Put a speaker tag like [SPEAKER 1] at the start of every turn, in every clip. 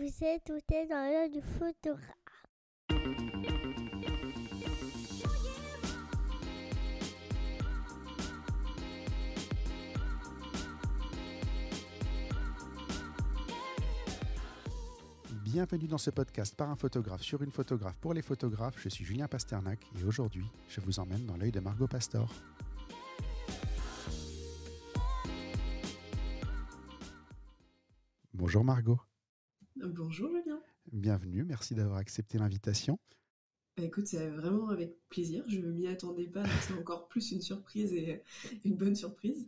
[SPEAKER 1] Vous êtes tout dans l'heure du photographe.
[SPEAKER 2] Bienvenue dans ce podcast par un photographe sur une photographe pour les photographes. Je suis Julien Pasternak et aujourd'hui, je vous emmène dans l'œil de Margot Pastor. Bonjour Margot.
[SPEAKER 3] Bonjour Julien.
[SPEAKER 2] Bienvenue, merci d'avoir accepté l'invitation.
[SPEAKER 3] Écoute, c'est vraiment avec plaisir, je ne m'y attendais pas, donc c'est encore plus une surprise et une bonne surprise.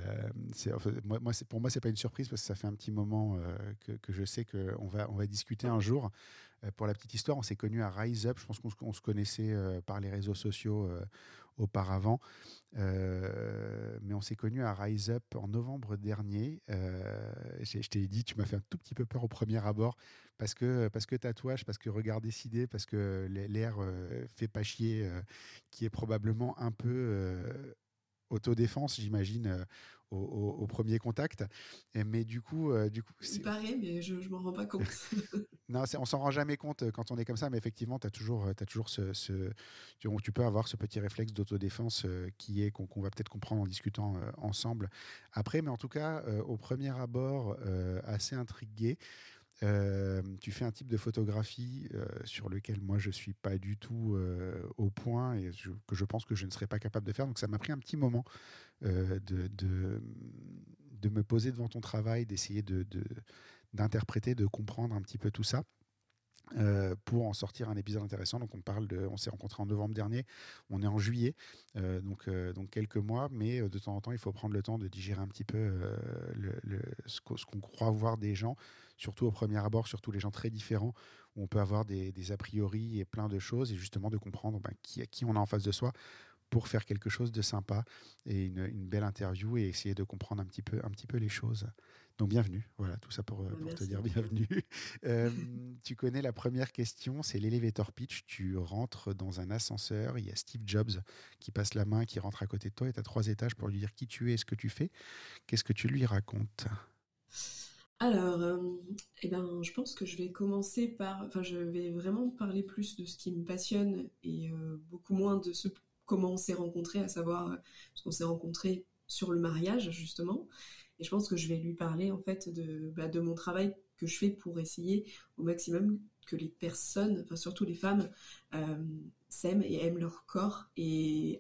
[SPEAKER 2] Pour moi, c'est pas une surprise parce que ça fait un petit moment que je sais qu'on va discuter un jour. Pour la petite histoire, on s'est connus à Rise Up, je pense qu'on se connaissait par les réseaux sociaux auparavant, mais on s'est connus à Rise Up en novembre dernier. Je t'ai dit, tu m'as fait un tout petit peu peur au premier abord parce que tatouage, parce que regard décidé, parce que l'air fait pas chier, qui est probablement un peu autodéfense, j'imagine, au premier contact. Mais du coup,
[SPEAKER 3] il paraît, mais je m'en rends pas compte.
[SPEAKER 2] Non, on s'en rend jamais compte quand on est comme ça, mais effectivement, tu as toujours tu peux avoir ce petit réflexe d'autodéfense qu'on va peut-être comprendre en discutant ensemble après. Mais en tout cas, au premier abord, assez intrigué. Tu fais un type de photographie sur lequel moi je suis pas du tout au point et que je pense que je ne serais pas capable de faire. Donc ça m'a pris un petit moment de me poser devant ton travail, d'essayer d'interpréter, de comprendre un petit peu tout ça. Pour en sortir un épisode intéressant. Donc on s'est rencontrés en novembre dernier, on est en juillet, donc quelques mois, mais de temps en temps il faut prendre le temps de digérer un petit peu ce qu'on croit voir des gens, surtout au premier abord, surtout les gens très différents, où on peut avoir des a priori et plein de choses, et justement de comprendre qui on a en face de soi, pour faire quelque chose de sympa et une belle interview et essayer de comprendre un petit peu les choses. Donc bienvenue, voilà, tout ça pour te dire bienvenue. Tu connais la première question, c'est l'elevator pitch. Tu rentres dans un ascenseur, il y a Steve Jobs qui passe la main, qui rentre à côté de toi et tu as 3 étages pour lui dire qui tu es et ce que tu fais. Qu'est-ce que tu lui racontes ?
[SPEAKER 3] Alors, je pense que je vais commencer je vais vraiment parler plus de ce qui me passionne et beaucoup moins de comment on s'est rencontrés, à savoir parce qu'on s'est rencontrés sur le mariage justement. Et je pense que je vais lui parler en fait de mon travail que je fais pour essayer au maximum que les personnes, enfin surtout les femmes, s'aiment et aiment leur corps et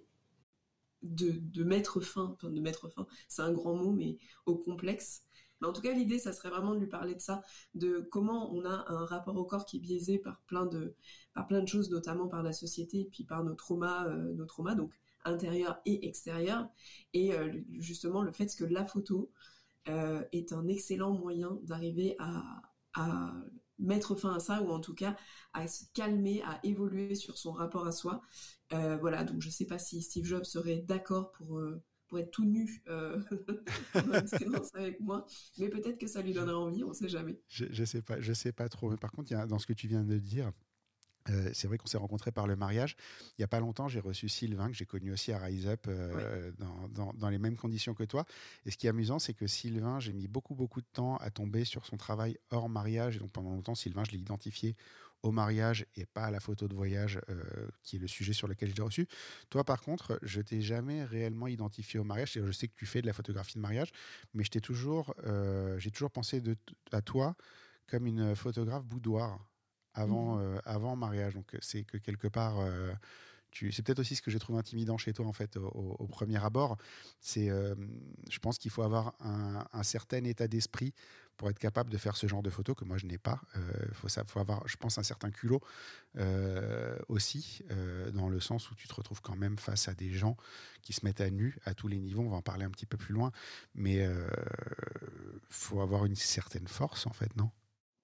[SPEAKER 3] de mettre fin, c'est un grand mot, mais au complexe. Mais en tout cas, l'idée, ça serait vraiment de lui parler de ça, de comment on a un rapport au corps qui est biaisé par plein de choses, notamment par la société et puis par nos traumas, donc intérieurs et extérieurs. Et justement, le fait que la photo est un excellent moyen d'arriver à mettre fin à ça, ou en tout cas à se calmer, à évoluer sur son rapport à soi. Voilà, donc je sais pas si Steve Jobs serait d'accord pour être tout nu pendant une séance avec moi, mais peut-être que ça lui donnera envie, on sait jamais.
[SPEAKER 2] Je sais pas trop. Mais par contre, dans ce que tu viens de dire, c'est vrai qu'on s'est rencontrés par le mariage. Il n'y a pas longtemps, j'ai reçu Sylvain, que j'ai connu aussi à Rise Up, dans les mêmes conditions que toi. Et ce qui est amusant, c'est que Sylvain, j'ai mis beaucoup de temps à tomber sur son travail hors mariage. Et donc pendant longtemps, Sylvain, je l'ai identifié au mariage et pas à la photo de voyage, qui est le sujet sur lequel je l'ai reçu. Toi, par contre, je t'ai jamais réellement identifié au mariage. Je sais que tu fais de la photographie de mariage, mais j'ai toujours pensé à toi comme une photographe boudoir. Avant mariage. Donc, c'est que quelque part, c'est peut-être aussi ce que j'ai trouvé intimidant chez toi, en fait, au premier abord. Je pense qu'il faut avoir un certain état d'esprit pour être capable de faire ce genre de photos que moi, je n'ai pas. Faut avoir, je pense, un certain culot aussi, dans le sens où tu te retrouves quand même face à des gens qui se mettent à nu à tous les niveaux. On va en parler un petit peu plus loin. Mais faut avoir une certaine force, en fait, non ?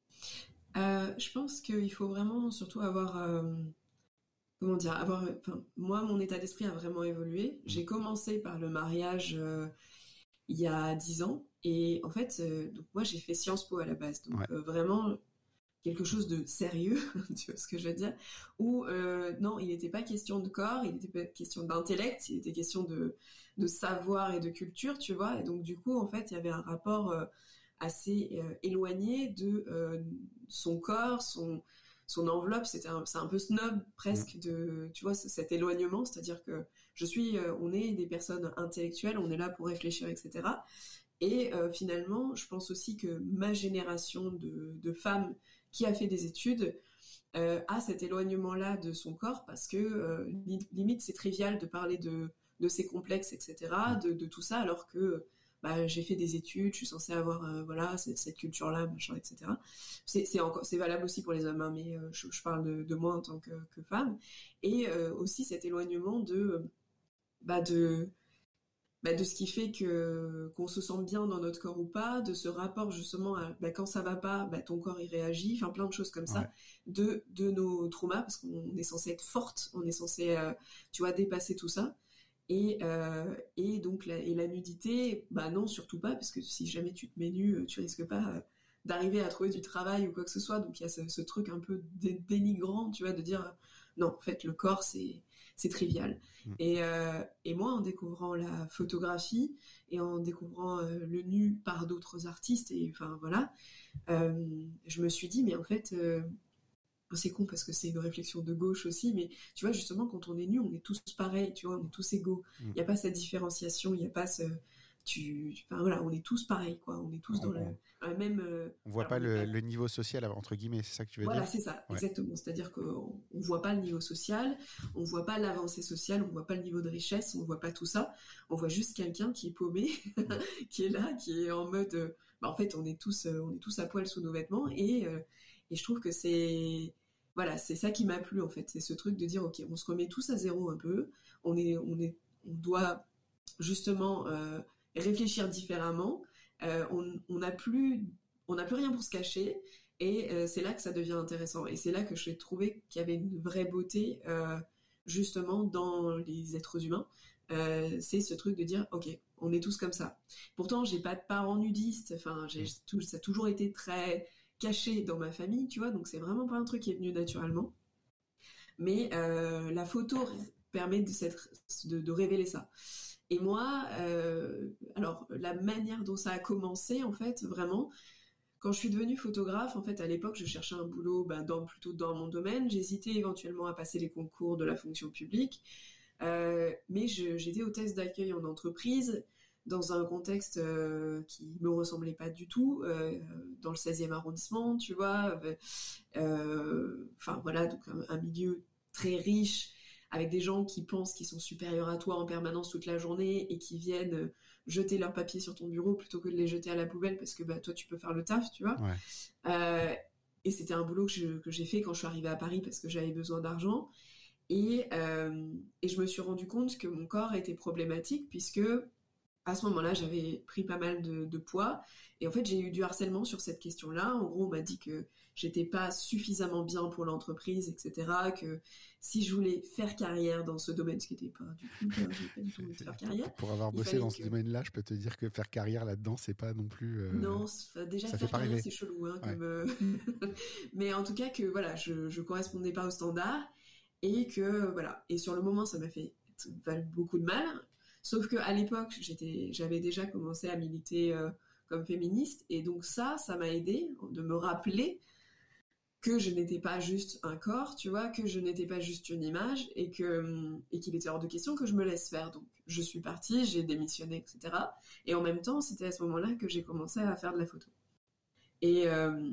[SPEAKER 3] Je pense qu'il faut vraiment surtout avoir moi mon état d'esprit a vraiment évolué. J'ai commencé par le mariage il y a 10 ans et en fait donc moi j'ai fait Sciences Po à la base, donc vraiment quelque chose de sérieux, tu vois ce que je veux dire, où non, il n'était pas question de corps, il n'était pas question d'intellect, il était question de savoir et de culture, tu vois. Et donc du coup en fait il y avait un rapport assez éloigné de son corps, son enveloppe, c'est un peu snob presque de, tu vois, cet éloignement, c'est-à-dire que on est des personnes intellectuelles, on est là pour réfléchir, etc. Et finalement, je pense aussi que ma génération de femmes qui a fait des études a cet éloignement-là de son corps parce que limite c'est trivial de parler de ses complexes, etc., de tout ça, alors que j'ai fait des études, je suis censée avoir voilà cette culture-là, machin, etc. C'est valable aussi pour les hommes, hein, mais je parle de moi en tant que femme. Et aussi cet éloignement de ce qui fait qu'on se sent bien dans notre corps ou pas, de ce rapport justement à quand ça va pas, ton corps il réagit, enfin plein de choses comme ça, de nos traumas, parce qu'on est censé être forte, on est censé tu vois, dépasser tout ça. Et donc la nudité, non, surtout pas, parce que si jamais tu te mets nu, tu risques pas d'arriver à trouver du travail ou quoi que ce soit. Donc il y a ce truc un peu dénigrant, tu vois, de dire non, en fait le corps c'est trivial. Et moi, en découvrant la photographie et en découvrant le nu par d'autres artistes, et enfin voilà, je me suis dit mais en fait c'est con parce que c'est une réflexion de gauche aussi, mais tu vois, justement, quand on est nu, on est tous pareils, tu vois, on est tous égaux. Il n'y a pas cette différenciation, il n'y a pas ce... Enfin voilà, on est tous pareils, quoi. On est tous dans la même...
[SPEAKER 2] on voit pas le niveau social, entre guillemets, c'est ça que tu veux dire ?
[SPEAKER 3] Voilà, c'est ça, exactement. C'est-à-dire qu'on ne voit pas le niveau social, on ne voit pas l'avancée sociale, on ne voit pas le niveau de richesse, on ne voit pas tout ça. On voit juste quelqu'un qui est paumé, qui est là, qui est en mode... en fait, on est tous à poil sous nos vêtements, et je trouve que c'est... Voilà, c'est ça qui m'a plu en fait, c'est ce truc de dire ok, on se remet tous à zéro un peu, on doit justement réfléchir différemment, on n'a plus rien pour se cacher, et c'est là que ça devient intéressant, et c'est là que j'ai trouvé qu'il y avait une vraie beauté justement dans les êtres humains. C'est ce truc de dire ok, on est tous comme ça. Pourtant j'ai pas de parents nudistes, enfin ça a toujours été très caché dans ma famille, tu vois, donc c'est vraiment pas un truc qui est venu naturellement. Mais la photo permet de révéler ça. Et moi, alors la manière dont ça a commencé, en fait, vraiment, quand je suis devenue photographe, en fait, à l'époque, je cherchais un boulot plutôt dans mon domaine. J'hésitais éventuellement à passer les concours de la fonction publique, mais j'étais hôtesse d'accueil en entreprise, dans un contexte qui me ressemblait pas du tout, dans le 16e arrondissement, tu vois. Enfin voilà, donc un milieu très riche, avec des gens qui pensent qu'ils sont supérieurs à toi en permanence toute la journée et qui viennent jeter leurs papiers sur ton bureau plutôt que de les jeter à la poubelle parce que toi tu peux faire le taf, tu vois. Et c'était un boulot que j'ai fait quand je suis arrivée à Paris parce que j'avais besoin d'argent. Et je me suis rendu compte que mon corps était problématique puisque à ce moment-là, j'avais pris pas mal de poids, et en fait, j'ai eu du harcèlement sur cette question-là. En gros, on m'a dit que j'étais pas suffisamment bien pour l'entreprise, etc., que si je voulais faire carrière dans ce domaine, ce qui n'était pas du tout, j'avais pas du tout envie de faire carrière.
[SPEAKER 2] Pour avoir bossé dans ce domaine-là, je peux te dire que faire carrière là-dedans, c'est pas non plus...
[SPEAKER 3] Non, déjà
[SPEAKER 2] ça
[SPEAKER 3] faire carrière, c'est chelou, hein, mais en tout cas que voilà, je correspondais pas aux standards, et que voilà, et sur le moment, ça m'a fait beaucoup de mal. Sauf qu'à l'époque, j'avais déjà commencé à militer comme féministe, et donc ça m'a aidé de me rappeler que je n'étais pas juste un corps, tu vois, que je n'étais pas juste une image, et qu'il était hors de question que je me laisse faire. Donc je suis partie, j'ai démissionné, etc. Et en même temps, c'était à ce moment-là que j'ai commencé à faire de la photo. Et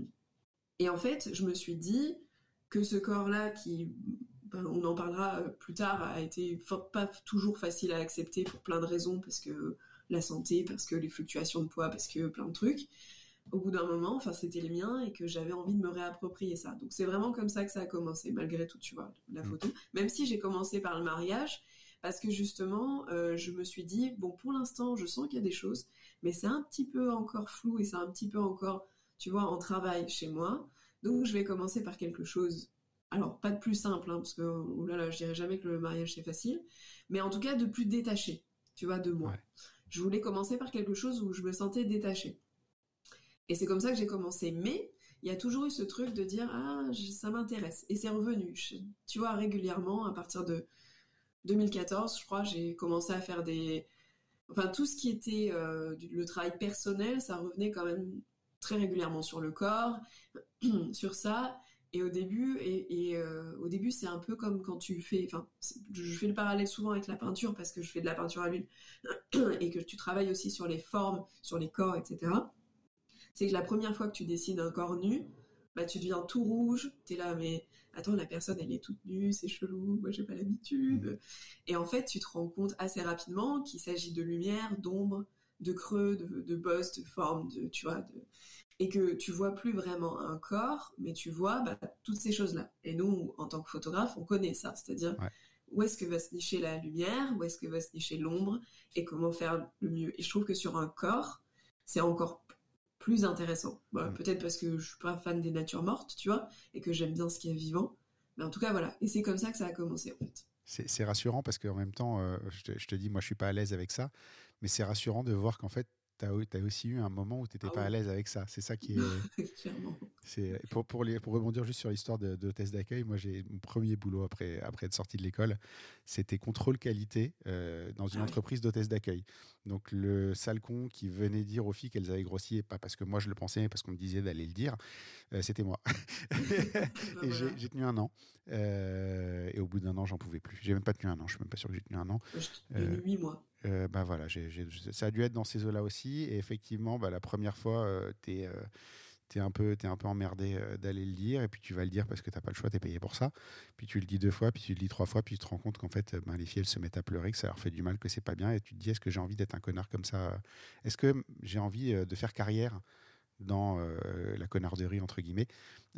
[SPEAKER 3] en fait, je me suis dit que ce corps-là qui... on en parlera plus tard, a été pas toujours facile à accepter pour plein de raisons, parce que la santé, parce que les fluctuations de poids, parce que plein de trucs. Au bout d'un moment, c'était les miens, et que j'avais envie de me réapproprier ça. Donc c'est vraiment comme ça que ça a commencé, malgré tout, tu vois, la photo. Même si j'ai commencé par le mariage, parce que justement, je me suis dit, bon, pour l'instant, je sens qu'il y a des choses, mais c'est un petit peu encore flou, et c'est un petit peu encore, tu vois, en travail chez moi. Donc je vais commencer par quelque chose... Alors, pas de plus simple, hein, parce que, je dirais jamais que le mariage c'est facile, mais en tout cas de plus détaché, tu vois, de moi. Ouais. Je voulais commencer par quelque chose où je me sentais détachée. Et c'est comme ça que j'ai commencé. Mais il y a toujours eu ce truc de dire, ça m'intéresse. Et c'est revenu. Tu vois, régulièrement, à partir de 2014, je crois, j'ai commencé à faire Enfin, tout ce qui était le travail personnel, ça revenait quand même très régulièrement sur le corps. sur ça. Et au début, au début, c'est un peu comme quand tu fais. Enfin, je fais le parallèle souvent avec la peinture parce que je fais de la peinture à l'huile et que tu travailles aussi sur les formes, sur les corps, etc. C'est que la première fois que tu dessines un corps nu, bah tu deviens tout rouge. T'es là, mais attends, la personne elle est toute nue, c'est chelou. Moi j'ai pas l'habitude. Et en fait, tu te rends compte assez rapidement qu'il s'agit de lumière, d'ombre, de creux, de bosses, de formes, tu vois, et que tu vois plus vraiment un corps, mais tu vois toutes ces choses-là. Et nous, en tant que photographe, on connaît ça, c'est-à-dire où est-ce que va se nicher la lumière, où est-ce que va se nicher l'ombre, et comment faire le mieux. Et je trouve que sur un corps, c'est encore plus intéressant. Voilà, peut-être parce que je suis pas fan des natures mortes, tu vois, et que j'aime bien ce qui est vivant. Mais en tout cas, voilà. Et c'est comme ça que ça a commencé, en fait.
[SPEAKER 2] C'est rassurant parce qu'en même temps, je te dis, moi, je suis pas à l'aise avec ça, mais c'est rassurant de voir qu'en fait, tu as aussi eu un moment où tu n'étais pas à l'aise avec ça. C'est ça qui est.
[SPEAKER 3] Clairement.
[SPEAKER 2] Pour rebondir juste sur l'histoire d'hôtesse d'accueil, moi, j'ai mon premier boulot après être sorti de l'école, c'était contrôle qualité dans une entreprise d'hôtesse d'accueil. Donc, le salcon qui venait dire aux filles qu'elles avaient grossi, et pas parce que moi je le pensais, mais parce qu'on me disait d'aller le dire, c'était moi. Et j'ai tenu 1 an. Et au bout d'1 an, j'en pouvais plus. J'ai même pas tenu 1 an. Je suis même pas sûr que j'ai tenu 1 an.
[SPEAKER 3] J'ai tenu 8 mois.
[SPEAKER 2] Voilà, ça a dû être dans ces eaux-là aussi. Et effectivement, la première fois, t'es un peu emmerdé d'aller le dire. Et puis tu vas le dire parce que t'as pas le choix, t'es payé pour ça. Puis tu le dis 2 fois, puis tu le dis 3 fois, puis tu te rends compte qu'en fait, les filles, elles se mettent à pleurer, que ça leur fait du mal, que c'est pas bien. Et tu te dis, est-ce que j'ai envie d'être un connard comme ça? Est-ce que j'ai envie de faire carrière dans la connarderie entre guillemets,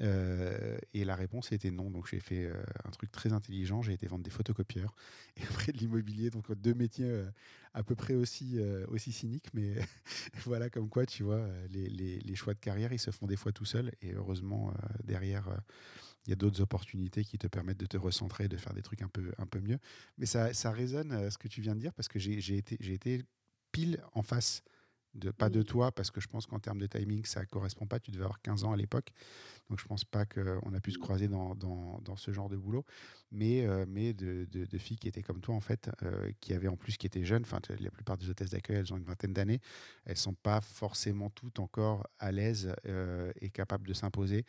[SPEAKER 2] et la réponse était non. Donc j'ai fait un truc très intelligent, j'ai été vendre des photocopieurs et après de l'immobilier, donc 2 métiers à peu près aussi cyniques, mais voilà, comme quoi tu vois, les choix de carrière ils se font des fois tout seuls, et heureusement derrière il y a d'autres opportunités qui te permettent de te recentrer, de faire des trucs un peu mieux. Mais ça résonne ce que tu viens de dire, parce que j'ai été pile en face pas de toi, parce que je pense qu'en termes de timing, ça ne correspond pas. Tu devais avoir 15 ans à l'époque. Donc, je ne pense pas qu'on a pu se croiser dans ce genre de boulot. Mais de filles qui étaient comme toi, en fait, qui étaient jeunes. Enfin, la plupart des hôtesses d'accueil, elles ont une vingtaine d'années. Elles ne sont pas forcément toutes encore à l'aise et capables de s'imposer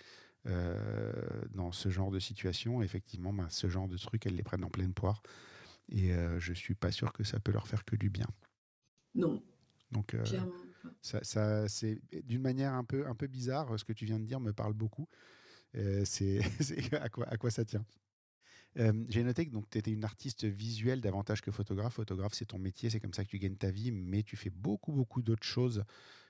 [SPEAKER 2] dans ce genre de situation. Effectivement, ce genre de trucs, elles les prennent en pleine poire. Et je ne suis pas sûr que ça peut leur faire que du bien.
[SPEAKER 3] Non.
[SPEAKER 2] Donc, ça, c'est d'une manière un peu bizarre. Ce que tu viens de dire me parle beaucoup. C'est à quoi ça tient. J'ai noté que tu étais une artiste visuelle davantage que photographe. Photographe, c'est ton métier, c'est comme ça que tu gagnes ta vie, mais tu fais beaucoup d'autres choses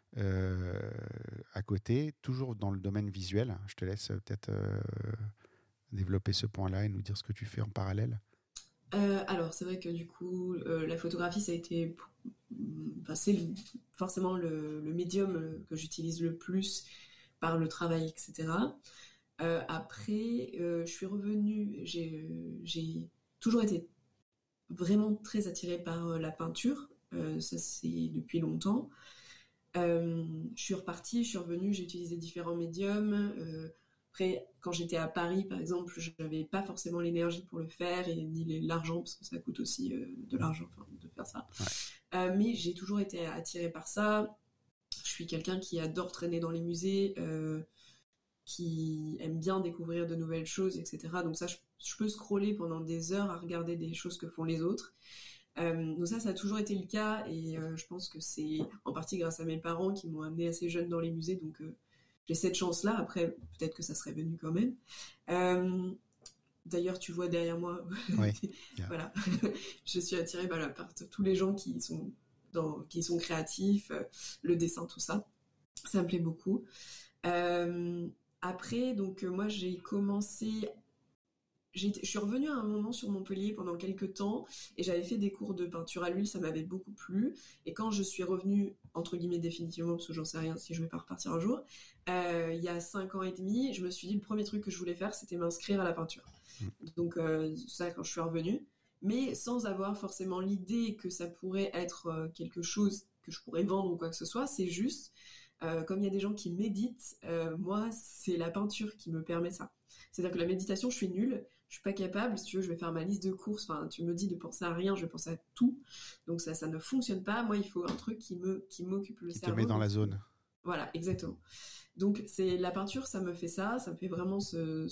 [SPEAKER 2] à côté, toujours dans le domaine visuel. Je te laisse peut-être développer ce point-là et nous dire ce que tu fais en parallèle.
[SPEAKER 3] Alors, c'est vrai que du coup, la photographie, ça a été... c'est forcément le médium que j'utilise le plus par le travail, etc. Après, je suis revenue... J'ai toujours été vraiment très attirée par la peinture. Ça, c'est depuis longtemps. Je suis repartie, je suis revenue, j'ai utilisé différents médiums. Après, quand j'étais à Paris, par exemple, je n'avais pas forcément l'énergie pour le faire, et ni l'argent, parce que ça coûte aussi de l'argent de faire ça. Ouais. Mais j'ai toujours été attirée par ça. Je suis quelqu'un qui adore traîner dans les musées, qui aime bien découvrir de nouvelles choses, etc. Donc ça, je peux scroller pendant des heures à regarder des choses que font les autres. Donc ça a toujours été le cas, et je pense que c'est en partie grâce à mes parents qui m'ont amenée assez jeune dans les musées, donc j'ai cette chance-là. Après, peut-être que ça serait venu quand même. D'ailleurs, tu vois derrière moi,
[SPEAKER 2] ouais.
[SPEAKER 3] Voilà, je suis attirée par tous les gens qui sont créatifs, le dessin, tout ça. Ça me plaît beaucoup. Après, donc moi j'ai commencé... Je suis revenue à un moment sur Montpellier pendant quelques temps, et j'avais fait des cours de peinture à l'huile, ça m'avait beaucoup plu. Et quand je suis revenue, entre guillemets définitivement, parce que j'en sais rien si je vais pas repartir un jour, il y a 5 ans et demi, je me suis dit le premier truc que je voulais faire, c'était m'inscrire à la peinture. Donc ça, quand je suis revenue, mais sans avoir forcément l'idée que ça pourrait être quelque chose que je pourrais vendre ou quoi que ce soit. C'est juste, comme il y a des gens qui méditent, moi, c'est la peinture qui me permet ça. C'est-à-dire que la méditation, je suis nulle, je suis pas capable. Si tu veux, je vais faire ma liste de courses. Enfin, tu me dis de penser à rien, je vais penser à tout. Donc ça ne fonctionne pas. Moi, il faut un truc qui m'occupe le cerveau.
[SPEAKER 2] Qui te met dans la zone.
[SPEAKER 3] Voilà, exactement. Donc c'est la peinture, ça me fait ça me fait vraiment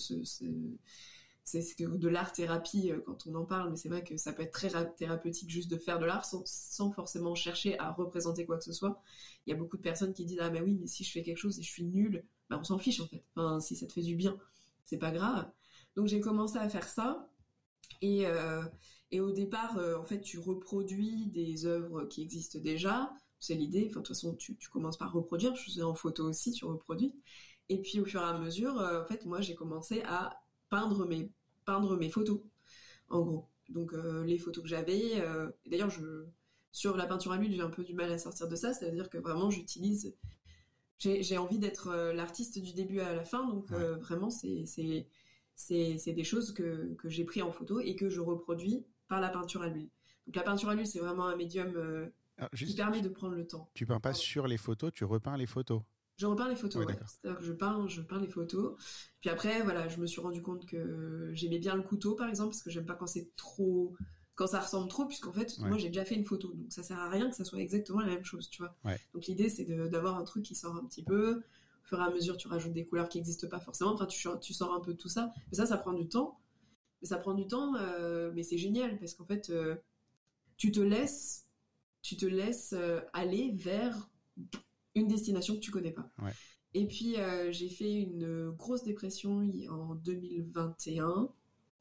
[SPEAKER 3] c'est de l'art thérapie quand on en parle, mais c'est vrai que ça peut être très thérapeutique juste de faire de l'art sans forcément chercher à représenter quoi que ce soit. Il y a beaucoup de personnes qui disent ah mais oui, mais si je fais quelque chose et je suis nulle, bah on s'en fiche en fait. Enfin, si ça te fait du bien, c'est pas grave. Donc j'ai commencé à faire ça et au départ en fait tu reproduis des œuvres qui existent déjà. C'est l'idée. Enfin, de toute façon, tu commences par reproduire. Je faisais en photo aussi, tu reproduis. Et puis, au fur et à mesure, en fait, moi, j'ai commencé à peindre mes photos, en gros. Donc, les photos que j'avais. D'ailleurs, sur la peinture à l'huile, j'ai un peu du mal à sortir de ça. C'est-à-dire que vraiment, j'ai envie d'être l'artiste du début à la fin. Donc, vraiment, c'est des choses que j'ai pris en photo et que je reproduis par la peinture à l'huile. Donc, la peinture à l'huile, c'est vraiment un médium
[SPEAKER 2] Alors,
[SPEAKER 3] qui permet de prendre le temps.
[SPEAKER 2] Tu peins pas sur les photos, tu repeins les photos.
[SPEAKER 3] Je repeins les photos,
[SPEAKER 2] ouais.
[SPEAKER 3] C'est-à-dire que je peins les photos. Puis après, voilà, je me suis rendu compte que j'aimais bien le couteau, par exemple, parce que j'aime pas quand ça ressemble trop, puisqu'en fait, moi, j'ai déjà fait une photo. Donc, ça sert à rien que ça soit exactement la même chose, tu vois.
[SPEAKER 2] Ouais.
[SPEAKER 3] Donc, l'idée, c'est d'avoir un truc qui sort un petit peu. Au fur et à mesure, tu rajoutes des couleurs qui n'existent pas forcément. Enfin, tu sors un peu de tout ça. Mais ça prend du temps. Mais c'est génial, parce qu'en fait, tu te laisses aller vers une destination que tu connais pas.
[SPEAKER 2] Ouais.
[SPEAKER 3] Et puis j'ai fait une grosse dépression en 2021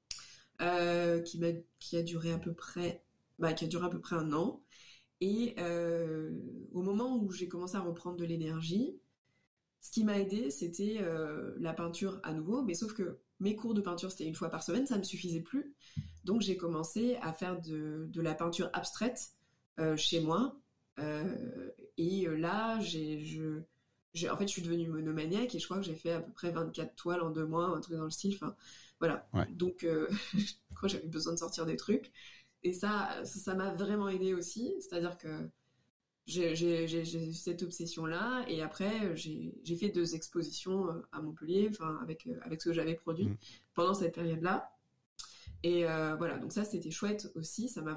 [SPEAKER 3] qui a duré à peu près un an. Et au moment où j'ai commencé à reprendre de l'énergie, ce qui m'a aidé, c'était la peinture à nouveau, mais sauf que mes cours de peinture, c'était une fois par semaine, ça me suffisait plus. Donc j'ai commencé à faire de la peinture abstraite chez moi. Et là, en fait, je suis devenue monomaniaque et je crois que j'ai fait à peu près 24 toiles en 2 mois, un truc dans le style. Enfin, voilà.
[SPEAKER 2] Ouais.
[SPEAKER 3] Donc, je crois que j'avais besoin de sortir des trucs. Et ça m'a vraiment aidé aussi. C'est-à-dire que j'ai cette obsession-là. Et après, j'ai fait 2 expositions à Montpellier, enfin, avec ce que j'avais produit pendant cette période-là. Et voilà, donc ça, c'était chouette aussi. Ça m'a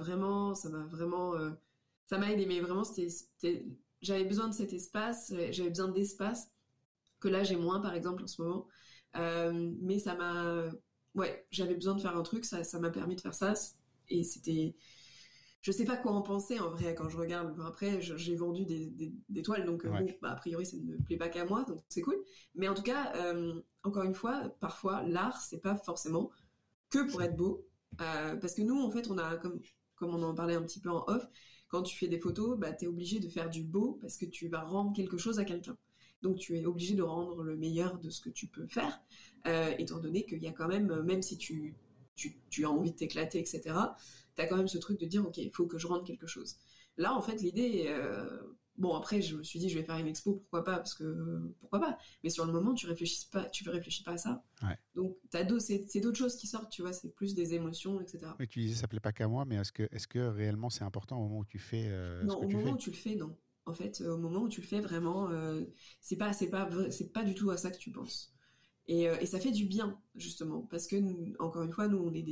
[SPEAKER 3] aidé, mais vraiment, j'avais besoin de cet espace, j'avais besoin d'espace, que là, j'ai moins, par exemple, en ce moment. Mais j'avais besoin de faire un truc, ça m'a permis de faire ça. Et c'était... Je sais pas quoi en penser, en vrai, quand je regarde. Après, j'ai vendu des toiles, donc a priori, ça ne plaît pas qu'à moi, donc c'est cool. Mais en tout cas, encore une fois, parfois, l'art, c'est pas forcément que pour être beau. Parce que nous, en fait, on a, comme on en parlait un petit peu en off, quand tu fais des photos, bah, tu es obligé de faire du beau parce que tu vas rendre quelque chose à quelqu'un. Donc tu es obligé de rendre le meilleur de ce que tu peux faire, étant donné qu'il y a quand même si tu as envie de t'éclater, etc., tu as quand même ce truc de dire, ok, il faut que je rende quelque chose. Là, en fait, l'idée... Bon, après, je me suis dit, je vais faire une expo, pourquoi pas, mais sur le moment, tu réfléchis pas à ça.
[SPEAKER 2] Ouais.
[SPEAKER 3] Donc, c'est d'autres choses qui sortent, tu vois, c'est plus des émotions, etc.
[SPEAKER 2] Mais tu disais, ça plaît pas qu'à moi, mais est-ce que réellement c'est important au moment où tu fais
[SPEAKER 3] non, au moment où tu le fais, non. En fait, au moment où tu le fais, vraiment, c'est pas du tout à ça que tu penses. Et ça fait du bien, justement, parce que, encore une fois, nous, on est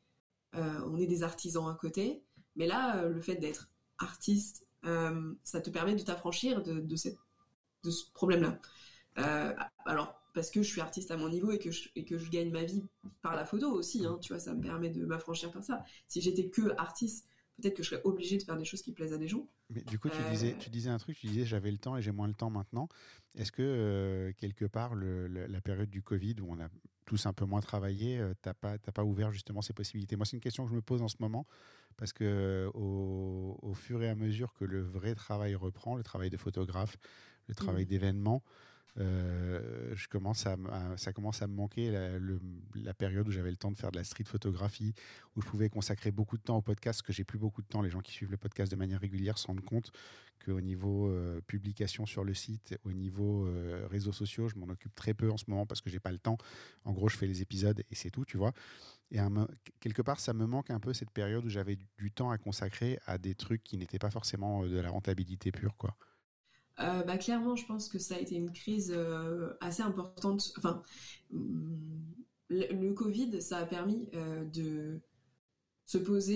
[SPEAKER 3] des artisans à côté, mais là, le fait d'être artiste, ça te permet de t'affranchir de ce problème-là. Alors, parce que je suis artiste à mon niveau et que je gagne ma vie par la photo aussi, hein, tu vois, ça me permet de m'affranchir par ça. Si j'étais que artiste, peut-être que je serais obligée de faire des choses qui plaisent à des gens.
[SPEAKER 2] Mais du coup, tu disais un truc, tu disais j'avais le temps et j'ai moins le temps maintenant. Est-ce que, quelque part, la période du Covid, où on a tous un peu moins travaillé, t'as pas ouvert justement ces possibilités? Moi, c'est une question que je me pose en ce moment, parce que au fur et à mesure que le vrai travail reprend, le travail de photographe, le travail d'événement, ça commence à me manquer la période où j'avais le temps de faire de la street photographie, où je pouvais consacrer beaucoup de temps au podcast, parce que j'ai plus beaucoup de temps. Les gens qui suivent le podcast de manière régulière se rendent compte qu'au niveau publication sur le site, au niveau réseaux sociaux, je m'en occupe très peu en ce moment parce que j'ai pas le temps. En gros, je fais les épisodes et c'est tout, tu vois. Et quelque part, ça me manque un peu, cette période où j'avais du temps à consacrer à des trucs qui n'étaient pas forcément de la rentabilité pure, quoi.
[SPEAKER 3] Clairement, je pense que ça a été une crise assez importante. Enfin, le Covid, ça a permis de se poser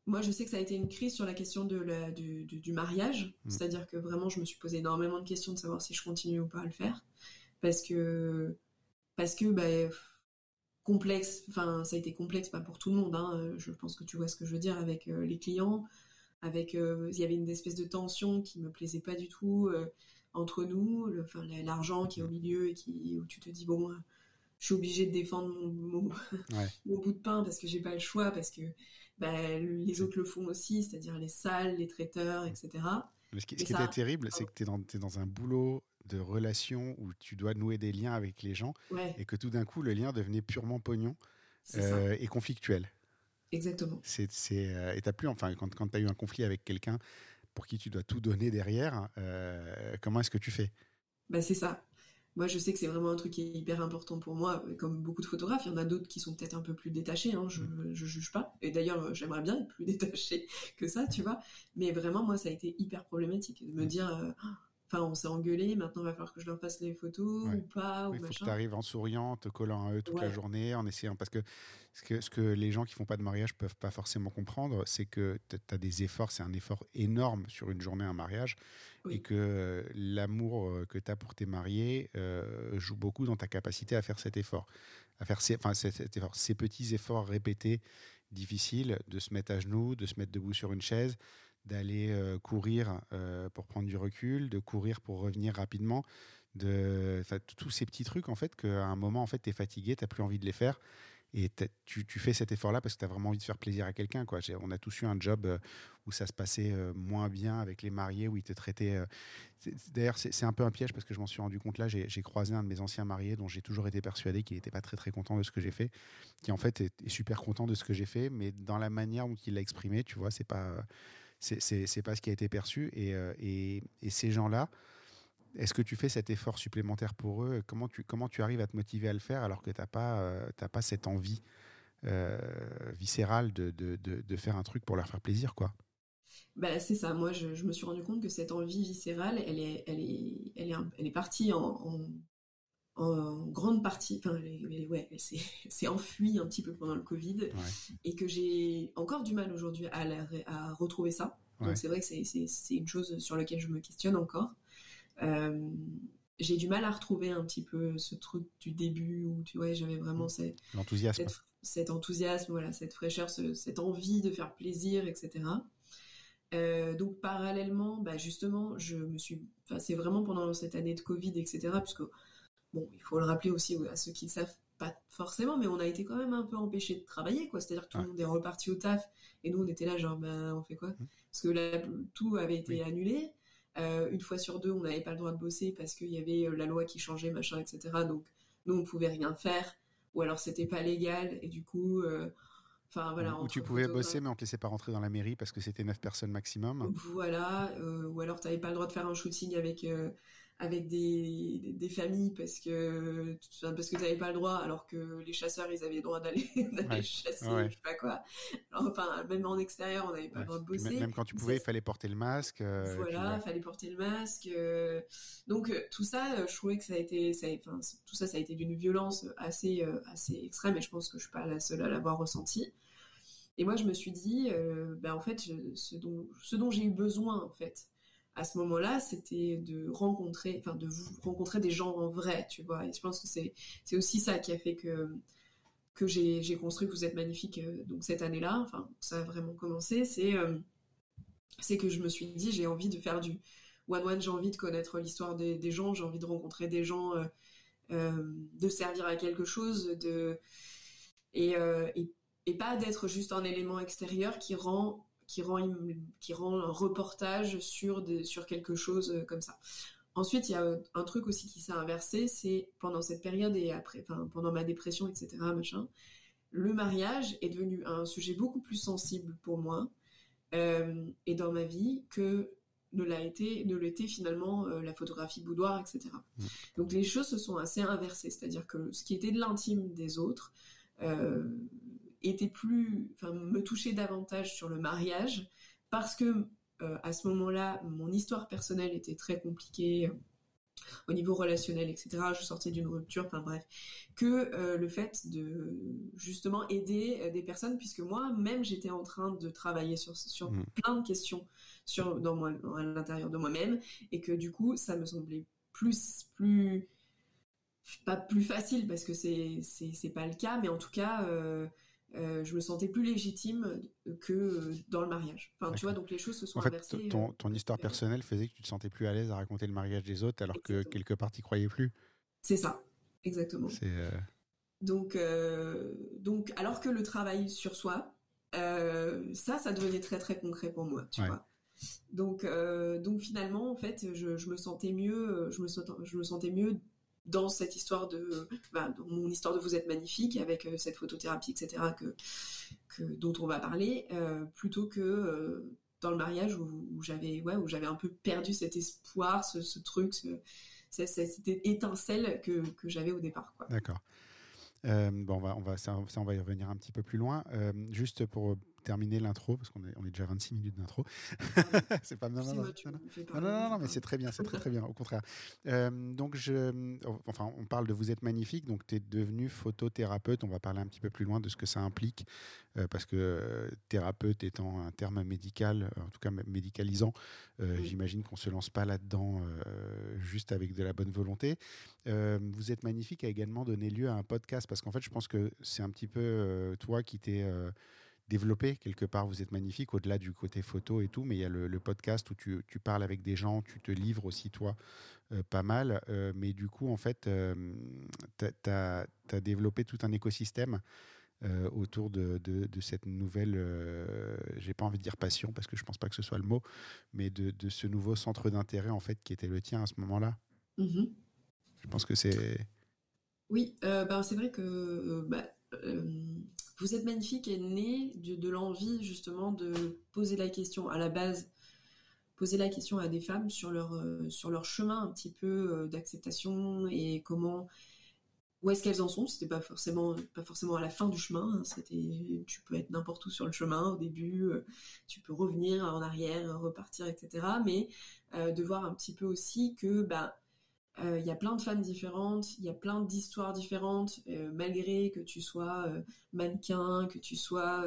[SPEAKER 3] moi, je sais que ça a été une crise sur la question du mariage. C'est-à-dire que vraiment, je me suis posé énormément de questions de savoir si je continue ou pas à le faire. Parce que bah, complexe, enfin, ça a été complexe, pas pour tout le monde, hein. Je pense que tu vois ce que je veux dire avec les clients. Il y avait une espèce de tension qui me plaisait pas du tout entre nous. L'argent qui est au milieu et où tu te dis, bon, je suis obligée de défendre mon bout de pain parce que j'ai pas le choix, parce que bah, les autres le font aussi, c'est-à-dire les salles, les traiteurs, etc.
[SPEAKER 2] Mais ce qui était terrible, c'est que t'es dans un boulot de relation où tu dois nouer des liens avec les gens et que tout d'un coup, le lien devenait purement pognon et conflictuel.
[SPEAKER 3] Exactement.
[SPEAKER 2] Et t'as plus, enfin, quand tu as eu un conflit avec quelqu'un pour qui tu dois tout donner derrière, comment est-ce que tu fais ?
[SPEAKER 3] Bah, c'est ça. Moi, je sais que c'est vraiment un truc qui est hyper important pour moi. Comme beaucoup de photographes, il y en a d'autres qui sont peut-être un peu plus détachés, hein, je juge pas. Et d'ailleurs, j'aimerais bien être plus détachée que ça, tu vois. Mais vraiment, moi, ça a été hyper problématique de me dire, on s'est engueulé, maintenant il va falloir que je leur fasse les photos ou pas, ou
[SPEAKER 2] il faut
[SPEAKER 3] machin.
[SPEAKER 2] que tu arrives en souriant, te collant à eux toute la journée, en essayant. Parce que ce que les gens qui font pas de mariage peuvent pas forcément comprendre, c'est que tu as des efforts, c'est un effort énorme sur une journée, un mariage. Et que l'amour que tu as pour tes mariés joue beaucoup dans ta capacité à faire cet effort. À faire ces petits efforts répétés, difficiles, de se mettre à genoux, de se mettre debout sur une chaise, d'aller courir pour prendre du recul, de courir pour revenir rapidement, tous ces petits trucs en fait qu'à un moment en fait tu es fatigué, tu n'as plus envie de les faire. Et tu fais cet effort-là parce que tu as vraiment envie de faire plaisir à quelqu'un, quoi. On a tous eu un job où ça se passait moins bien avec les mariés, où ils te traitaient... D'ailleurs, c'est un peu un piège parce que je m'en suis rendu compte là. J'ai croisé un de mes anciens mariés dont j'ai toujours été persuadé qu'il n'était pas très, très content de ce que j'ai fait, qui en fait est super content de ce que j'ai fait, mais dans la manière dont il l'a exprimé, tu vois, c'est pas ce qui a été perçu. Et ces gens-là, est-ce que tu fais cet effort supplémentaire pour eux ? Comment tu arrives à te motiver à le faire alors que tu n'as pas cette envie viscérale de faire un truc pour leur faire plaisir, quoi ?
[SPEAKER 3] Bah, c'est ça. Moi, je me suis rendu compte que cette envie viscérale, elle est partie en grande partie. Enfin, elle s'est enfuie un petit peu pendant le Covid, et que j'ai encore du mal aujourd'hui à retrouver ça. Donc c'est vrai que c'est une chose sur laquelle je me questionne encore. J'ai du mal à retrouver un petit peu ce truc du début où j'avais vraiment
[SPEAKER 2] l'enthousiasme.
[SPEAKER 3] Cet enthousiasme, voilà, cette fraîcheur, cette envie de faire plaisir, etc. Donc parallèlement, bah justement, c'est vraiment pendant cette année de Covid, etc. Puisque bon, il faut le rappeler aussi à ceux qui ne savent pas forcément, mais on a été quand même un peu empêchés de travailler, quoi. C'est-à-dire que tout le monde est reparti au taf et nous on était là genre on fait quoi ? Parce que là tout avait été annulé. Une fois sur deux, on n'avait pas le droit de bosser parce qu'il y avait la loi qui changeait, machin, etc. Donc nous on pouvait rien faire, ou alors c'était pas légal et du coup voilà,
[SPEAKER 2] où tu pouvais bosser mais on te laissait pas rentrer dans la mairie parce que c'était 9 personnes maximum.
[SPEAKER 3] Voilà, ou alors tu n'avais pas le droit de faire un shooting avec des familles parce que tu n'avais pas le droit, alors que les chasseurs ils avaient le droit d'aller chasser, je sais pas quoi. Alors, enfin, même en extérieur on n'avait pas le droit de bosser.
[SPEAKER 2] Même quand tu pouvais, il fallait porter le masque.
[SPEAKER 3] Voilà, fallait porter le masque. Donc tout ça, je trouvais que tout ça a été d'une violence assez extrême, et je pense que je suis pas la seule à l'avoir ressenti. Et moi, je me suis dit, en fait, ce dont j'ai eu besoin, en fait, à ce moment-là, c'était de vous rencontrer des gens en vrai, tu vois. Et je pense que c'est aussi ça qui a fait que j'ai construit Vous êtes magnifique, donc cette année-là. Enfin, ça a vraiment commencé. C'est que je me suis dit, j'ai envie de faire du one-one, j'ai envie de connaître l'histoire des gens, j'ai envie de rencontrer des gens, de servir à quelque chose, et pas d'être juste un élément extérieur qui rend un reportage sur quelque chose comme ça. Ensuite, il y a un truc aussi qui s'est inversé, c'est pendant cette période et après, pendant ma dépression, etc., machin, le mariage est devenu un sujet beaucoup plus sensible pour moi et dans ma vie que ne l'était finalement la photographie boudoir, etc. Donc les choses se sont assez inversées, c'est-à-dire que ce qui était de l'intime des autres me touchait davantage sur le mariage, parce que à ce moment-là, mon histoire personnelle était très compliquée. au niveau relationnel, etc. Je sortais d'une rupture, enfin bref, que le fait de justement aider des personnes, puisque moi-même j'étais en train de travailler sur plein de questions à l'intérieur de moi-même, et que du coup ça me semblait plus pas plus facile parce que c'est pas le cas, mais en tout cas je me sentais plus légitime que dans le mariage. Enfin,
[SPEAKER 2] D'accord.
[SPEAKER 3] tu vois, donc les choses se sont
[SPEAKER 2] En fait,
[SPEAKER 3] inversées.
[SPEAKER 2] ton histoire personnelle faisait que tu te sentais plus à l'aise à raconter le mariage des autres, alors que
[SPEAKER 3] Exactement.
[SPEAKER 2] quelque part, tu croyais plus.
[SPEAKER 3] C'est ça, exactement.
[SPEAKER 2] C'est
[SPEAKER 3] Donc, alors que le travail sur soi, ça devenait très très concret pour moi, tu vois. Donc finalement, en fait, je me sentais mieux, je me sentais mieux dans cette histoire dans mon histoire de Vous êtes magnifique, avec cette photothérapie, etc., dont on va parler, plutôt que dans le mariage où j'avais un peu perdu cet espoir, ce truc, cette étincelle que j'avais au départ, quoi.
[SPEAKER 2] D'accord. Bon, on va y revenir un petit peu plus loin. Juste pour terminer l'intro, parce qu'on est déjà 26 minutes d'intro. C'est pas non, mais c'est très bien, c'est très très bien, au contraire. Donc on parle de Vous êtes magnifique, donc tu es devenu photothérapeute. On va parler un petit peu plus loin de ce que ça implique, parce que thérapeute étant un terme médical, en tout cas médicalisant, j'imagine qu'on se lance pas là-dedans juste avec de la bonne volonté. Vous êtes magnifique a également donné lieu à un podcast, parce qu'en fait je pense que c'est un petit peu toi qui t'es développé quelque part. Vous êtes magnifique au-delà du côté photo et tout, mais il y a le podcast où tu parles avec des gens, tu te livres aussi toi pas mal, mais du coup en fait tu as développé tout un écosystème autour de cette nouvelle, j'ai pas envie de dire passion parce que je pense pas que ce soit le mot, mais de ce nouveau centre d'intérêt en fait qui était le tien à ce moment-là.
[SPEAKER 3] Mm-hmm.
[SPEAKER 2] Je pense que c'est...
[SPEAKER 3] Oui, c'est vrai que Vous êtes magnifique est né de l'envie justement de poser la question à la base, poser la question à des femmes sur leur chemin un petit peu d'acceptation et où est-ce qu'elles en sont. C'était pas forcément à la fin du chemin, hein. Tu peux être n'importe où sur le chemin au début, tu peux revenir en arrière, repartir, etc. Mais de voir un petit peu aussi que il y a plein de femmes différentes, il y a plein d'histoires différentes, malgré que tu sois mannequin, que tu sois,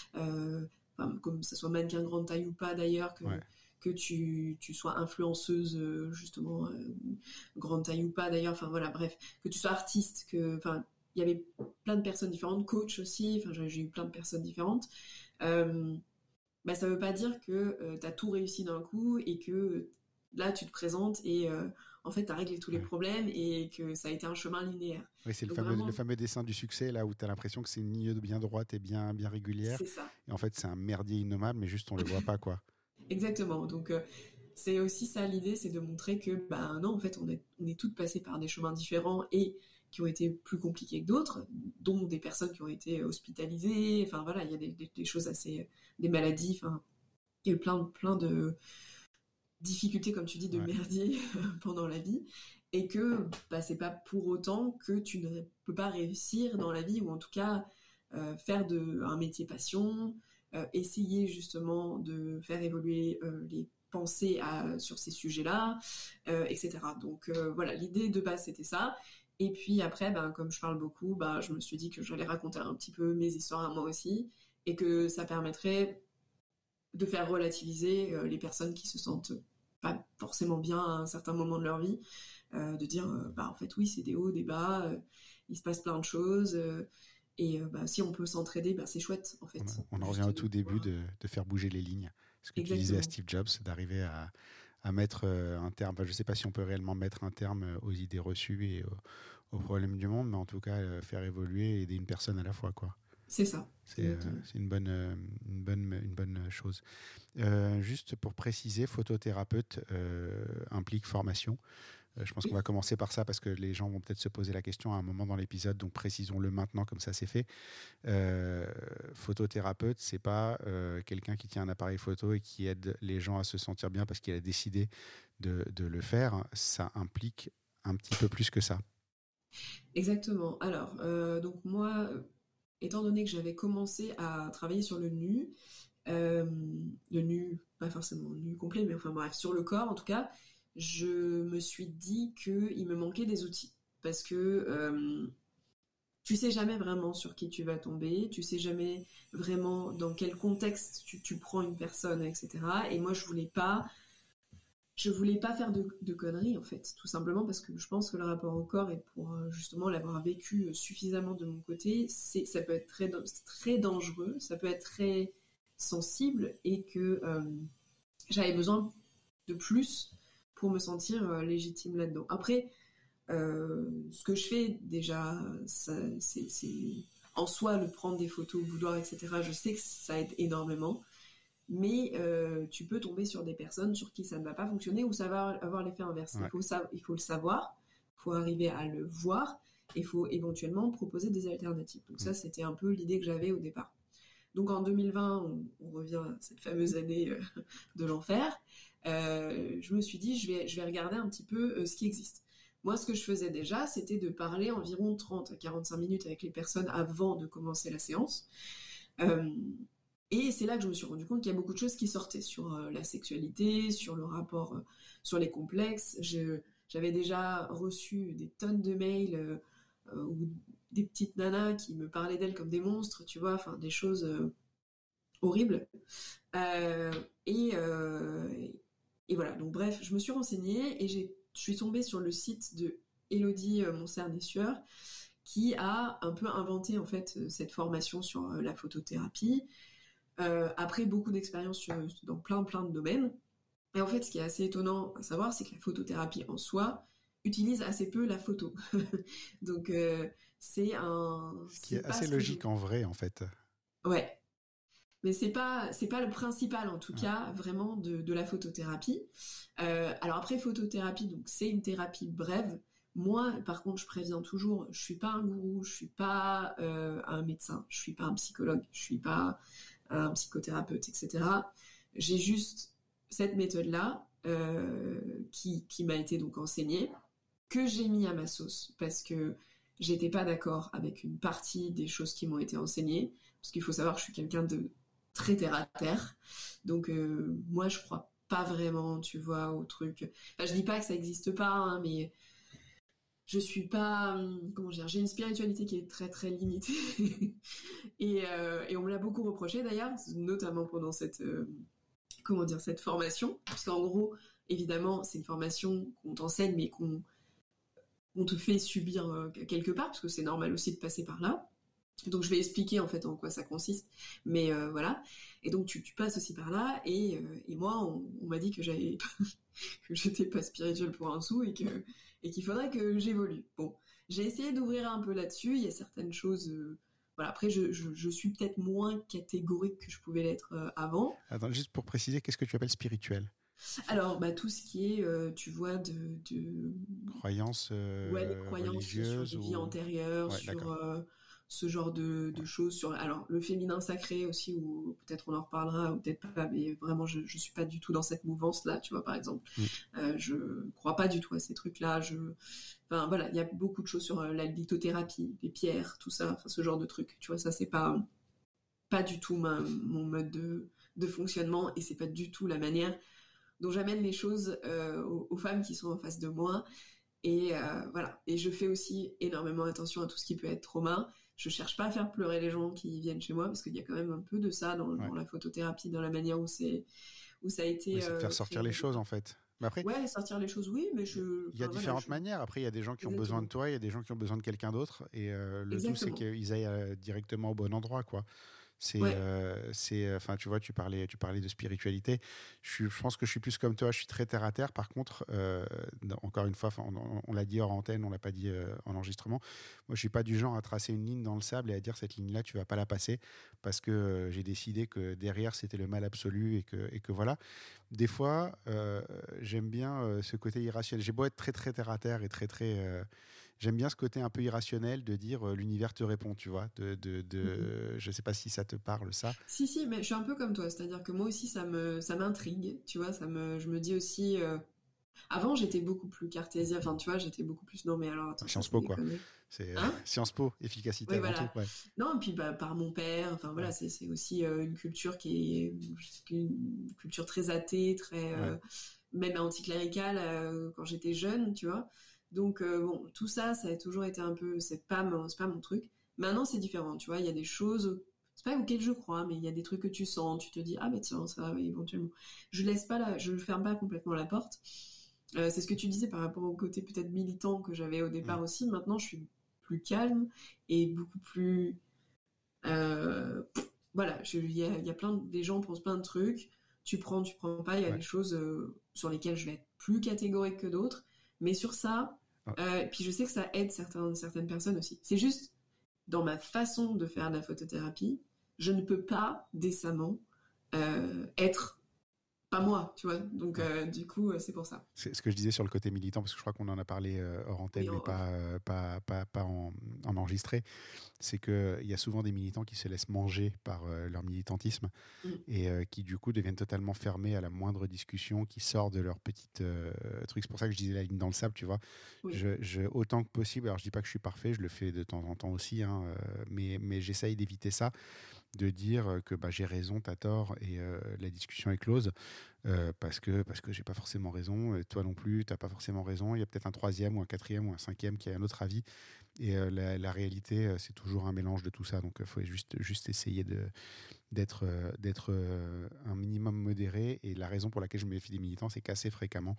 [SPEAKER 3] comme ça soit mannequin grande taille ou pas d'ailleurs, que tu sois influenceuse justement grande taille ou pas d'ailleurs, enfin voilà, bref, que tu sois artiste, il y avait plein de personnes différentes, coach aussi, enfin j'ai eu plein de personnes différentes. Ça veut pas dire que tu as tout réussi d'un coup et que là tu te présentes et en fait tu as réglé tous les problèmes et que ça a été un chemin linéaire.
[SPEAKER 2] Oui, c'est le fameux dessin du succès là où tu as l'impression que c'est une ligne bien droite et bien régulière.
[SPEAKER 3] C'est ça.
[SPEAKER 2] Et en fait c'est un merdier innommable, mais juste on le voit pas quoi.
[SPEAKER 3] Exactement. Donc c'est aussi ça l'idée, c'est de montrer que non, en fait on est toutes passées par des chemins différents et qui ont été plus compliqués que d'autres, dont des personnes qui ont été hospitalisées, enfin voilà, il y a des choses assez, des maladies, enfin il y a eu plein de difficultés, comme tu dis, de merdier pendant la vie, et que c'est pas pour autant que tu ne peux pas réussir dans la vie, ou en tout cas faire un métier passion, essayer justement de faire évoluer les pensées sur ces sujets-là, etc. Donc voilà, l'idée de base c'était ça. Et puis après, comme je parle beaucoup, je me suis dit que j'allais raconter un petit peu mes histoires à moi aussi, et que ça permettrait de faire relativiser les personnes qui se sentent pas forcément bien à un certain moment de leur vie, de dire en fait oui, c'est des hauts, des bas, il se passe plein de choses, et si on peut s'entraider, c'est chouette en fait.
[SPEAKER 2] On en revient au tout début de faire bouger les lignes. Ce que tu disais à Steve Jobs, d'arriver à mettre un terme, je ne sais pas si on peut réellement mettre un terme aux idées reçues et aux problèmes du monde, mais en tout cas faire évoluer et aider une personne à la fois, quoi.
[SPEAKER 3] C'est ça.
[SPEAKER 2] C'est une bonne chose. Juste pour préciser, photothérapeute implique formation. Je pense qu'on va commencer par ça parce que les gens vont peut-être se poser la question à un moment dans l'épisode, donc précisons-le maintenant comme ça c'est fait. Photothérapeute, c'est pas quelqu'un qui tient un appareil photo et qui aide les gens à se sentir bien parce qu'il a décidé de le faire. Ça implique un petit peu plus que ça.
[SPEAKER 3] Exactement. Alors, donc moi, étant donné que j'avais commencé à travailler sur le nu, pas forcément nu complet, mais enfin bref, sur le corps en tout cas, je me suis dit qu'il me manquait des outils. Parce que tu sais jamais vraiment sur qui tu vas tomber, tu sais jamais vraiment dans quel contexte tu prends une personne, etc. Et moi, je voulais pas faire de conneries, en fait, tout simplement parce que je pense que le rapport au corps, et pour justement l'avoir vécu suffisamment de mon côté, ça peut être très, très dangereux, ça peut être très sensible, et que j'avais besoin de plus pour me sentir légitime là-dedans. Après, ce que je fais déjà, c'est en soi le prendre des photos au boudoir, etc. Je sais que ça aide énormément. Mais tu peux tomber sur des personnes sur qui ça ne va pas fonctionner ou ça va avoir l'effet inverse.
[SPEAKER 2] Ouais.
[SPEAKER 3] Il faut le savoir, il faut arriver à le voir et il faut éventuellement proposer des alternatives. Donc ça, c'était un peu l'idée que j'avais au départ. Donc en 2020, on revient à cette fameuse année de l'enfer. Je me suis dit, je vais regarder un petit peu ce qui existe. Moi, ce que je faisais déjà, c'était de parler environ 30 à 45 minutes avec les personnes avant de commencer la séance. Et c'est là que je me suis rendu compte qu'il y a beaucoup de choses qui sortaient sur la sexualité, sur le rapport, sur les complexes. J'avais déjà reçu des tonnes de mails ou des petites nanas qui me parlaient d'elles comme des monstres, tu vois, enfin des choses horribles. Et voilà, donc bref, je me suis renseignée et je suis tombée sur le site de Élodie Moncernessieur qui a un peu inventé en fait cette formation sur la photothérapie. Après beaucoup d'expérience dans plein de domaines. Et en fait, ce qui est assez étonnant à savoir, c'est que la photothérapie en soi utilise assez peu la photo. Donc, c'est
[SPEAKER 2] Ce qui est assez logique en vrai, en fait.
[SPEAKER 3] Ouais. Mais c'est pas le principal, en tout cas, vraiment de la photothérapie. Alors après, photothérapie, donc c'est une thérapie brève. Moi, par contre, je préviens toujours, je suis pas un gourou, je suis pas un médecin, je suis pas un psychologue, je suis pas un psychothérapeute, etc. J'ai juste cette méthode-là qui m'a été donc enseignée, que j'ai mis à ma sauce parce que j'étais pas d'accord avec une partie des choses qui m'ont été enseignées, parce qu'il faut savoir que je suis quelqu'un de très terre à terre, donc moi je crois pas vraiment, tu vois, au truc. Enfin, je dis pas que ça existe pas, hein, mais je suis pas, comment dire, j'ai une spiritualité qui est très très limitée et on me l'a beaucoup reproché d'ailleurs, notamment pendant cette cette formation, parce qu'en gros, évidemment, c'est une formation qu'on t'enseigne mais qu'on te fait subir quelque part, parce que c'est normal aussi de passer par là. Donc je vais expliquer en fait en quoi ça consiste, mais voilà. Et donc tu passes aussi par là, et moi on m'a dit que que j'étais pas spirituelle pour un sou et qu'il faudrait que j'évolue. Bon, j'ai essayé d'ouvrir un peu là-dessus. Il y a certaines choses. Voilà. Après, je suis peut-être moins catégorique que je pouvais l'être avant.
[SPEAKER 2] Attends, juste pour préciser, qu'est-ce que tu appelles spirituel ?
[SPEAKER 3] Alors, tout ce qui est, tu vois, de
[SPEAKER 2] croyances
[SPEAKER 3] les croyances
[SPEAKER 2] religieuses
[SPEAKER 3] sur des vies antérieures,
[SPEAKER 2] ouais,
[SPEAKER 3] sur ce genre de choses. Alors, le féminin sacré aussi, ou peut-être on en reparlera, ou peut-être pas, mais vraiment, je suis pas du tout dans cette mouvance-là, tu vois, par exemple. Je crois pas du tout à ces trucs-là. Enfin, voilà, il y a beaucoup de choses sur la lithothérapie, les pierres, tout ça, enfin, ce genre de trucs. Tu vois, ça, c'est pas du tout mon mode de fonctionnement, et c'est pas du tout la manière dont j'amène les choses aux femmes qui sont en face de moi. Et voilà. Et je fais aussi énormément attention à tout ce qui peut être trauma. Je cherche pas à faire pleurer les gens qui viennent chez moi, parce qu'il y a quand même un peu de ça dans la photothérapie, dans la manière où ça a été...
[SPEAKER 2] c'est de faire sortir les choses, en fait. Mais après,
[SPEAKER 3] ouais, sortir les choses, oui, mais
[SPEAKER 2] il y a différentes manières. Après, il y a des gens qui ont besoin de toi, il y a des gens qui ont besoin de quelqu'un d'autre. Et le tout, c'est qu'ils aillent directement au bon endroit, quoi. Enfin, tu vois, tu parlais de spiritualité. Je pense que je suis plus comme toi. Je suis très terre à terre. Par contre, encore une fois, on l'a dit hors antenne, on l'a pas dit en enregistrement. Moi, je suis pas du genre à tracer une ligne dans le sable et à dire cette ligne-là, tu vas pas la passer, parce que j'ai décidé que derrière c'était le mal absolu, et que voilà. Des fois, j'aime bien ce côté irrationnel. J'ai beau être très très terre à terre et très très j'aime bien ce côté un peu irrationnel de dire l'univers te répond, tu vois. Je sais pas si ça te parle, ça.
[SPEAKER 3] Si, mais je suis un peu comme toi, c'est-à-dire que moi aussi ça m'intrigue, tu vois. Je me dis aussi. Avant, j'étais beaucoup plus cartésienne, enfin, tu vois, j'étais beaucoup plus. Non, mais alors, attends.
[SPEAKER 2] Sciences Po, quoi. C'est Sciences Po, efficacité avant tout. Ouais.
[SPEAKER 3] Non, et puis par mon père, enfin voilà, c'est aussi une culture qui est une culture très athée, très. même anticlérical quand j'étais jeune, tu vois. Donc bon, tout ça a toujours été un peu, c'est pas mon truc. Maintenant, c'est différent, tu vois. Il y a des choses, c'est pas auxquelles je crois, mais il y a des trucs que tu sens, tu te dis ah bah tiens, ça éventuellement. Je ferme pas complètement la porte. C'est ce que tu disais par rapport au côté peut-être militant que j'avais au départ aussi. Maintenant, je suis plus calme et beaucoup plus voilà, il y a des gens pensent plein de trucs. Tu prends pas. Il y a des choses sur lesquelles je vais être plus catégorique que d'autres. Mais sur ça, puis je sais que ça aide certaines personnes aussi. C'est juste, dans ma façon de faire de la photothérapie, je ne peux pas décemment être pas moi, tu vois. Donc, du coup, c'est pour ça.
[SPEAKER 2] C'est ce que je disais sur le côté militant, parce que je crois qu'on en a parlé hors antenne, mais pas en enregistré. C'est qu'il y a souvent des militants qui se laissent manger par leur militantisme et qui, du coup, deviennent totalement fermés à la moindre discussion qui sort de leur petite truc. C'est pour ça que je disais la ligne dans le sable, tu vois. Oui. Autant que possible, alors je dis pas que je suis parfait, je le fais de temps en temps aussi, hein, mais j'essaye d'éviter ça, de dire que j'ai raison, t'as tort et la discussion est close parce que j'ai pas forcément raison, et toi non plus t'as pas forcément raison, il y a peut-être un troisième ou un quatrième ou un cinquième qui a un autre avis et la réalité c'est toujours un mélange de tout ça, donc il faut juste essayer d'être un minimum modéré. Et la raison pour laquelle je me méfie des militants, c'est qu'assez fréquemment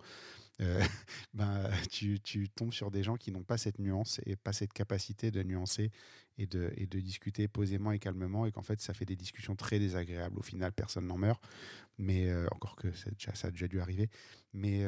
[SPEAKER 2] tu tombes sur des gens qui n'ont pas cette nuance et pas cette capacité de nuancer et de discuter posément et calmement, et qu'en fait ça fait des discussions très désagréables. Au final, personne n'en meurt, mais encore que ça a déjà dû arriver, mais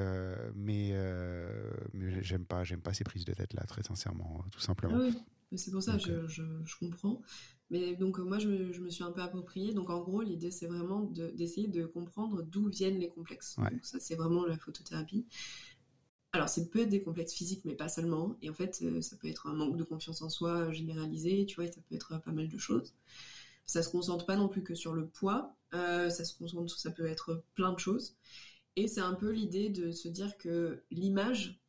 [SPEAKER 2] j'aime pas ces prises de tête là, très sincèrement, tout simplement.
[SPEAKER 3] Ah oui, c'est pour ça. Donc, je comprends. Mais donc moi je me suis un peu approprié. Donc en gros l'idée c'est vraiment d'essayer de comprendre d'où viennent les complexes. Ouais. Donc ça c'est vraiment la photothérapie. Alors ça peut être des complexes physiques mais pas seulement. Et en fait ça peut être un manque de confiance en soi généralisé, tu vois, et ça peut être pas mal de choses. Ça se concentre pas non plus que sur le poids. Ça peut être plein de choses. Et c'est un peu l'idée de se dire que l'image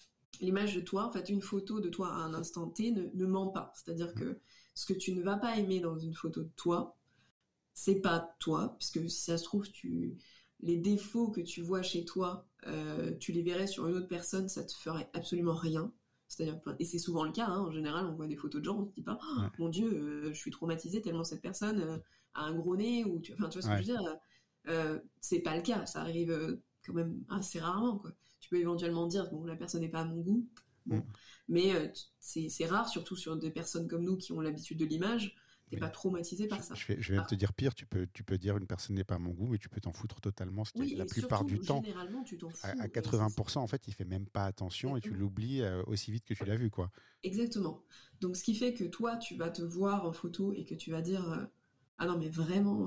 [SPEAKER 3] de toi, en fait une photo de toi à un instant T ne ment pas. C'est-à-dire que ce que tu ne vas pas aimer dans une photo de toi, c'est pas toi, puisque si ça se trouve, les défauts que tu vois chez toi, tu les verrais sur une autre personne, ça te ferait absolument rien. C'est-à-dire, et c'est souvent le cas, hein, en général, on voit des photos de gens, on se dit pas, oh, mon Dieu, je suis traumatisée tellement cette personne a un gros nez, ou tu vois ce que je veux dire. C'est pas le cas, ça arrive quand même assez rarement, quoi. Tu peux éventuellement dire, bon, la personne n'est pas à mon goût. Bon. Mais c'est rare, surtout sur des personnes comme nous qui ont l'habitude de l'image. T'es pas traumatisé par ça.
[SPEAKER 2] Je vais même te dire pire, tu peux dire une personne n'est pas à mon goût, mais tu peux t'en foutre totalement. La plupart du temps,
[SPEAKER 3] généralement, tu t'en fous.
[SPEAKER 2] À 80%, en fait, il fait même pas attention. Exactement. Et tu l'oublies aussi vite que tu l'as vu, quoi.
[SPEAKER 3] Exactement. Donc, ce qui fait que toi, tu vas te voir en photo et que tu vas dire ah non, mais vraiment,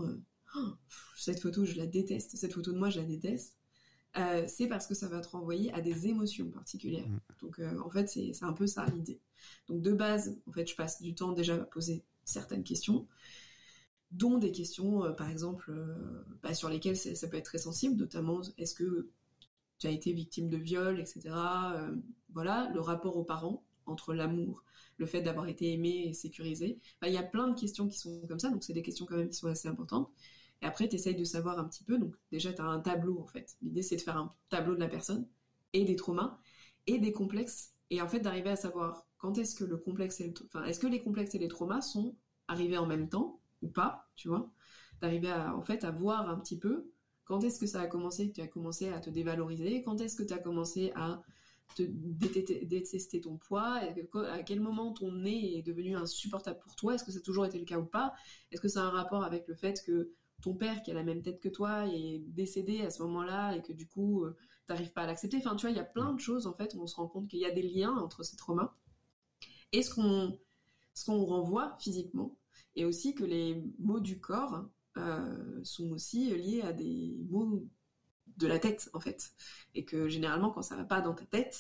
[SPEAKER 3] cette photo, je la déteste. Cette photo de moi, je la déteste. C'est parce que ça va te renvoyer à des émotions particulières. Donc, en fait, c'est un peu ça l'idée. Donc, de base, en fait, je passe du temps déjà à poser certaines questions, dont des questions, par exemple, sur lesquelles ça peut être très sensible, notamment, est-ce que tu as été victime de viol, etc. Voilà, le rapport aux parents, entre l'amour, le fait d'avoir été aimé et sécurisé. Il y a plein de questions qui sont comme ça, donc c'est des questions quand même qui sont assez importantes. Et après, tu essayes de savoir un petit peu. Donc, déjà, tu as un tableau, en fait. L'idée, c'est de faire un tableau de la personne et des traumas et des complexes. Et en fait, d'arriver à savoir quand est-ce que le complexe est-ce que les complexes et les traumas sont arrivés en même temps ou pas, tu vois. D'arriver à voir un petit peu quand est-ce que ça a commencé, que tu as commencé à te dévaloriser, quand est-ce que tu as commencé à te détester ton poids, à quel moment ton nez est devenu insupportable pour toi, est-ce que ça a toujours été le cas ou pas, est-ce que ça a un rapport avec le fait que ton père qui a la même tête que toi est décédé à ce moment-là et que du coup t'arrives pas à l'accepter. Enfin, tu vois, il y a plein de choses en fait où on se rend compte qu'il y a des liens entre ces traumas et ce qu'on renvoie physiquement, et aussi que les maux du corps sont aussi liés à des maux de la tête en fait, et que généralement quand ça va pas dans ta tête,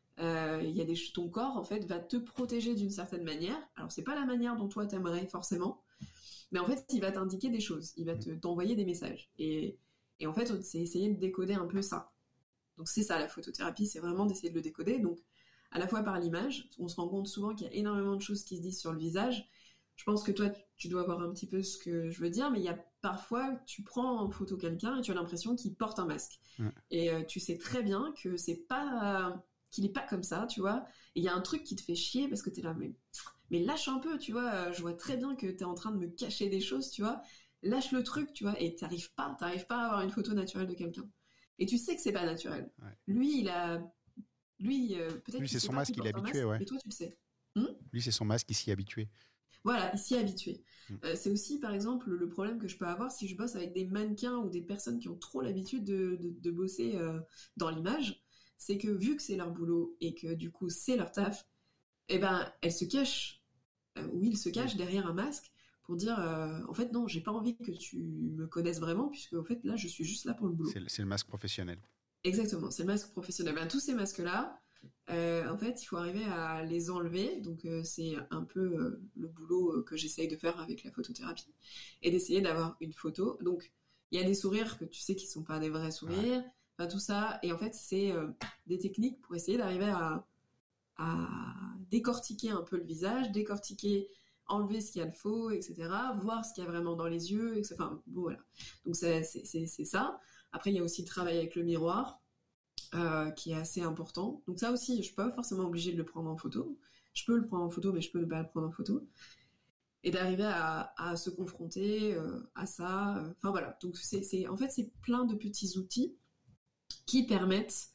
[SPEAKER 3] ton corps en fait va te protéger d'une certaine manière. Alors c'est pas la manière dont toi t'aimerais forcément. Mais en fait, il va t'indiquer des choses, il va t'envoyer des messages. Et en fait, c'est essayer de décoder un peu ça. Donc c'est ça la photothérapie, c'est vraiment d'essayer de le décoder. Donc à la fois par l'image, on se rend compte souvent qu'il y a énormément de choses qui se disent sur le visage. je pense que toi, tu dois voir un petit peu ce que je veux dire, mais il y a parfois, tu prends en photo quelqu'un et tu as l'impression qu'il porte un masque.
[SPEAKER 2] Ouais.
[SPEAKER 3] Et tu sais très bien que qu'il est pas comme ça, tu vois. Et il y a un truc qui te fait chier parce que t'es là, mais lâche un peu, tu vois. Je vois très bien que t'es en train de me cacher des choses, tu vois. Lâche le truc, tu vois. Et t'arrives pas à avoir une photo naturelle de quelqu'un. Et tu sais que c'est pas naturel.
[SPEAKER 2] Ouais.
[SPEAKER 3] Lui, peut-être
[SPEAKER 2] Lui,
[SPEAKER 3] qu'il
[SPEAKER 2] c'est
[SPEAKER 3] sait
[SPEAKER 2] son
[SPEAKER 3] pas
[SPEAKER 2] masque,
[SPEAKER 3] qu'il
[SPEAKER 2] il est
[SPEAKER 3] porte un
[SPEAKER 2] habitué,
[SPEAKER 3] masque,
[SPEAKER 2] ouais.
[SPEAKER 3] mais toi, tu le sais.
[SPEAKER 2] Lui, c'est son masque, il s'y est habitué.
[SPEAKER 3] Voilà, il s'y est habitué. C'est aussi, par exemple, le problème que je peux avoir si je bosse avec des mannequins ou des personnes qui ont trop l'habitude de bosser dans l'image, c'est que vu que c'est leur boulot et que du coup c'est leur taf, eh ben elles se cachent, ou ils se cachent derrière un masque pour dire en fait non, j'ai pas envie que tu me connaisses vraiment puisque en fait là je suis juste là pour le boulot.
[SPEAKER 2] C'est le masque professionnel.
[SPEAKER 3] Exactement, c'est le masque professionnel. Ben, tous ces masques-là, en fait, il faut arriver à les enlever. Donc, c'est un peu le boulot que j'essaye de faire avec la photothérapie et d'essayer d'avoir une photo. Donc, il y a des sourires que tu sais qui sont pas des vrais sourires, enfin, tout ça. Et en fait, c'est des techniques pour essayer d'arriver à décortiquer un peu le visage, enlever ce qu'il y a de faux, etc. Voir ce qu'il y a vraiment dans les yeux, etc. Enfin, bon, voilà. Donc, c'est ça. Après, il y a aussi le travail avec le miroir, qui est assez important. Donc ça aussi, je suis pas forcément obligée de le prendre en photo. Je peux le prendre en photo, mais je peux ne pas le prendre en photo. Et d'arriver à se confronter à ça. Enfin voilà. Donc en fait, c'est plein de petits outils qui permettent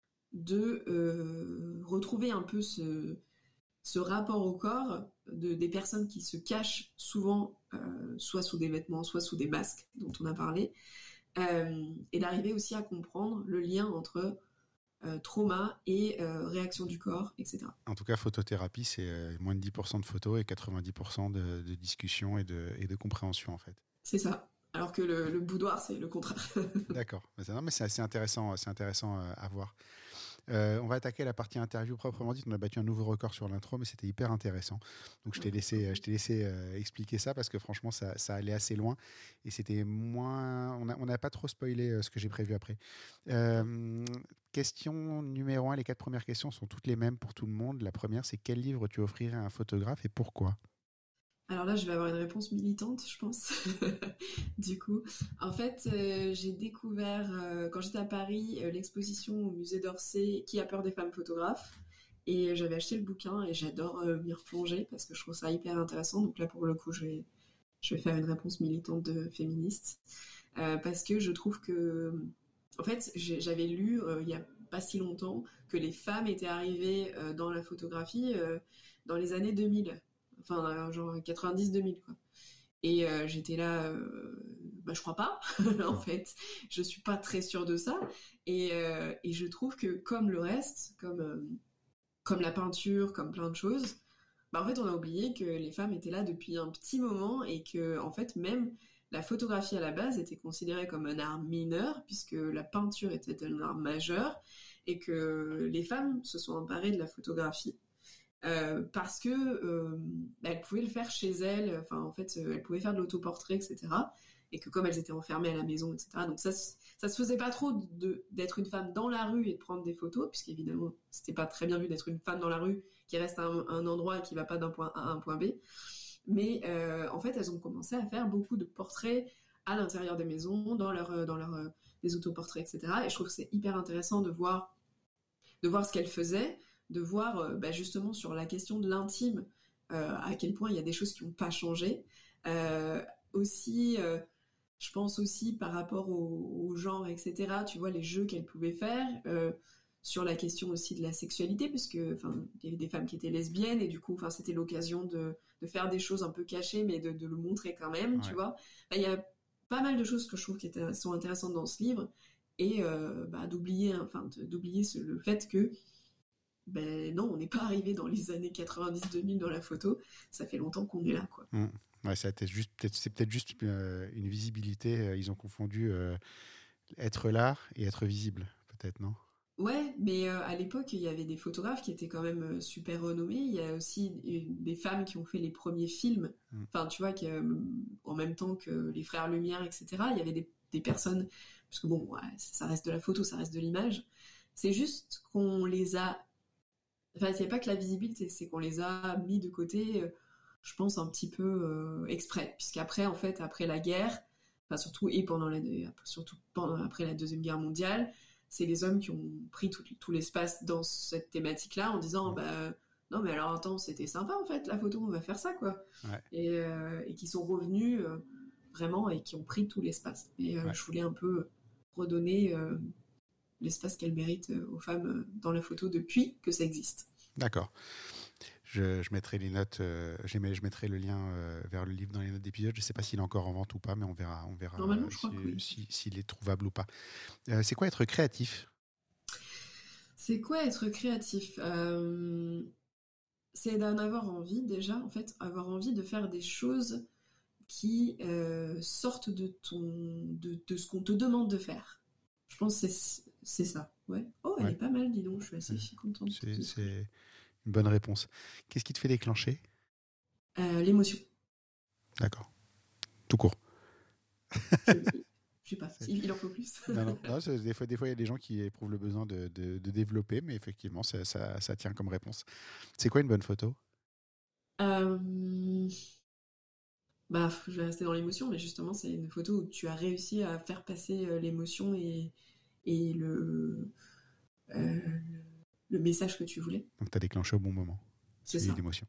[SPEAKER 3] de retrouver un peu ce rapport au corps des personnes qui se cachent souvent, soit sous des vêtements, soit sous des masques dont on a parlé. Et d'arriver aussi à comprendre le lien entre trauma et réaction du corps, etc.
[SPEAKER 2] En tout cas, photothérapie, c'est moins de 10% de photos et 90% de discussion et de compréhension, en fait.
[SPEAKER 3] C'est ça. Alors que le boudoir, c'est le contraire.
[SPEAKER 2] D'accord. Non, mais c'est intéressant à voir. On va attaquer la partie interview proprement dite. On a battu un nouveau record sur l'intro, mais c'était hyper intéressant. Donc je t'ai laissé expliquer ça parce que franchement, ça allait assez loin et c'était moins. On n'a pas trop spoilé ce que j'ai prévu après. Question numéro 1, les 4 premières questions sont toutes les mêmes pour tout le monde. La première, c'est quel livre tu offrirais à un photographe et pourquoi ?
[SPEAKER 3] Alors là, je vais avoir une réponse militante, je pense. Du coup, en fait, j'ai découvert, quand j'étais à Paris, l'exposition au musée d'Orsay Qui a peur des femmes photographes. Et j'avais acheté le bouquin et j'adore m'y replonger parce que je trouve ça hyper intéressant. Donc là, pour le coup, je vais faire une réponse militante de féministe. Parce que je trouve que, en fait, j'avais lu il n'y a pas si longtemps que les femmes étaient arrivées dans la photographie dans les années 2000. Enfin, genre 90-2000, quoi. Et j'étais là, je crois pas, en fait. Je suis pas très sûre de ça. Et je trouve que comme le reste, comme la peinture, comme plein de choses, en fait, on a oublié que les femmes étaient là depuis un petit moment et que, en fait, même la photographie à la base était considérée comme un art mineur puisque la peinture était un art majeur et que les femmes se sont emparées de la photographie. Parce que elles pouvaient le faire chez elles, enfin en fait elles pouvaient faire de l'autoportrait, etc. Et que comme elles étaient enfermées à la maison, etc. Donc ça se faisait pas trop d'être une femme dans la rue et de prendre des photos, puisqu'évidemment c'était pas très bien vu d'être une femme dans la rue qui reste à un endroit et qui va pas d'un point A à un point B. Mais en fait elles ont commencé à faire beaucoup de portraits à l'intérieur des maisons, dans des autoportraits, etc. Et je trouve que c'est hyper intéressant de voir ce qu'elles faisaient, de voir justement sur la question de l'intime à quel point il y a des choses qui n'ont pas changé. Aussi, je pense aussi par rapport au genre, etc., tu vois, les jeux qu'elles pouvaient faire, sur la question aussi de la sexualité, puisque il y avait des femmes qui étaient lesbiennes, et du coup, c'était l'occasion de faire des choses un peu cachées, mais de le montrer quand même, tu vois. Il y a pas mal de choses que je trouve qui sont intéressantes dans ce livre, et d'oublier le fait que non, on n'est pas arrivé dans les années 90-2000 dans la photo. Ça fait longtemps qu'on est là, quoi.
[SPEAKER 2] Ouais, c'est peut-être juste une visibilité. Ils ont confondu être là et être visible, peut-être, non ?
[SPEAKER 3] Ouais, mais à l'époque, il y avait des photographes qui étaient quand même super renommés. Il y a aussi des femmes qui ont fait les premiers films. Enfin, tu vois, en même temps que les frères Lumière, etc., il y avait des personnes... Parce que bon, ça reste de la photo, ça reste de l'image. C'est juste qu'on les a... Enfin, il n'y a pas que la visibilité, c'est qu'on les a mis de côté je pense, un petit peu exprès, puisqu'après, en fait, après la guerre, enfin surtout après la Deuxième Guerre mondiale, c'est les hommes qui ont pris tout l'espace dans cette thématique-là en disant non mais alors attends, c'était sympa en fait la photo, on va faire ça quoi.
[SPEAKER 2] Ouais.
[SPEAKER 3] Et qui sont revenus vraiment et qui ont pris tout l'espace. Et je voulais un peu redonner l'espace qu'elles méritent aux femmes dans la photo depuis que ça existe.
[SPEAKER 2] D'accord. Je mettrai les notes, je mettrai le lien vers le livre dans les notes d'épisode. Je ne sais pas s'il est encore en vente ou pas, mais on verra
[SPEAKER 3] Normalement, je crois que oui.
[SPEAKER 2] s'il est trouvable ou pas. C'est quoi être créatif ?
[SPEAKER 3] C'est quoi être créatif ? C'est d'en avoir envie déjà, en fait, avoir envie de faire des choses qui sortent de ce qu'on te demande de faire. Je pense que c'est ça. Ouais. Oh, elle est pas mal, dis donc. Je suis assez contente.
[SPEAKER 2] C'est une bonne réponse. Qu'est-ce qui te fait déclencher ?
[SPEAKER 3] L'émotion.
[SPEAKER 2] D'accord. Tout court.
[SPEAKER 3] Je sais pas, il en faut plus.
[SPEAKER 2] Non, des fois, il y a des gens qui éprouvent le besoin de développer, mais effectivement, ça tient comme réponse. C'est quoi une bonne photo ?
[SPEAKER 3] Je vais rester dans l'émotion, mais justement, c'est une photo où tu as réussi à faire passer l'émotion et le message que tu voulais.
[SPEAKER 2] Donc, tu as déclenché au bon moment.
[SPEAKER 3] C'est ça.
[SPEAKER 2] L'émotion.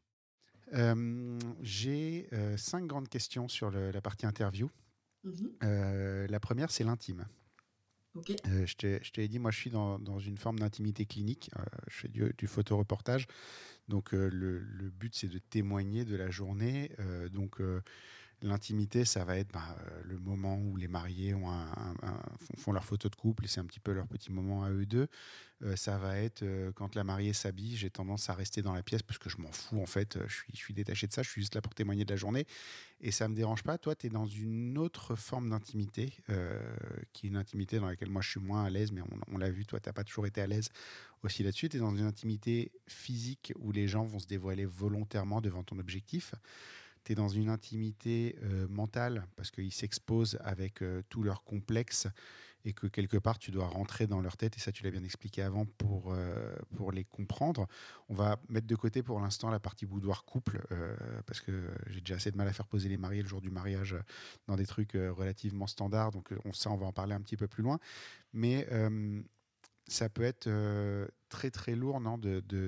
[SPEAKER 2] J'ai 5 grandes questions sur la partie interview. La première, c'est l'intime.
[SPEAKER 3] Okay.
[SPEAKER 2] Je t'ai dit, moi, je suis dans une forme d'intimité clinique. Je fais du photoreportage. Donc, le but, c'est de témoigner de la journée. L'intimité, ça va être le moment où les mariés font leur photo de couple, et c'est un petit peu leur petit moment à eux deux. Ça va être quand la mariée s'habille, j'ai tendance à rester dans la pièce parce que je m'en fous en fait, je suis détaché de ça, je suis juste là pour témoigner de la journée et ça me dérange pas. Toi, tu es dans une autre forme d'intimité, qui est une intimité dans laquelle moi je suis moins à l'aise, mais on l'a vu, toi, tu n'as pas toujours été à l'aise aussi là-dessus. Tu es dans une intimité physique où les gens vont se dévoiler volontairement devant ton objectif. Tu es dans une intimité mentale parce qu'ils s'exposent avec tous leurs complexes et que quelque part tu dois rentrer dans leur tête, et ça tu l'as bien expliqué avant, pour les comprendre. On va mettre de côté pour l'instant la partie boudoir couple parce que j'ai déjà assez de mal à faire poser les mariés le jour du mariage dans des trucs relativement standards, donc on va en parler un petit peu plus loin, mais ça peut être très très lourd, non,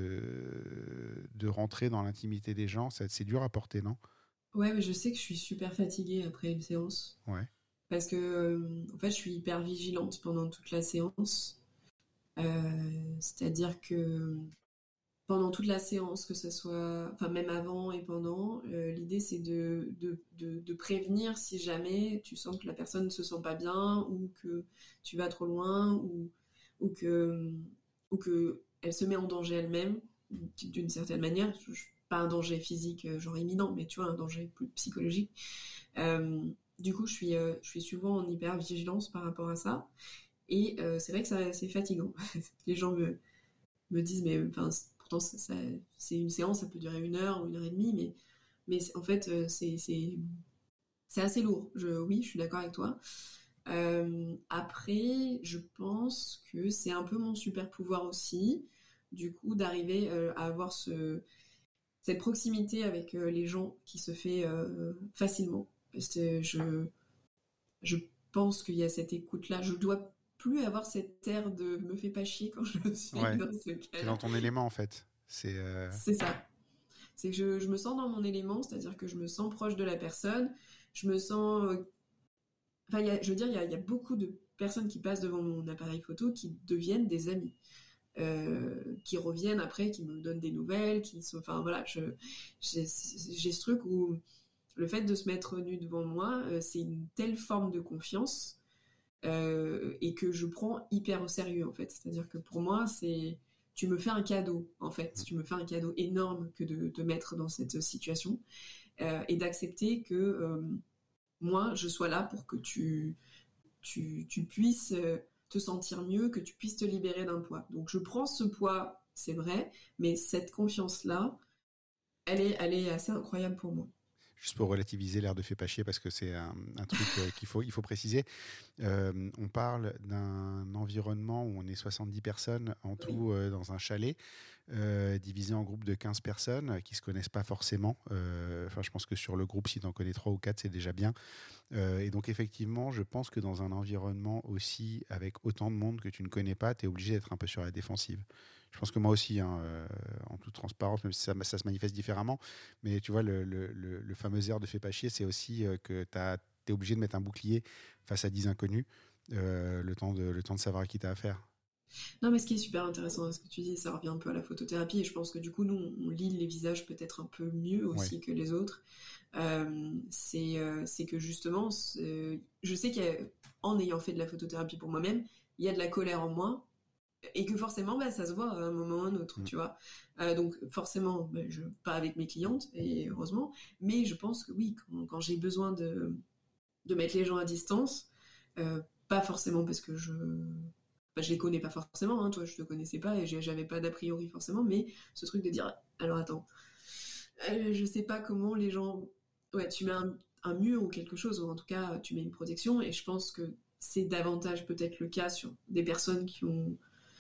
[SPEAKER 2] de rentrer dans l'intimité des gens. C'est dur à porter, non ?
[SPEAKER 3] Ouais, mais je sais que je suis super fatiguée après une séance.
[SPEAKER 2] Ouais.
[SPEAKER 3] Parce que, en fait, je suis hyper vigilante pendant toute la séance. C'est-à-dire que pendant toute la séance, que ce soit, enfin même avant et pendant, l'idée c'est de prévenir si jamais tu sens que la personne ne se sent pas bien ou que tu vas trop loin ou que elle se met en danger elle-même d'une certaine manière. Pas un danger physique genre imminent, mais tu vois, un danger plus psychologique. Du coup, je suis souvent en hyper vigilance par rapport à ça. Et c'est vrai que c'est fatigant. Les gens me disent, mais enfin, pourtant, c'est une séance, ça peut durer 1 heure ou 1 heure et demie, mais en fait, c'est assez lourd. Oui, je suis d'accord avec toi. Après, je pense que c'est un peu mon super pouvoir aussi, du coup, d'arriver à avoir cette proximité avec les gens qui se fait facilement. Parce que je pense qu'il y a cette écoute-là. Je dois plus avoir cette air de me fais pas chier quand je suis dans ce cas-là.
[SPEAKER 2] C'est dans ton élément, en fait.
[SPEAKER 3] C'est ça. C'est que je me sens dans mon élément, c'est-à-dire que je me sens proche de la personne. Je me sens... je veux dire, il y a beaucoup de personnes qui passent devant mon appareil photo qui deviennent des amis. Qui reviennent après, qui me donnent des nouvelles, enfin voilà, j'ai ce truc où le fait de se mettre nu devant moi, c'est une telle forme de confiance et que je prends hyper au sérieux en fait. C'est-à-dire que pour moi, tu me fais un cadeau en fait, tu me fais un cadeau énorme que de te mettre dans cette situation et d'accepter que moi, je sois là pour que tu puisses te sentir mieux, que tu puisses te libérer d'un poids. Donc je prends ce poids, c'est vrai, mais cette confiance-là, elle est assez incroyable pour moi.
[SPEAKER 2] Juste pour relativiser l'air de fait pas chier, parce que c'est un truc il faut préciser. On parle d'un environnement où on est 70 personnes en tout dans un chalet. divisé en groupes de 15 personnes qui ne se connaissent pas forcément. Je pense que sur le groupe, si tu en connais 3 ou 4, c'est déjà bien. Et donc, effectivement, je pense que dans un environnement aussi avec autant de monde que tu ne connais pas, tu es obligé d'être un peu sur la défensive. Je pense que moi aussi, en toute transparence, même si ça se manifeste différemment, mais tu vois, le fameux air de fais pas chier, c'est aussi que tu es obligé de mettre un bouclier face à 10 inconnus, le temps de savoir à qui tu as affaire.
[SPEAKER 3] Non, mais ce qui est super intéressant dans ce que tu dis, ça revient un peu à la photothérapie, et je pense que du coup, nous, on lit les visages peut-être un peu mieux aussi que les autres. C'est que justement, je sais qu'en ayant fait de la photothérapie pour moi-même, il y a de la colère en moi, et que forcément, ça se voit à un moment ou à un autre, tu vois. Donc forcément, pas avec mes clientes, et heureusement, mais je pense que oui, quand j'ai besoin de mettre les gens à distance, pas forcément parce que je les connais pas forcément, hein, toi je te connaissais pas et j'avais pas d'a priori forcément, mais ce truc de dire, alors attends, je sais pas comment les gens, tu mets un mur ou quelque chose, ou en tout cas tu mets une protection, et je pense que c'est davantage peut-être le cas sur des personnes qui ont,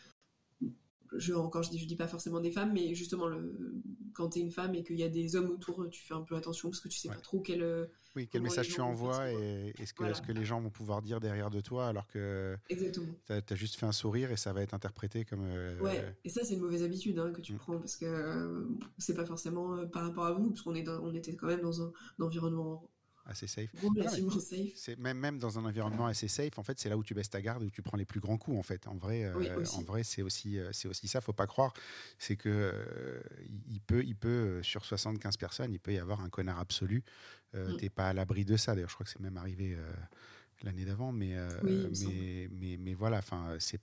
[SPEAKER 3] je dis pas forcément des femmes, mais justement quand t'es une femme et qu'il y a des hommes autour, tu fais un peu attention parce que tu sais pas trop quel
[SPEAKER 2] message tu envoies et ce que les gens vont pouvoir dire derrière de toi, alors que tu as juste fait un sourire et ça va être interprété comme...
[SPEAKER 3] et ça c'est une mauvaise habitude que tu prends, parce que c'est pas forcément par rapport à vous, parce qu'on était quand même dans un environnement
[SPEAKER 2] assez safe.
[SPEAKER 3] Relativement safe.
[SPEAKER 2] C'est même dans un environnement assez safe, en fait, c'est là où tu baisses ta garde, où tu prends les plus grands coups, en fait. En vrai, c'est aussi ça, faut pas croire. C'est que il peut sur 75 personnes, il peut y avoir un connard absolu. T'es pas à l'abri de ça. D'ailleurs, je crois que c'est même arrivé l'année d'avant, mais voilà, enfin, c'est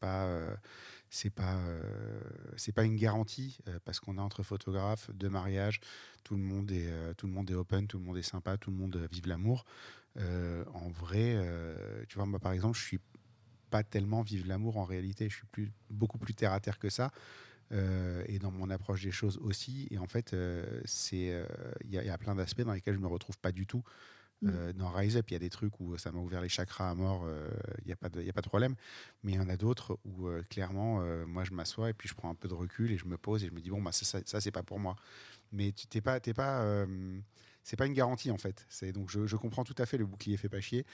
[SPEAKER 2] pas une garantie parce qu'on est entre photographes de mariage, tout le monde est open, tout le monde est sympa, tout le monde vive l'amour. En vrai, tu vois, moi par exemple, je suis pas tellement vive l'amour en réalité, je suis beaucoup plus terre à terre que ça. Et dans mon approche des choses aussi, et en fait il y a plein d'aspects dans lesquels je me retrouve pas du tout. Dans Rise Up, il y a des trucs où ça m'a ouvert les chakras à mort, il n'y a pas de problème. Mais il y en a d'autres où clairement, moi je m'assois et puis je prends un peu de recul et je me pose et je me dis bon, ça c'est pas pour moi. Mais c'est pas une garantie en fait. Donc je comprends tout à fait le bouclier fait pas chier.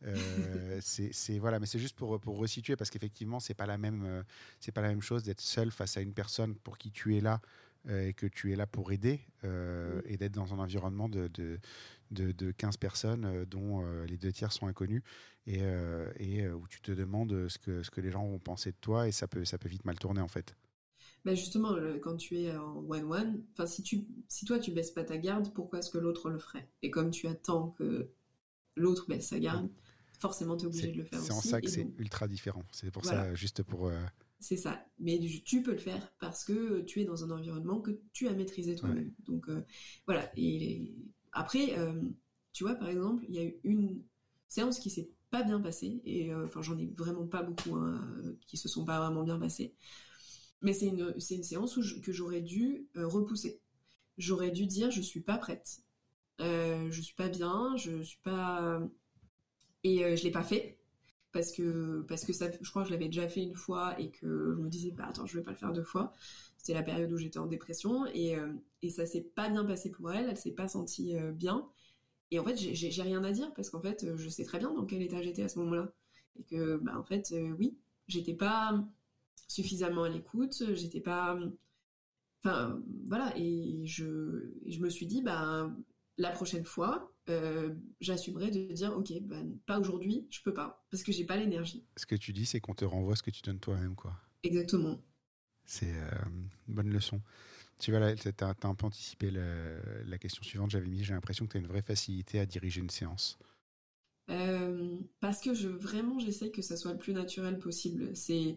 [SPEAKER 2] Voilà, mais c'est juste pour resituer, parce qu'effectivement c'est pas la même chose d'être seul face à une personne pour qui tu es là et que tu es là pour aider, et d'être dans un environnement de 15 personnes dont les 2 tiers sont inconnus, et où tu te demandes ce que les gens vont penser de toi, et ça peut vite mal tourner en fait.
[SPEAKER 3] Justement, quand tu es en one-one, si toi tu baisses pas ta garde, pourquoi est-ce que l'autre le ferait? Et comme tu attends que l'autre baisse sa garde, forcément tu es obligé de le faire aussi.
[SPEAKER 2] C'est en ça que c'est ultra différent. C'est pour ça, juste pour...
[SPEAKER 3] C'est ça. Mais tu peux le faire parce que tu es dans un environnement que tu as maîtrisé toi-même. Donc voilà. Et après, tu vois, par exemple, il y a eu une séance qui s'est pas bien passée, et j'en ai vraiment pas beaucoup qui se sont pas vraiment bien passées. Mais c'est une séance que j'aurais dû repousser. J'aurais dû dire je suis pas prête, je suis pas bien, je suis pas, et je l'ai pas fait parce que ça, je crois que je l'avais déjà fait une fois et que je me disais attends, je vais pas le faire 2 fois. C'était la période où j'étais en dépression, et ça s'est pas bien passé pour elle. Elle s'est pas sentie bien, et en fait j'ai rien à dire parce qu'en fait je sais très bien dans quel état j'étais à ce moment-là, et que en fait oui, j'étais pas suffisamment à l'écoute, j'étais pas, enfin voilà, et je me suis dit la prochaine fois j'assumerai de dire ok, pas aujourd'hui, je peux pas parce que j'ai pas l'énergie.
[SPEAKER 2] Ce que tu dis, c'est qu'on te renvoie ce que tu donnes toi-même, quoi.
[SPEAKER 3] Exactement.
[SPEAKER 2] C'est une bonne leçon. Tu vois, t'as un peu anticipé la question suivante. J'ai l'impression que tu as une vraie facilité à diriger une séance.
[SPEAKER 3] Parce que vraiment j'essaye que ça soit le plus naturel possible.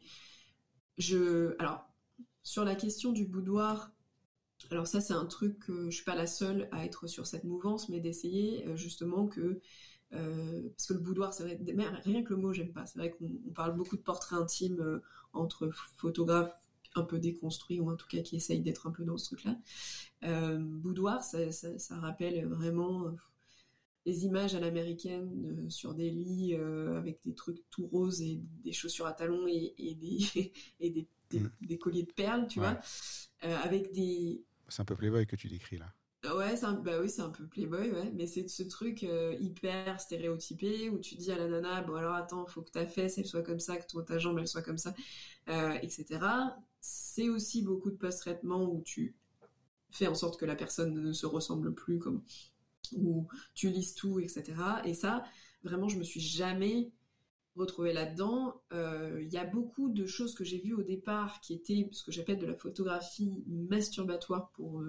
[SPEAKER 3] Alors, sur la question du boudoir, alors ça c'est un truc que je suis pas la seule à être sur cette mouvance, mais d'essayer justement que parce que le boudoir, c'est vrai, mais rien que le mot j'aime pas. C'est vrai qu'on parle beaucoup de portraits intimes entre photographes un peu déconstruits, ou en tout cas qui essayent d'être un peu dans ce truc-là. Boudoir, ça rappelle vraiment les images à l'américaine sur des lits avec des trucs tout roses et des chaussures à talons et des des colliers de perles, tu vois, avec des...
[SPEAKER 2] C'est un peu Playboy que tu décris là.
[SPEAKER 3] Ouais, bah oui, c'est un peu Playboy, ouais, mais c'est ce truc hyper stéréotypé où tu dis à la nana, bon alors attends, faut que ta fesse elle soit comme ça, que ta jambe elle soit comme ça, etc. C'est aussi beaucoup de post-traitement où tu fais en sorte que la personne ne se ressemble plus, comme où tu lises tout, etc. Et ça, vraiment, je me suis jamais retrouvée là-dedans. Y a beaucoup de choses que j'ai vues au départ qui étaient ce que j'appelle de la photographie masturbatoire pour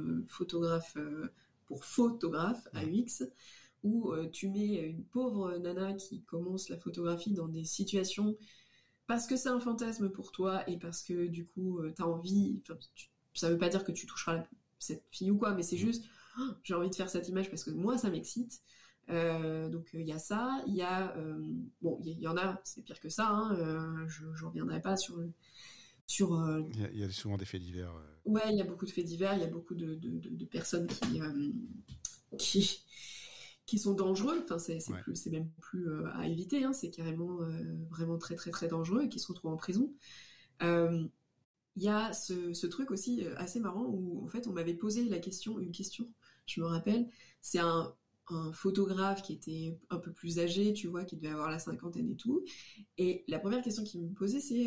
[SPEAKER 3] photographe AUX, où tu mets une pauvre nana qui commence la photographie dans des situations parce que c'est un fantasme pour toi et parce que du coup t'as envie, ça veut pas dire que tu toucheras cette fille ou quoi, mais c'est juste j'ai envie de faire cette image parce que moi ça m'excite. Donc il y a ça, il y a bon, il y en a, c'est pire que ça, hein, je reviendrai pas sur
[SPEAKER 2] il y a souvent des faits divers.
[SPEAKER 3] Ouais, il y a beaucoup de faits divers, il y a beaucoup de personnes qui sont dangereux, enfin c'est même plus à éviter, hein, c'est carrément vraiment très très très dangereux et qui se retrouvent en prison. Il y a ce truc aussi assez marrant où en fait on m'avait posé une question, je me rappelle, c'est un photographe qui était un peu plus âgé, tu vois, qui devait avoir la cinquantaine et tout, et la première question qu'il me posait c'est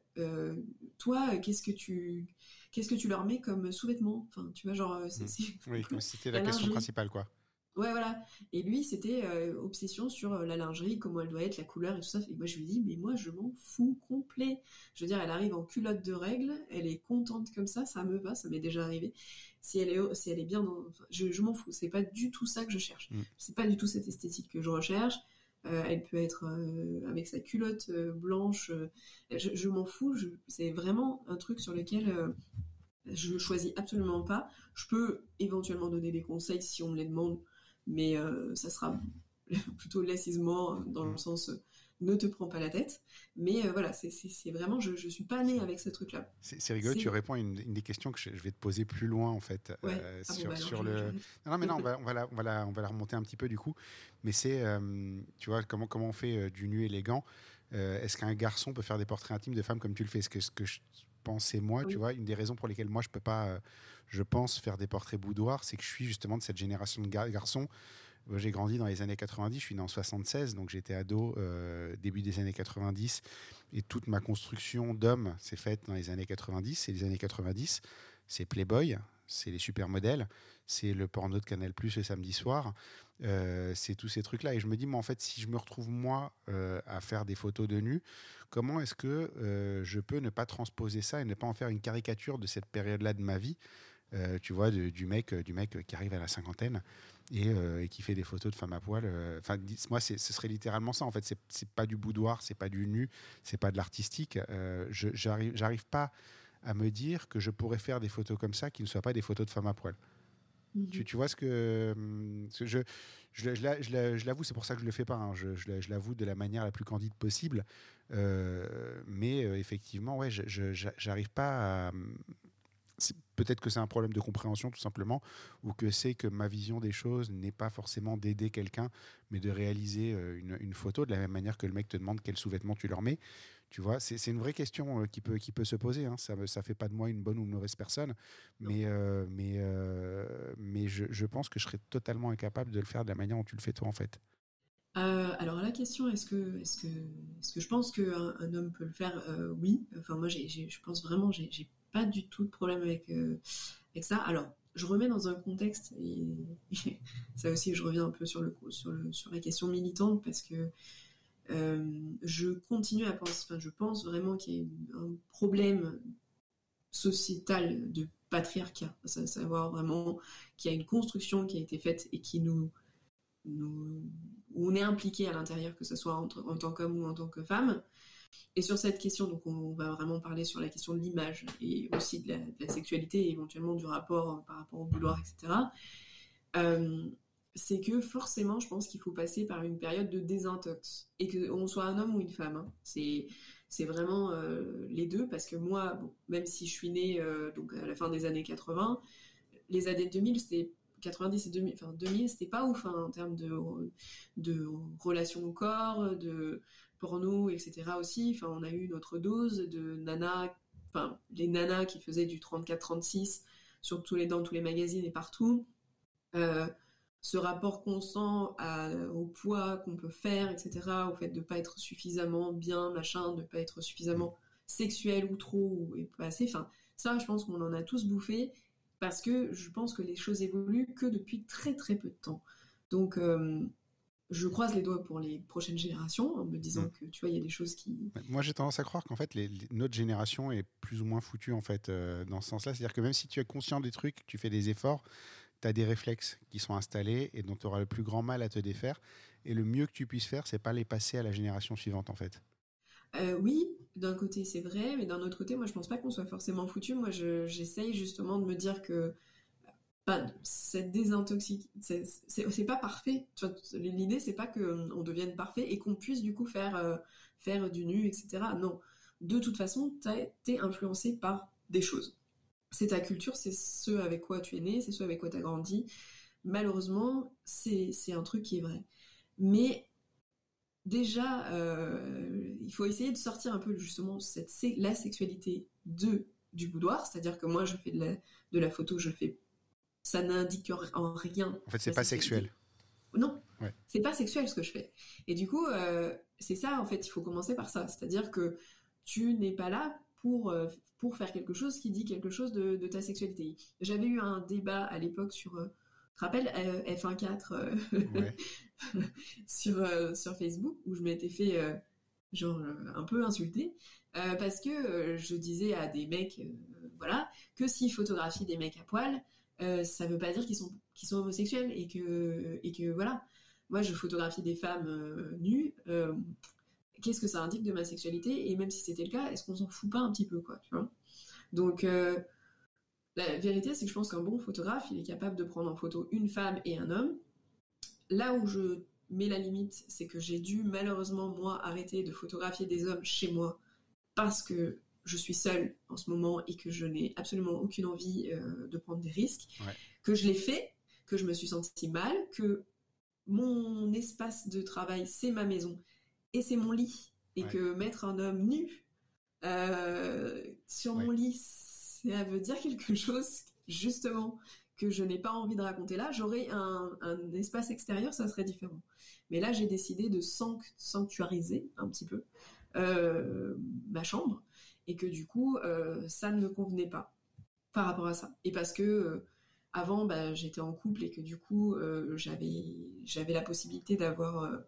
[SPEAKER 3] toi, qu'est-ce que tu leur mets comme sous-vêtements, enfin tu vois, genre
[SPEAKER 2] oui, c'était la question principale, quoi.
[SPEAKER 3] Ouais, voilà. Et lui, c'était obsession sur la lingerie, comment elle doit être, la couleur et tout ça. Et moi, je lui dis, mais moi, je m'en fous complet. Je veux dire, elle arrive en culotte de règle, elle est contente comme ça me va, ça m'est déjà arrivé. Si elle est bien dans... Enfin, je m'en fous. C'est pas du tout ça que je cherche. C'est pas du tout cette esthétique que je recherche. Elle peut être avec sa culotte blanche. Je m'en fous. C'est vraiment un truc sur lequel... je choisis absolument pas. Je peux éventuellement donner des conseils si on me les demande, mais ça sera plutôt lassisement dans le sens ne te prends pas la tête. Mais voilà, c'est vraiment, je suis pas née avec ce truc-là.
[SPEAKER 2] C'est rigolo, tu réponds à une des questions que je vais te poser plus loin en fait.
[SPEAKER 3] Ouais.
[SPEAKER 2] Sur le... Non, mais non, on va la remonter un petit peu du coup. Mais c'est, tu vois, comment on fait du nu élégant. Est-ce qu'un garçon peut faire des portraits intimes de femmes comme tu le fais? Ce que je pensais moi, tu vois, une des raisons pour lesquelles moi je peux pas, je pense, faire des portraits boudoirs, c'est que je suis justement de cette génération de garçons. J'ai grandi dans les années 90, je suis né en 76, donc j'étais ado début des années 90, et toute ma construction d'homme s'est faite dans les années 90. Et les années 90, c'est Playboy, c'est les supermodèles, c'est le porno de Canal+ le samedi soir, c'est tous ces trucs-là. Et je me dis, moi, en fait, si je me retrouve, moi, à faire des photos de nu, comment est-ce que je peux ne pas transposer ça et ne pas en faire une caricature de cette période-là de ma vie, tu vois, du mec qui arrive à la cinquantaine et qui fait des photos de femmes à poil. Enfin, moi, ce serait littéralement ça. En fait, c'est pas du boudoir, c'est pas du nu, c'est pas de l'artistique. J'arrive pas à me dire que je pourrais faire des photos comme ça qui ne soient pas des photos de femmes à poil. Tu vois ce que je l'avoue, c'est pour ça que je le fais pas, hein. Je l'avoue de la manière la plus candide possible, mais effectivement, ouais, j'arrive pas à... Peut-être que c'est un problème de compréhension tout simplement, ou que c'est que ma vision des choses n'est pas forcément d'aider quelqu'un, mais de réaliser une photo de la même manière que le mec te demande quel sous-vêtement tu leur mets. Tu vois, c'est une vraie question qui peut se poser, hein. Ça fait pas de moi une bonne ou une mauvaise personne, mais je pense que je serais totalement incapable de le faire de la manière dont tu le fais toi en fait.
[SPEAKER 3] Alors la question, est-ce que je pense qu'un homme peut le faire? Oui. Enfin moi, je pense vraiment, j'ai pas du tout de problème avec ça. Alors je remets dans un contexte, et ça aussi, je reviens un peu sur la question militante, parce que je continue à penser, enfin je pense vraiment qu'il y a un problème sociétal de patriarcat, à savoir vraiment qu'il y a une construction qui a été faite et qui où on est impliqué à l'intérieur, que ce soit en tant qu'homme ou en tant que femme. Et sur cette question, donc on va vraiment parler sur la question de l'image et aussi de la sexualité et éventuellement du rapport par rapport au boudoir, etc. C'est que forcément, je pense qu'il faut passer par une période de désintox, et qu'on soit un homme ou une femme, hein. C'est vraiment les deux, parce que moi, bon, même si je suis née donc à la fin des années 80, les années 2000, c'était 90 et 2000, enfin 2000, c'était pas ouf, hein, en termes de relations au corps, de porno, etc. aussi. Enfin, on a eu notre dose de nanas enfin, les nanas qui faisaient du 34-36 dans tous les magazines et partout, ce rapport constant au poids qu'on peut faire, etc., au fait de ne pas être suffisamment bien, machin, de ne pas être suffisamment sexuel ou trop, et pas assez, enfin, ça, je pense qu'on en a tous bouffé, parce que je pense que les choses évoluent que depuis très très peu de temps. Donc, je croise les doigts pour les prochaines générations, en me disant que, tu vois, il y a des choses qui...
[SPEAKER 2] Moi, j'ai tendance à croire qu'en fait, notre génération est plus ou moins foutue, en fait, dans ce sens-là. C'est-à-dire que même si tu es conscient des trucs, tu fais des efforts, tu as des réflexes qui sont installés et dont tu auras le plus grand mal à te défaire. Et le mieux que tu puisses faire, c'est pas les passer à la génération suivante, en fait.
[SPEAKER 3] Oui, d'un côté c'est vrai, mais d'un autre côté, moi je pense pas qu'on soit forcément foutu. Moi j'essaye justement de me dire que cette désintoxication, c'est pas parfait. L'idée c'est pas qu'on devienne parfait et qu'on puisse du coup faire du nu, etc. Non, de toute façon, t'es influencé par des choses. C'est ta culture, c'est ce avec quoi tu es né, c'est ce avec quoi tu as grandi. Malheureusement, c'est un truc qui est vrai. Mais déjà, il faut essayer de sortir un peu justement la sexualité du boudoir, c'est-à-dire que moi je fais de la photo, ça n'indique en rien.
[SPEAKER 2] En fait, c'est pas sexuel.
[SPEAKER 3] Non, c'est pas sexuel ce que je fais. Et du coup, c'est ça en fait, il faut commencer par ça, c'est-à-dire que tu n'es pas là pour faire quelque chose qui dit quelque chose de ta sexualité. J'avais eu un débat à l'époque sur... tu te rappelles F1.4 sur Facebook où je m'étais fait un peu insulter parce que je disais à des mecs voilà, que s'ils photographient des mecs à poil, ça veut pas dire qu'ils sont homosexuels et que voilà, moi je photographie des femmes nues, qu'est-ce que ça indique de ma sexualité, et même si c'était le cas, est-ce qu'on s'en fout pas un petit peu, quoi, tu vois. Donc la vérité c'est que je pense qu'un bon photographe il est capable de prendre en photo une femme et un homme. Là où je mets la limite, c'est que j'ai dû malheureusement moi arrêter de photographier des hommes chez moi parce que je suis seule en ce moment et que je n'ai absolument aucune envie de prendre des risques, que je l'ai fait, que je me suis sentie mal, que mon espace de travail c'est ma maison et c'est mon lit, et que mettre un homme nu sur mon lit, ça veut dire quelque chose justement que je n'ai pas envie de raconter là. J'aurais un espace extérieur, ça serait différent. Mais là, j'ai décidé de sanctuariser un petit peu ma chambre, et que du coup, ça ne me convenait pas par rapport à ça. Et parce que avant, j'étais en couple et que du coup, j'avais la possibilité d'avoir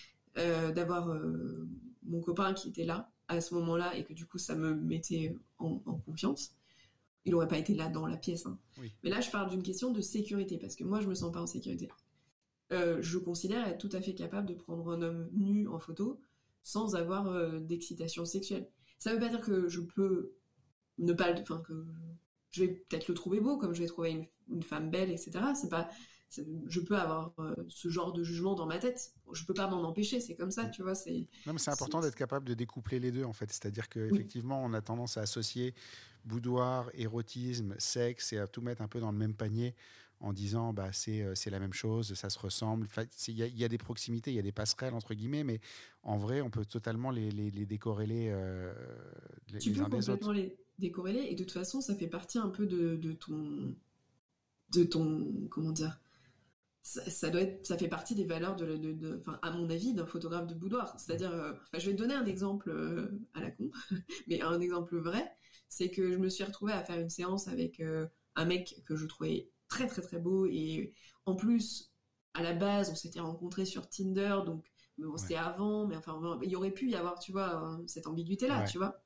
[SPEAKER 3] mon copain qui était là à ce moment-là, et que du coup, ça me mettait en confiance. Il n'aurait pas été là dans la pièce. Hein. Oui. Mais là, je parle d'une question de sécurité, parce que moi, je me sens pas en sécurité. Je considère être tout à fait capable de prendre un homme nu en photo sans avoir d'excitation sexuelle. Ça veut pas dire que je peux ne pas... Enfin, que je vais peut-être le trouver beau, comme je vais trouver une femme belle, etc. Je peux avoir ce genre de jugement dans ma tête. Je peux pas m'en empêcher, c'est comme ça, tu vois.
[SPEAKER 2] Non, mais c'est important d'être capable de découpler les deux, en fait. C'est-à-dire qu'effectivement, on a tendance à associer boudoir, érotisme, sexe, et à tout mettre un peu dans le même panier en disant c'est la même chose, ça se ressemble. Il y a des proximités, il y a des passerelles, entre guillemets, mais en vrai, on peut totalement les décorréler les uns des autres.
[SPEAKER 3] Tu peux complètement les décorréler, et de toute façon, ça fait partie un peu de ton comment dire, ça fait partie des valeurs à mon avis, d'un photographe de boudoir. C'est-à-dire, je vais te donner un exemple à la con, mais un exemple vrai, c'est que je me suis retrouvée à faire une séance avec un mec que je trouvais très très très beau, et en plus, à la base, on s'était rencontrés sur Tinder, donc c'était avant, mais enfin, il y aurait pu y avoir, tu vois, cette ambiguïté-là, tu vois.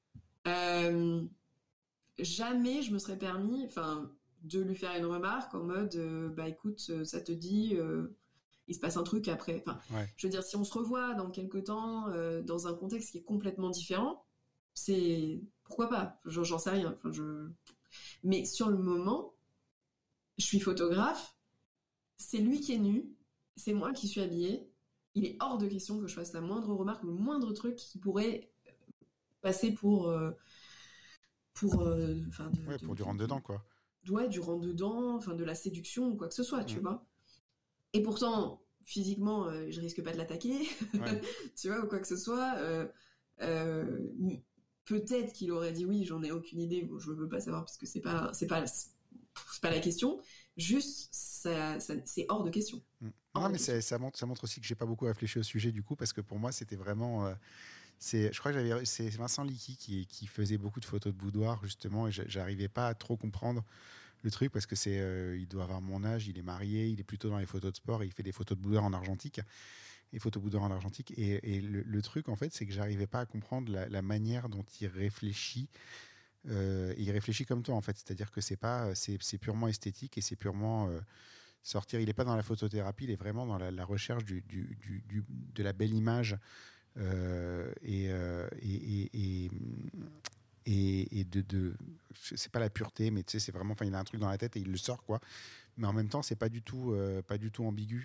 [SPEAKER 3] Jamais je me serais permis, de lui faire une remarque en mode écoute, ça te dit il se passe un truc après, je veux dire, si on se revoit dans quelques temps dans un contexte qui est complètement différent, c'est pourquoi pas, j'en sais rien, mais sur le moment, je suis photographe, c'est lui qui est nu, c'est moi qui suis habillée, il est hors de question que je fasse la moindre remarque, le moindre truc qui pourrait passer pour
[SPEAKER 2] du rentre-dedans, quoi.
[SPEAKER 3] Ouais, du rentre-dedans, de la séduction ou quoi que ce soit, tu vois. Et pourtant, physiquement, je risque pas de l'attaquer, tu vois, ou quoi que ce soit. peut-être qu'il aurait dit oui, j'en ai aucune idée, bon, je veux pas savoir parce que c'est pas la question. Juste, ça, c'est hors de question.
[SPEAKER 2] Non, mais ça montre aussi que j'ai pas beaucoup réfléchi au sujet du coup, parce que pour moi c'était vraiment je crois que c'est Vincent Licky qui faisait beaucoup de photos de boudoir justement, et j'arrivais pas à trop comprendre le truc, parce que il doit avoir mon âge, il est marié, il est plutôt dans les photos de sport et il fait des photos de boudoir en argentique, et le truc en fait c'est que j'arrivais pas à comprendre la manière dont il réfléchit. Il réfléchit comme toi en fait, c'est-à-dire que c'est purement esthétique et c'est purement sortir. Il n'est pas dans la photothérapie, il est vraiment dans la recherche de la belle image, et c'est pas la pureté, mais tu sais, c'est vraiment, enfin, il a un truc dans la tête et il le sort quoi. Mais en même temps, c'est pas du tout ambigu,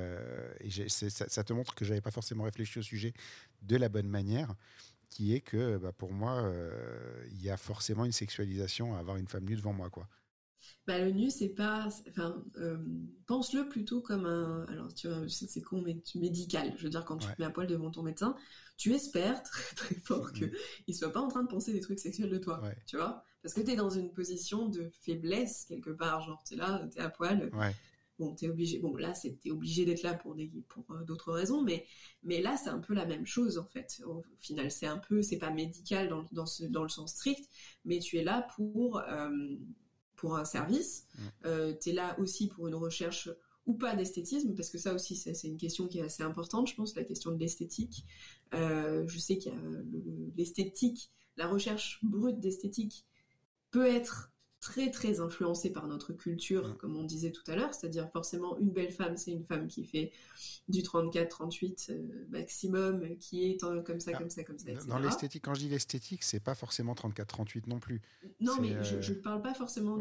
[SPEAKER 2] ça te montre que j'avais pas forcément réfléchi au sujet de la bonne manière, qui est que pour moi, il y a forcément une sexualisation à avoir une femme nue devant moi quoi.
[SPEAKER 3] Le nu, c'est pas. Enfin, pense-le plutôt comme un. Alors, tu vois, je sais que c'est con, mais médical. Je veux dire, quand tu te mets à poil devant ton médecin, tu espères très très fort qu'il soit pas en train de penser des trucs sexuels de toi. Ouais. Tu vois, parce que t'es dans une position de faiblesse quelque part. Genre, t'es là, t'es à poil.
[SPEAKER 2] Ouais.
[SPEAKER 3] Bon, t'es obligé. Bon, là, t'es obligé d'être là pour d'autres raisons, mais là, c'est un peu la même chose en fait. Au final, c'est pas médical dans le sens strict, mais tu es là pour un service, tu es là aussi pour une recherche ou pas d'esthétisme, parce que ça aussi c'est une question qui est assez importante, je pense, la question de l'esthétique. Je sais qu'il y a l'esthétique, la recherche brute d'esthétique peut être très très influencée par notre culture, comme on disait tout à l'heure, c'est-à-dire forcément une belle femme, c'est une femme qui fait du 34-38 maximum, qui est comme ça, etc.
[SPEAKER 2] Dans l'esthétique, quand je dis l'esthétique, c'est pas forcément 34-38 non plus.
[SPEAKER 3] Non, mais je ne parle pas forcément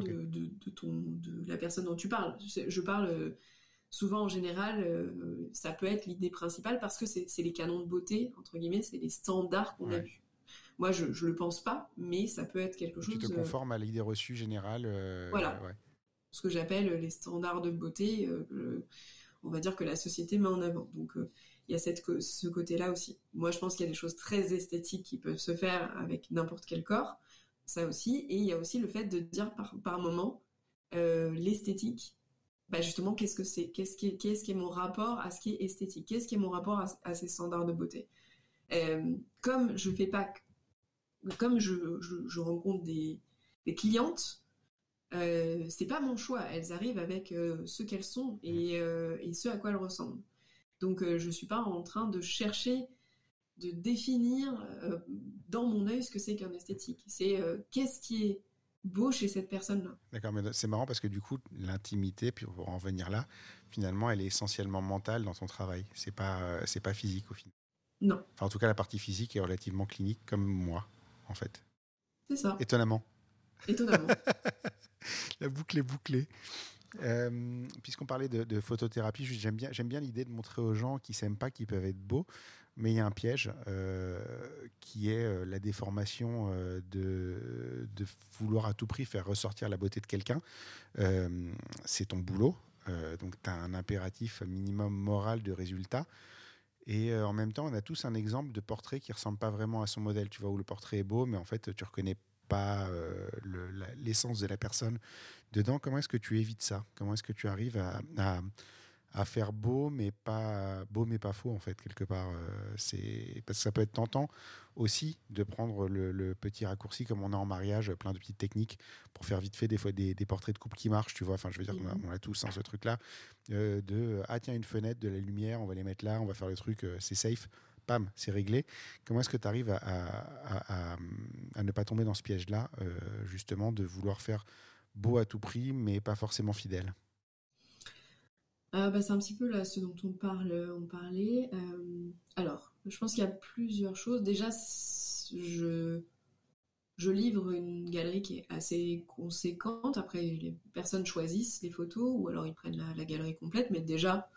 [SPEAKER 3] de la personne dont tu parles. Je parle souvent en général, ça peut être l'idée principale, parce que c'est les canons de beauté, entre guillemets, c'est les standards qu'on a vus. Moi, je le pense pas, mais ça peut être quelque chose...
[SPEAKER 2] Tu te conformes à l'idée reçue générale.
[SPEAKER 3] Voilà. Ce que j'appelle les standards de beauté, on va dire que la société met en avant. Donc, il y a ce côté-là aussi. Moi, je pense qu'il y a des choses très esthétiques qui peuvent se faire avec n'importe quel corps, ça aussi. Et il y a aussi le fait de dire par moment, l'esthétique, justement, qu'est-ce que c'est ? Qu'est-ce qui est mon rapport à ce qui est esthétique ? Qu'est-ce qui est mon rapport à ces standards de beauté ? Comme je fais pas... Comme je rencontre des clientes, c'est pas mon choix. Elles arrivent avec ce qu'elles sont et ce à quoi elles ressemblent. Donc, je suis pas en train de chercher de définir dans mon œil ce que c'est qu'un esthétique. C'est qu'est-ce qui est beau chez cette personne-là.
[SPEAKER 2] D'accord, mais c'est marrant parce que du coup, l'intimité, puis pour en venir là, finalement, elle est essentiellement mentale dans ton travail. C'est pas physique au final.
[SPEAKER 3] Non.
[SPEAKER 2] Enfin, en tout cas, la partie physique est relativement clinique, comme moi, en fait.
[SPEAKER 3] C'est ça.
[SPEAKER 2] Étonnamment.
[SPEAKER 3] La
[SPEAKER 2] boucle est bouclée. Puisqu'on parlait de photothérapie, j'aime bien l'idée de montrer aux gens qui s'aiment pas qu'ils peuvent être beaux, mais il y a un piège qui est la déformation de vouloir à tout prix faire ressortir la beauté de quelqu'un. C'est ton boulot, donc tu as un impératif minimum moral de résultat. Et en même temps, on a tous un exemple de portrait qui ressemble pas vraiment à son modèle, tu vois, où le portrait est beau, mais en fait, tu reconnais pas l'essence de la personne dedans. Comment est-ce que tu évites ça ? Comment est-ce que tu arrives à faire beau mais pas faux, en fait, quelque part parce que ça peut être tentant aussi de prendre le petit raccourci, comme on a en mariage, plein de petites techniques pour faire vite fait des fois des portraits de couple qui marchent, tu vois. Enfin, je veux dire, on a tous ce truc-là tiens, une fenêtre, de la lumière, on va les mettre là, on va faire le truc, c'est safe. Pam, c'est réglé. Comment est-ce que tu arrives à ne pas tomber dans ce piège-là, justement, de vouloir faire beau à tout prix, mais pas forcément fidèle ?
[SPEAKER 3] C'est un petit peu là ce dont on parlait. Alors, je pense qu'il y a plusieurs choses. Déjà, je livre une galerie qui est assez conséquente. Après, les personnes choisissent les photos ou alors ils prennent la galerie complète. Mais déjà,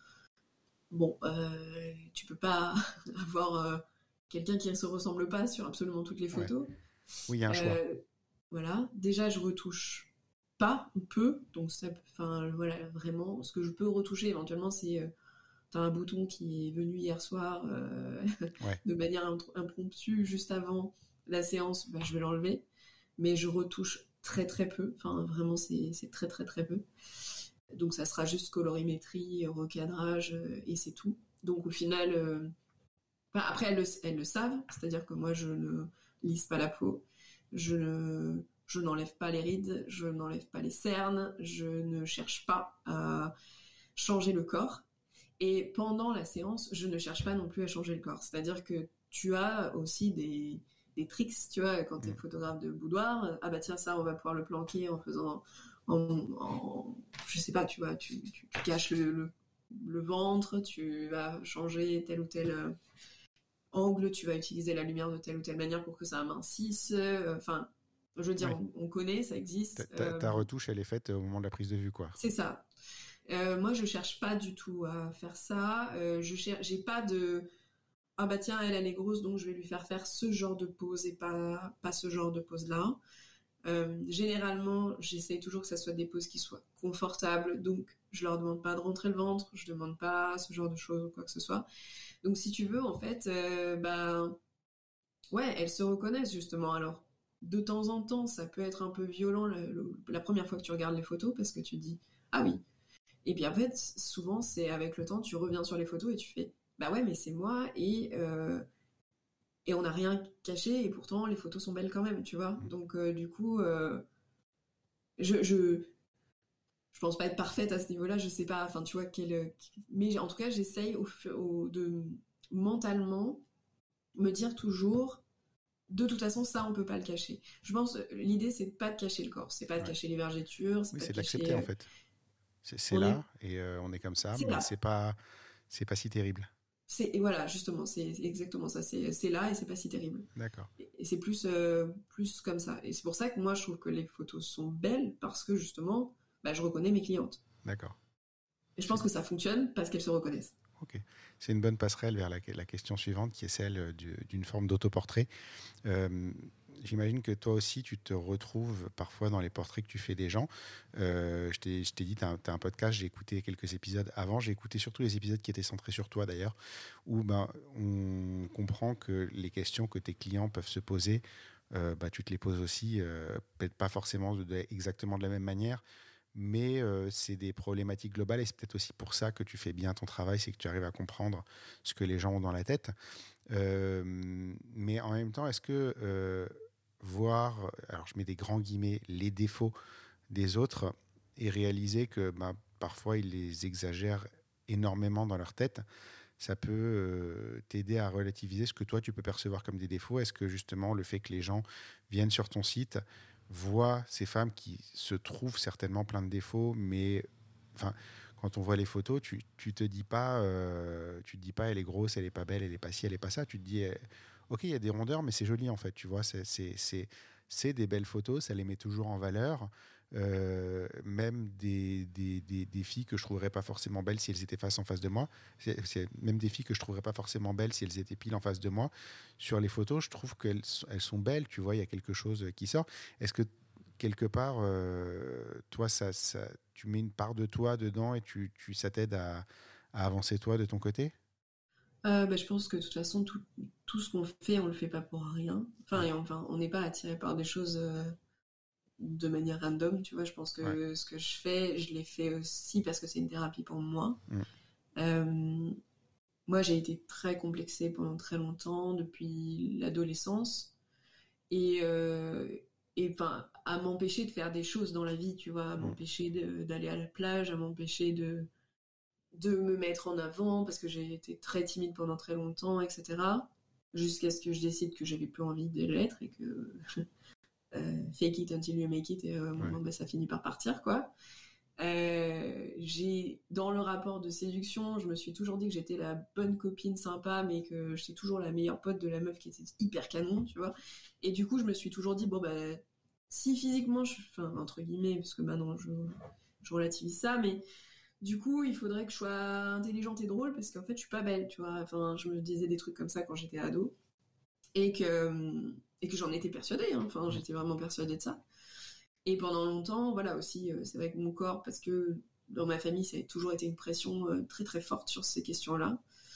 [SPEAKER 3] tu peux pas avoir quelqu'un qui ne se ressemble pas sur absolument toutes les photos.
[SPEAKER 2] Ouais. Oui, il y a un choix.
[SPEAKER 3] Voilà. Déjà, je retouche pas ou peu. Donc, vraiment, ce que je peux retoucher éventuellement, c'est t'as un bouton qui est venu hier soir de manière impromptue juste avant la séance, bah, je vais l'enlever, mais je retouche très très peu. Enfin, vraiment, c'est très très très peu. Donc, ça sera juste colorimétrie, recadrage, et c'est tout. Donc, au final, après, elles le savent, c'est-à-dire que moi, je ne lisse pas la peau, je n'enlève pas les rides, je n'enlève pas les cernes, je ne cherche pas à changer le corps. Et pendant la séance, je ne cherche pas non plus à changer le corps. C'est-à-dire que tu as aussi des tricks, tu vois, quand tu es photographe de boudoir. Ah bah tiens, ça, on va pouvoir le planquer en faisant... je sais pas, tu vois, tu caches le ventre, tu vas changer tel ou tel angle, tu vas utiliser la lumière de telle ou telle manière pour que ça amincisse. Enfin, je veux dire, on connaît, ça existe.
[SPEAKER 2] Ta retouche, elle est faite au moment de la prise de vue, quoi.
[SPEAKER 3] C'est ça. Moi, je cherche pas du tout à faire ça. J'ai pas de ah bah tiens, elle est grosse, donc je vais lui faire ce genre de pose et pas ce genre de pose là. Généralement, j'essaye toujours que ça soit des poses qui soient confortables, donc je leur demande pas de rentrer le ventre, je demande pas ce genre de choses ou quoi que ce soit. Donc si tu veux, en fait, bah ouais, elles se reconnaissent justement. Alors de temps en temps, ça peut être un peu violent la première fois que tu regardes les photos parce que tu te dis ah oui. Et puis en fait, souvent, c'est avec le temps, tu reviens sur les photos et tu fais bah ouais, mais c'est moi et on n'a rien caché et pourtant les photos sont belles quand même, tu vois. Donc du coup, je pense pas être parfaite à ce niveau-là, je sais pas, enfin tu vois, mais en tout cas, j'essaye de mentalement me dire toujours de toute façon, ça, on peut pas le cacher. Je pense, l'idée, c'est pas de cacher le corps, c'est pas de cacher les vergetures,
[SPEAKER 2] Oui, c'est de l'accepter en fait. C'est là et on est comme ça, mais
[SPEAKER 3] là.
[SPEAKER 2] c'est pas si terrible.
[SPEAKER 3] Et voilà, justement, c'est exactement ça. C'est là et c'est pas si terrible.
[SPEAKER 2] D'accord.
[SPEAKER 3] Et c'est plus comme ça. Et c'est pour ça que moi, je trouve que les photos sont belles parce que justement, bah, je reconnais mes clientes.
[SPEAKER 2] D'accord.
[SPEAKER 3] Et je pense que ça fonctionne parce qu'elles se reconnaissent.
[SPEAKER 2] Ok. C'est une bonne passerelle vers la question suivante qui est celle d'une forme d'autoportrait. J'imagine que toi aussi, tu te retrouves parfois dans les portraits que tu fais des gens. Je t'ai dit, tu as un podcast, j'ai écouté quelques épisodes avant. J'ai écouté surtout les épisodes qui étaient centrés sur toi d'ailleurs, où on comprend que les questions que tes clients peuvent se poser, tu te les poses aussi, peut-être pas forcément exactement de la même manière, mais c'est des problématiques globales et c'est peut-être aussi pour ça que tu fais bien ton travail, c'est que tu arrives à comprendre ce que les gens ont dans la tête. Mais en même temps, est-ce que voir, alors je mets des grands guillemets, les défauts des autres et réaliser que parfois ils les exagèrent énormément dans leur tête, ça peut t'aider à relativiser ce que toi tu peux percevoir comme des défauts? Est-ce que justement le fait que les gens viennent sur ton site, voient ces femmes qui se trouvent certainement plein de défauts, mais enfin, quand on voit les photos, tu te dis pas elle est grosse, elle est pas belle, elle est pas ci, elle est pas ça. Tu te dis ok, il y a des rondeurs, mais c'est joli en fait. Tu vois, c'est des belles photos, ça les met toujours en valeur. Même des filles que je trouverais pas forcément belles si elles étaient en face de moi. Même des filles que je trouverais pas forcément belles si elles étaient pile en face de moi. Sur les photos, je trouve qu'elles sont belles. Tu vois, il y a quelque chose qui sort. Est-ce que quelque part, toi, tu mets une part de toi dedans et ça t'aide à avancer toi de ton côté?
[SPEAKER 3] Je pense que de toute façon, tout ce qu'on fait, on le fait pas pour rien. Enfin, on n'est pas attiré par des choses de manière random, tu vois. Je pense que ce que je fais, je l'ai fait aussi parce que c'est une thérapie pour moi. Moi, j'ai été très complexée pendant très longtemps, depuis l'adolescence. Et enfin, à m'empêcher de faire des choses dans la vie, tu vois, à m'empêcher d'aller à la plage, à m'empêcher de me mettre en avant, parce que j'ai été très timide pendant très longtemps, etc. Jusqu'à ce que je décide que j'avais plus envie de l'être et que fake it until you make it, et ça finit par partir, quoi. Dans le rapport de séduction, je me suis toujours dit que j'étais la bonne copine sympa, mais que j'étais toujours la meilleure pote de la meuf qui était hyper canon, tu vois. Et du coup, je me suis toujours dit, si physiquement, enfin, entre guillemets, parce que maintenant je relativise ça, mais du coup, il faudrait que je sois intelligente et drôle, parce qu'en fait, je suis pas belle, tu vois. Enfin, je me disais des trucs comme ça quand j'étais ado, et que j'en étais persuadée, hein. Enfin, j'étais vraiment persuadée de ça. Et pendant longtemps, voilà aussi, c'est vrai que mon corps, parce que dans ma famille, ça a toujours été une pression très très forte sur ces questions-là.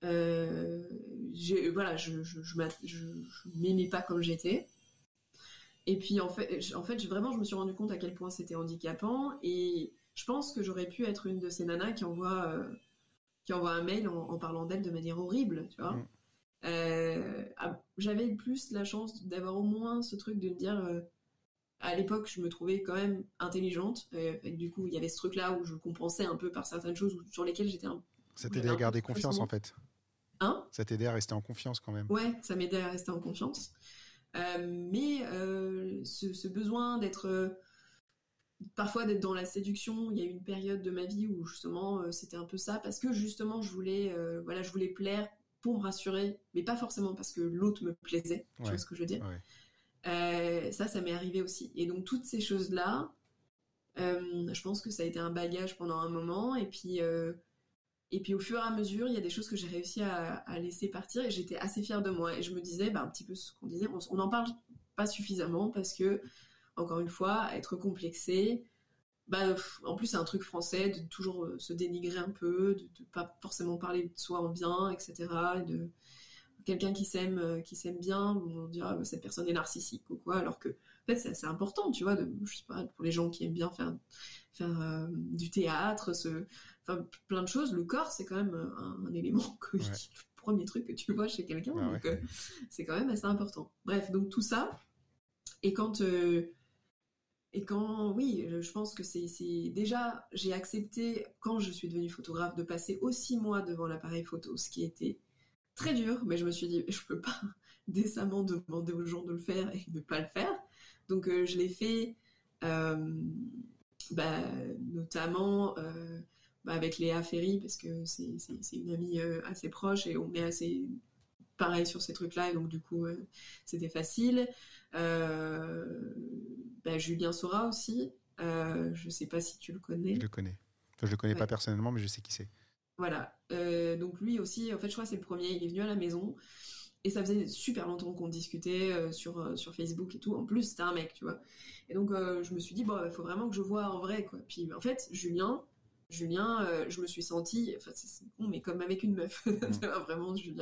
[SPEAKER 3] Voilà, je m'aimais pas comme j'étais. Et puis en fait, vraiment, je me suis rendu compte à quel point c'était handicapant. Et je pense que j'aurais pu être une de ces nanas qui envoie un mail en parlant d'elle de manière horrible, tu vois. J'avais plus la chance d'avoir au moins ce truc de me dire, à l'époque, je me trouvais quand même intelligente. Et du coup, il y avait ce truc-là où je compensais un peu par certaines choses sur lesquelles
[SPEAKER 2] Ça t'aidait à garder confiance, en fait.
[SPEAKER 3] Hein ?
[SPEAKER 2] Ça t'aidait à rester en confiance, quand même.
[SPEAKER 3] Ouais, ça m'aidait à rester en confiance. Mais ce besoin parfois d'être dans la séduction, il y a eu une période de ma vie où justement c'était un peu ça, parce que justement je voulais plaire pour me rassurer, mais pas forcément parce que l'autre me plaisait, tu vois ce que je veux dire. Ça m'est arrivé aussi. Et donc toutes ces choses-là, je pense que ça a été un bagage pendant un moment, et puis au fur et à mesure, il y a des choses que j'ai réussi à laisser partir, et j'étais assez fière de moi. Et je me disais, un petit peu ce qu'on disait, on n'en parle pas suffisamment, parce que, encore une fois, être complexé, en plus c'est un truc français, de toujours se dénigrer un peu, de pas forcément parler de soi en bien, etc. Et de quelqu'un qui s'aime bien, on dira cette personne est narcissique ou quoi, alors que en fait c'est important, tu vois, je sais pas, pour les gens qui aiment bien faire du théâtre, plein de choses. Le corps, c'est quand même un élément le premier truc que tu vois chez quelqu'un, donc c'est quand même assez important. Bref, donc tout ça, et quand oui, je pense que c'est déjà, j'ai accepté, quand je suis devenue photographe, de passer aussi moi devant l'appareil photo, ce qui était très dur, mais je me suis dit, je peux pas décemment demander aux gens de le faire et de pas le faire. Donc je l'ai fait, notamment avec Léa Ferry, parce que c'est une amie assez proche, et on est assez pareil sur ces trucs-là, et donc du coup c'était facile. Julien Sora aussi, je sais pas si tu le connais.
[SPEAKER 2] Je le connais. Enfin, je le connais pas personnellement, mais je sais qui c'est.
[SPEAKER 3] Voilà, donc lui aussi, en fait je crois que c'est le premier, il est venu à la maison, et ça faisait super longtemps qu'on discutait sur Facebook et tout. En plus c'était un mec, tu vois, et donc je me suis dit il faut vraiment que je vois en vrai, quoi. Puis en fait Julien, je me suis sentie, enfin c'est con, mais comme avec une meuf. Vraiment, Julien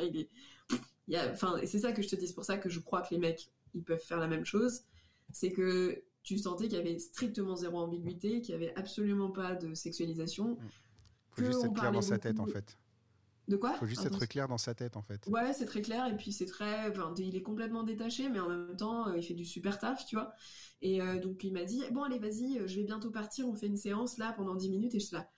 [SPEAKER 3] et c'est ça que je te dis, c'est pour ça que je crois que les mecs ils peuvent faire la même chose, c'est que tu sentais qu'il y avait strictement zéro ambiguïté, qu'il y avait absolument pas de sexualisation.
[SPEAKER 2] Faut juste être clair dans sa tête, en fait.
[SPEAKER 3] De quoi ?
[SPEAKER 2] Faut juste être clair dans sa tête, en fait.
[SPEAKER 3] Ouais, c'est très clair, et puis il est complètement détaché, mais en même temps, il fait du super taf, tu vois. Et donc il m'a dit, bon allez, vas-y, je vais bientôt partir, on fait une séance là pendant 10 minutes, et je suis là,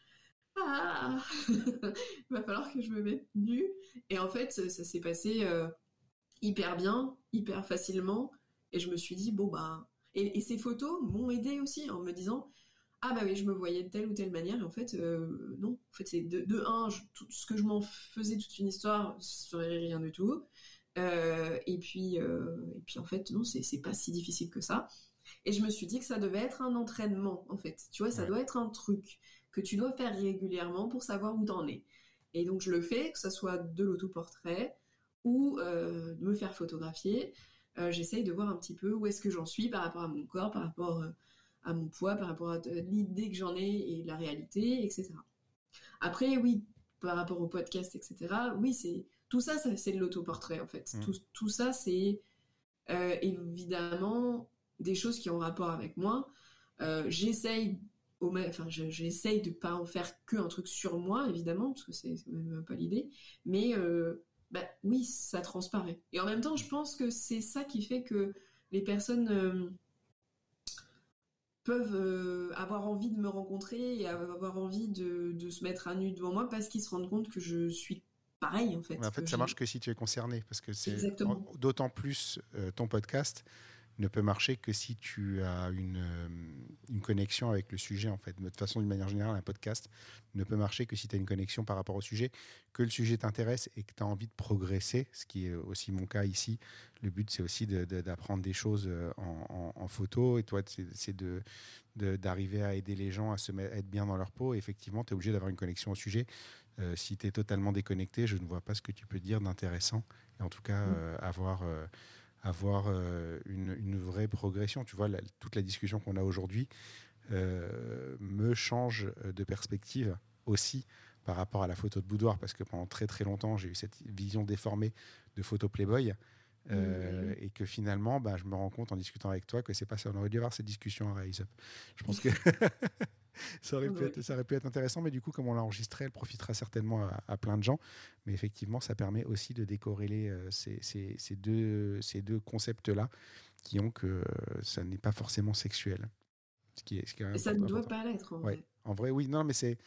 [SPEAKER 3] il va falloir que je me mette nue. Et en fait, ça s'est passé hyper bien, hyper facilement, et je me suis dit, et ces photos m'ont aidé aussi, en me disant, oui, je me voyais de telle ou telle manière, et en fait non, en fait c'est tout ce que je m'en faisais toute une histoire, ce serait rien du tout, et puis en fait non, c'est pas si difficile que ça. Et je me suis dit que ça devait être un entraînement, en fait, tu vois, ça doit être un truc que tu dois faire régulièrement pour savoir où t'en es. Et donc je le fais, que ça soit de l'autoportrait ou de me faire photographier. J'essaye de voir un petit peu où est-ce que j'en suis par rapport à mon corps, par rapport à mon poids, par rapport à l'idée que j'en ai et la réalité, etc. Après, oui, par rapport au podcast, etc., oui, tout ça, c'est de l'autoportrait, en fait. Tout ça, c'est évidemment des choses qui ont rapport avec moi. J'essaye de pas en faire que un truc sur moi, évidemment, parce que c'est même pas l'idée, mais oui, ça transparaît. Et en même temps, je pense que c'est ça qui fait que les personnes peuvent avoir envie de me rencontrer et avoir envie de se mettre à nu devant moi, parce qu'ils se rendent compte que je suis pareil, en fait.
[SPEAKER 2] Mais en fait, ça marche que si tu es concerné, parce que c'est
[SPEAKER 3] Exactement.
[SPEAKER 2] D'autant plus ton podcast ne peut marcher que si tu as une connexion avec le sujet, en fait. De toute façon, d'une manière générale, un podcast ne peut marcher que si tu as une connexion par rapport au sujet, que le sujet t'intéresse et que tu as envie de progresser, ce qui est aussi mon cas ici. Le but, c'est aussi d'apprendre des choses en photo, et toi, c'est d'arriver à aider les gens à être bien dans leur peau. Et effectivement, tu es obligé d'avoir une connexion au sujet. Si tu es totalement déconnecté, je ne vois pas ce que tu peux dire d'intéressant. Et en tout cas, avoir une vraie progression. Tu vois, toute la discussion qu'on a aujourd'hui me change de perspective aussi par rapport à la photo de boudoir, parce que pendant très très longtemps, j'ai eu cette vision déformée de photo Playboy. Et que finalement, je me rends compte en discutant avec toi que c'est pas ça. On aurait dû avoir cette discussion à Rise Up. Je pense que ça aurait pu être intéressant, mais du coup, comme on l'a enregistré, elle profitera certainement à plein de gens. Mais effectivement, ça permet aussi de décorréler ces deux concepts-là qui ont que ça n'est pas forcément sexuel. Ce qui est quand même
[SPEAKER 3] Et ça ne doit pas l'être, en vrai.
[SPEAKER 2] En vrai, oui. Non, mais c'est...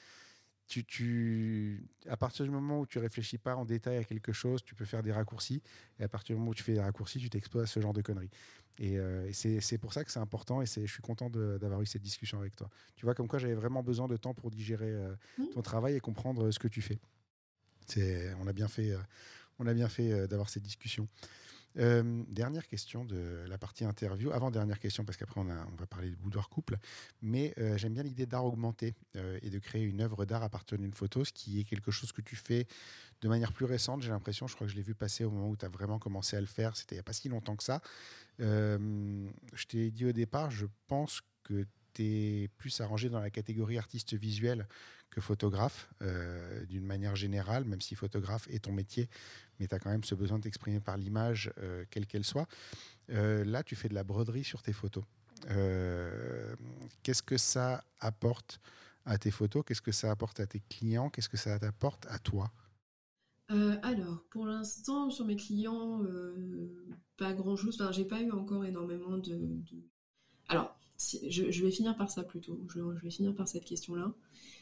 [SPEAKER 2] à partir du moment où tu réfléchis pas en détail à quelque chose, tu peux faire des raccourcis. Et à partir du moment où tu fais des raccourcis, tu t'exposes à ce genre de conneries. Et c'est pour ça que c'est important. Et je suis content d'avoir eu cette discussion avec toi. Tu vois, comme quoi j'avais vraiment besoin de temps pour digérer ton travail et comprendre ce que tu fais. On a bien fait d'avoir cette discussion. Dernière question de la partie interview, avant-dernière question parce qu'après on va parler de boudoir couple, mais j'aime bien l'idée d'art augmenté et de créer une œuvre d'art à partir d'une photo, ce qui est quelque chose que tu fais de manière plus récente, j'ai l'impression. Je crois que je l'ai vu passer au moment où tu as vraiment commencé à le faire, c'était il n'y a pas si longtemps que ça. Je t'ai dit au départ, je pense que tu es plus arrangé dans la catégorie artiste visuel que photographe, d'une manière générale, même si photographe est ton métier, mais tu as quand même ce besoin de t'exprimer par l'image, quelle qu'elle soit. Là, tu fais de la broderie sur tes photos. Qu'est-ce que ça apporte à tes photos? Qu'est-ce que ça apporte à tes clients? Qu'est-ce que ça t'apporte à toi?
[SPEAKER 3] Alors, pour l'instant, sur mes clients, pas grand-chose. Enfin, j'ai pas eu encore énormément de... Alors, je vais finir par ça plutôt. Je vais finir par cette question-là.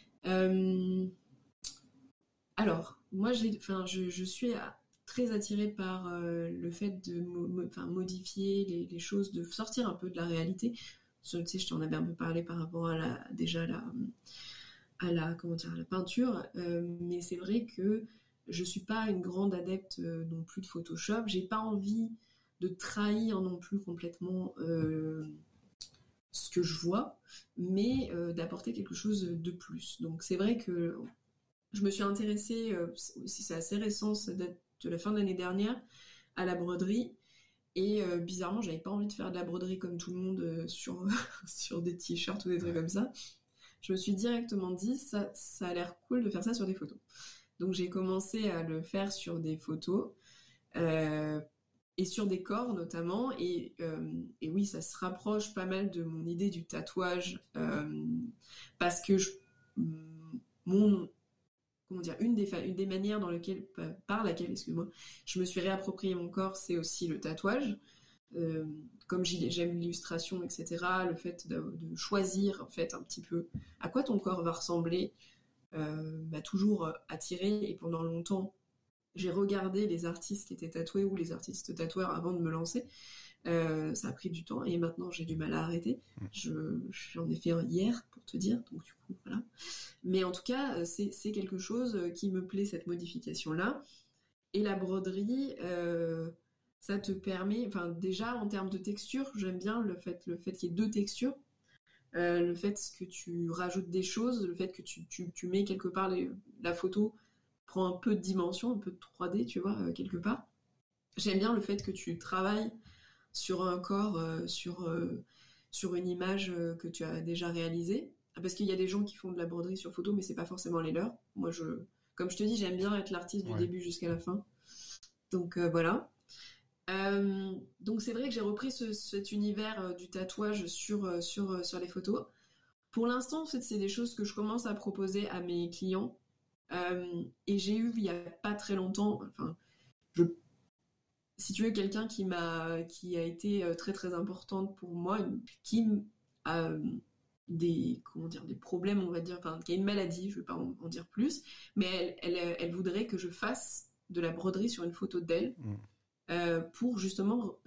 [SPEAKER 3] Alors, moi, je suis très attirée par le fait de modifier les choses, de sortir un peu de la réalité. Tu sais, je t'en avais un peu parlé par rapport à la peinture, mais c'est vrai que je suis pas une grande adepte non plus de Photoshop. J'ai pas envie de trahir non plus complètement ce que je vois, mais d'apporter quelque chose de plus. Donc c'est vrai que je me suis intéressée, aussi c'est assez récent, ça date de la fin de l'année dernière, à la broderie. Et bizarrement, j'avais pas envie de faire de la broderie comme tout le monde sur, sur des t-shirts ou des trucs comme ça. Je me suis directement dit, ça a l'air cool de faire ça sur des photos. Donc j'ai commencé à le faire sur des photos et sur des corps notamment. Et oui, ça se rapproche pas mal de mon idée du tatouage parce que une des manières par laquelle, excuse-moi, je me suis réapproprié mon corps, c'est aussi le tatouage. Comme j'aime l'illustration, etc., le fait de choisir en fait un petit peu à quoi ton corps va ressembler m'a toujours attirée. Et pendant longtemps, j'ai regardé les artistes qui étaient tatoués ou les artistes tatoueurs avant de me lancer. Ça a pris du temps et maintenant j'ai du mal à arrêter. J'en ai fait un hier pour te dire, donc du coup voilà. Mais en tout cas, c'est quelque chose qui me plaît, cette modification-là. Et la broderie, ça te permet, enfin déjà en termes de texture, j'aime bien le fait qu'il y ait deux textures, le fait que tu rajoutes des choses, le fait que tu mets quelque part la photo prend un peu de dimension, un peu de 3D, tu vois, quelque part. J'aime bien le fait que tu travailles sur un corps, sur une image que tu as déjà réalisée. Parce qu'il y a des gens qui font de la broderie sur photo, mais c'est pas forcément les leurs. Moi, comme je te dis, j'aime bien être l'artiste du début jusqu'à la fin. Donc voilà. Donc c'est vrai que j'ai repris cet univers du tatouage sur les photos. Pour l'instant, en fait, c'est des choses que je commence à proposer à mes clients. Et j'ai eu, il y a pas très longtemps, si tu veux, quelqu'un qui a été très très importante pour moi, qui a des problèmes, on va dire, enfin, qui a une maladie, je vais pas en dire plus, mais elle voudrait que je fasse de la broderie sur une photo d'elle pour justement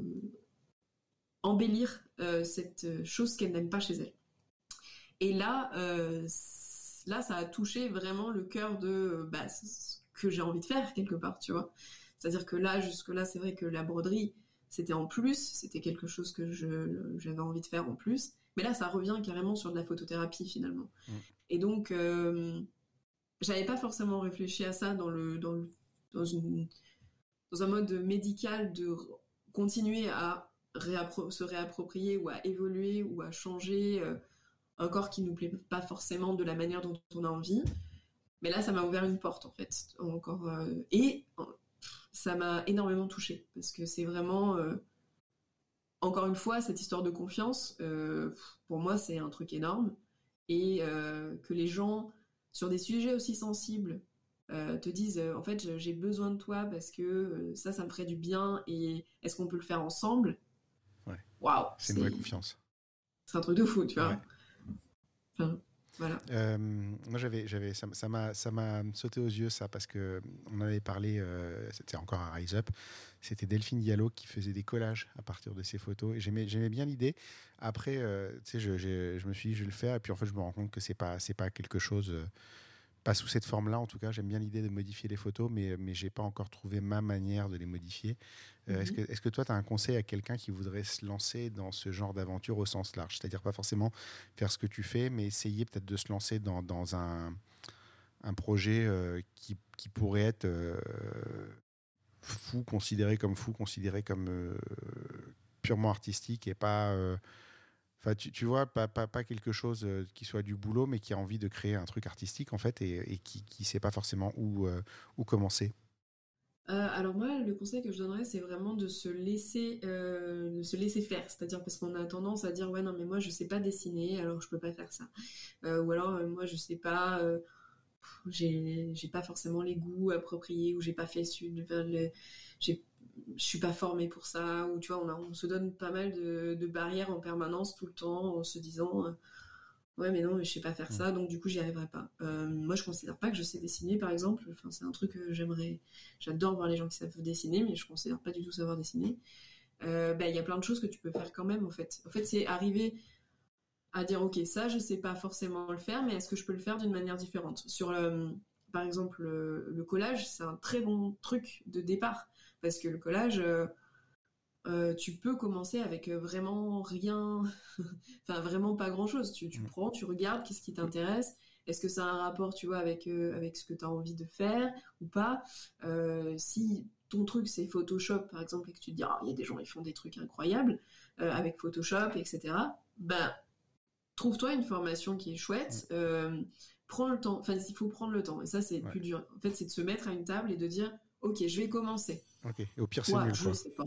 [SPEAKER 3] embellir cette chose qu'elle n'aime pas chez elle. Et là, ça a touché vraiment le cœur de ce que j'ai envie de faire quelque part, tu vois. C'est-à-dire que là, jusque-là, c'est vrai que la broderie, c'était en plus, c'était quelque chose que j'avais envie de faire en plus. Mais là, ça revient carrément sur de la photothérapie, finalement. Et donc, j'avais pas forcément réfléchi à ça dans un mode médical de continuer à se réapproprier ou à évoluer ou à changer un corps qui nous plaît pas forcément de la manière dont on a envie. Mais là, ça m'a ouvert une porte, en fait, encore. Et ça m'a énormément touchée, parce que c'est vraiment, encore une fois, cette histoire de confiance, pour moi, c'est un truc énorme. Et que les gens, sur des sujets aussi sensibles, te disent, en fait, j'ai besoin de toi parce que ça me ferait du bien, et est-ce qu'on peut le faire ensemble?
[SPEAKER 2] Ouais.
[SPEAKER 3] Waouh,
[SPEAKER 2] C'est une vraie confiance.
[SPEAKER 3] C'est un truc de fou, tu vois.
[SPEAKER 2] Ouais.
[SPEAKER 3] Enfin, voilà.
[SPEAKER 2] Moi, ça m'a sauté aux yeux, ça, parce que on avait parlé, c'était encore un Rise Up, c'était Delphine Diallo qui faisait des collages à partir de ses photos, et j'aimais bien l'idée. Après, tu sais, je me suis dit, je vais le faire, et puis en fait, je me rends compte que c'est pas quelque chose, pas sous cette forme-là, en tout cas. J'aime bien l'idée de modifier les photos, mais j'ai pas encore trouvé ma manière de les modifier. Est-ce que toi, tu as un conseil à quelqu'un qui voudrait se lancer dans ce genre d'aventure au sens large? C'est-à-dire pas forcément faire ce que tu fais, mais essayer peut-être de se lancer dans un projet qui pourrait être fou, considéré comme purement artistique et pas... Enfin, tu vois, pas quelque chose qui soit du boulot, mais qui a envie de créer un truc artistique, en fait, et qui ne sait pas forcément où commencer.
[SPEAKER 3] Alors moi, le conseil que je donnerais, c'est vraiment de se laisser faire. C'est-à-dire parce qu'on a tendance à dire, ouais, non, mais moi, je sais pas dessiner, alors je peux pas faire ça. Ou alors, moi, je sais pas, j'ai pas forcément les goûts appropriés, ou j'ai pas fait, j'ai- je suis pas formée pour ça, ou tu vois, on se donne pas mal de barrières en permanence tout le temps, en se disant, ouais, mais non, je sais pas faire ça, donc du coup, j'y arriverai pas. Moi, je considère pas que je sais dessiner, par exemple. Enfin, c'est un truc que j'adore voir les gens qui savent dessiner, mais je considère pas du tout savoir dessiner. Il y a plein de choses que tu peux faire quand même, en fait. En fait, c'est arriver à dire, ok, ça, je sais pas forcément le faire, mais est-ce que je peux le faire d'une manière différente? Par exemple, le collage, c'est un très bon truc de départ, parce que le collage, tu peux commencer avec vraiment rien, enfin vraiment pas grand-chose. Tu prends, tu regardes, qu'est-ce qui t'intéresse, est-ce que ça a un rapport, tu vois, avec ce que tu as envie de faire ou pas. Si ton truc c'est Photoshop, par exemple, et que tu te dis, ah, il y a des gens, ils font des trucs incroyables avec Photoshop, etc., ben, trouve-toi une formation qui est chouette, prends le temps, enfin, il faut prendre le temps, et ça, c'est le plus dur. En fait, c'est de se mettre à une table et de dire, ok, je vais commencer.
[SPEAKER 2] Ok. Et au pire, c'est
[SPEAKER 3] Toi,
[SPEAKER 2] nul,
[SPEAKER 3] je
[SPEAKER 2] quoi.
[SPEAKER 3] sais pas.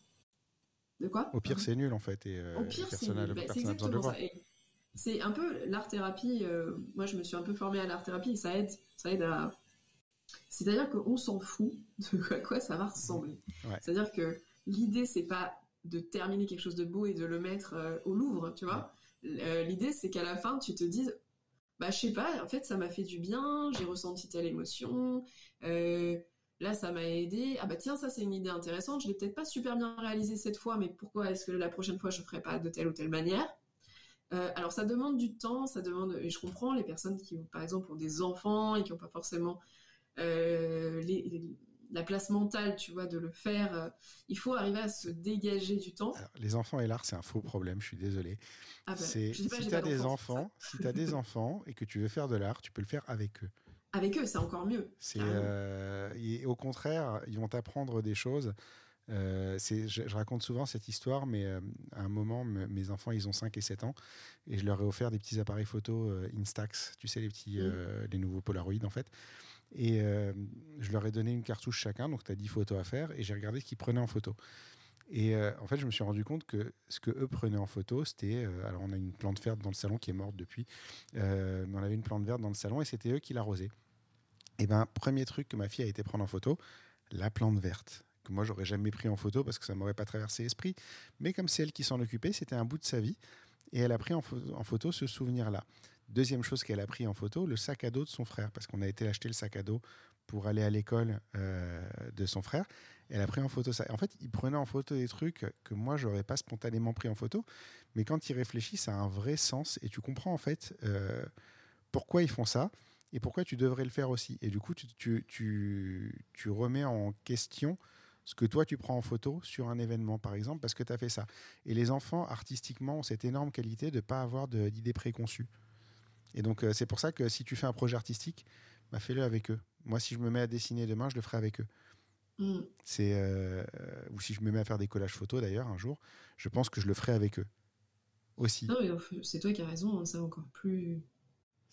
[SPEAKER 3] De quoi?
[SPEAKER 2] Au pire, c'est nul, en fait, et
[SPEAKER 3] Au pire, c'est
[SPEAKER 2] personne
[SPEAKER 3] nul.
[SPEAKER 2] n'a
[SPEAKER 3] C'est
[SPEAKER 2] besoin de le
[SPEAKER 3] exactement
[SPEAKER 2] voir.
[SPEAKER 3] ça. Et c'est un peu l'art-thérapie. Moi, je me suis un peu formée à l'art-thérapie, et ça aide. Ça aide à. C'est-à-dire qu'on s'en fout de à quoi ça va ressembler.
[SPEAKER 2] Ouais.
[SPEAKER 3] C'est-à-dire que l'idée, c'est pas de terminer quelque chose de beau et de le mettre au Louvre, tu vois. L'idée, c'est qu'à la fin, tu te dises, bah, je sais pas, en fait, ça m'a fait du bien, j'ai ressenti telle émotion. Là, ça m'a aidé. Ah bah tiens, ça c'est une idée intéressante. Je l'ai peut-être pas super bien réalisée cette fois, mais pourquoi est-ce que la prochaine fois je ferai pas de telle ou telle manière? Alors ça demande du temps, et je comprends les personnes qui, par exemple, ont des enfants et qui n'ont pas forcément la place mentale, tu vois, de le faire. Il faut arriver à se dégager du temps.
[SPEAKER 2] Alors, les enfants et l'art, c'est un faux problème, je suis désolé.
[SPEAKER 3] Ah bah,
[SPEAKER 2] Si
[SPEAKER 3] je sais pas, j'ai
[SPEAKER 2] tu as
[SPEAKER 3] pas
[SPEAKER 2] des
[SPEAKER 3] d'enfants.
[SPEAKER 2] enfants, si tu as des enfants et que tu veux faire de l'art, tu peux le faire avec eux.
[SPEAKER 3] Avec eux, c'est encore mieux.
[SPEAKER 2] Et au contraire, ils vont t'apprendre des choses. Je raconte souvent cette histoire, mais à un moment, mes enfants, ils ont 5 et 7 ans, et je leur ai offert des petits appareils photo Instax, tu sais, les nouveaux Polaroid, en fait. Et je leur ai donné une cartouche chacun, donc tu as 10 photos à faire, et j'ai regardé ce qu'ils prenaient en photo. Et en fait, je me suis rendu compte que ce que eux prenaient en photo, c'était... alors, on a une plante verte dans le salon qui est morte depuis, mais on avait une plante verte dans le salon, et c'était eux qui l'arrosaient. Et ben, premier truc que ma fille a été prendre en photo, la plante verte, que moi j'aurais jamais pris en photo parce que ça m'aurait pas traversé l'esprit, mais comme c'est elle qui s'en occupait, c'était un bout de sa vie, et elle a pris en photo ce souvenir-là. Deuxième chose qu'elle a pris en photo, le sac à dos de son frère, parce qu'on a été acheter le sac à dos pour aller à l'école de son frère. Elle a pris en photo ça. En fait, il prenait en photo des trucs que moi j'aurais pas spontanément pris en photo, mais quand il réfléchit, ça a un vrai sens, et tu comprends en fait pourquoi ils font ça et pourquoi tu devrais le faire aussi. Et du coup, tu remets en question ce que toi tu prends en photo sur un événement, par exemple, parce que tu as fait ça. Et les enfants, artistiquement, ont cette énorme qualité de ne pas avoir d'idées préconçues. Et donc, c'est pour ça que si tu fais un projet artistique, bah, fais-le avec eux. Moi, si je me mets à dessiner demain, je le ferai avec eux. Ou si je me mets à faire des collages photos, d'ailleurs, un jour, je pense que je le ferai avec eux aussi.
[SPEAKER 3] Non, mais c'est toi qui as raison, hein, c'est encore plus...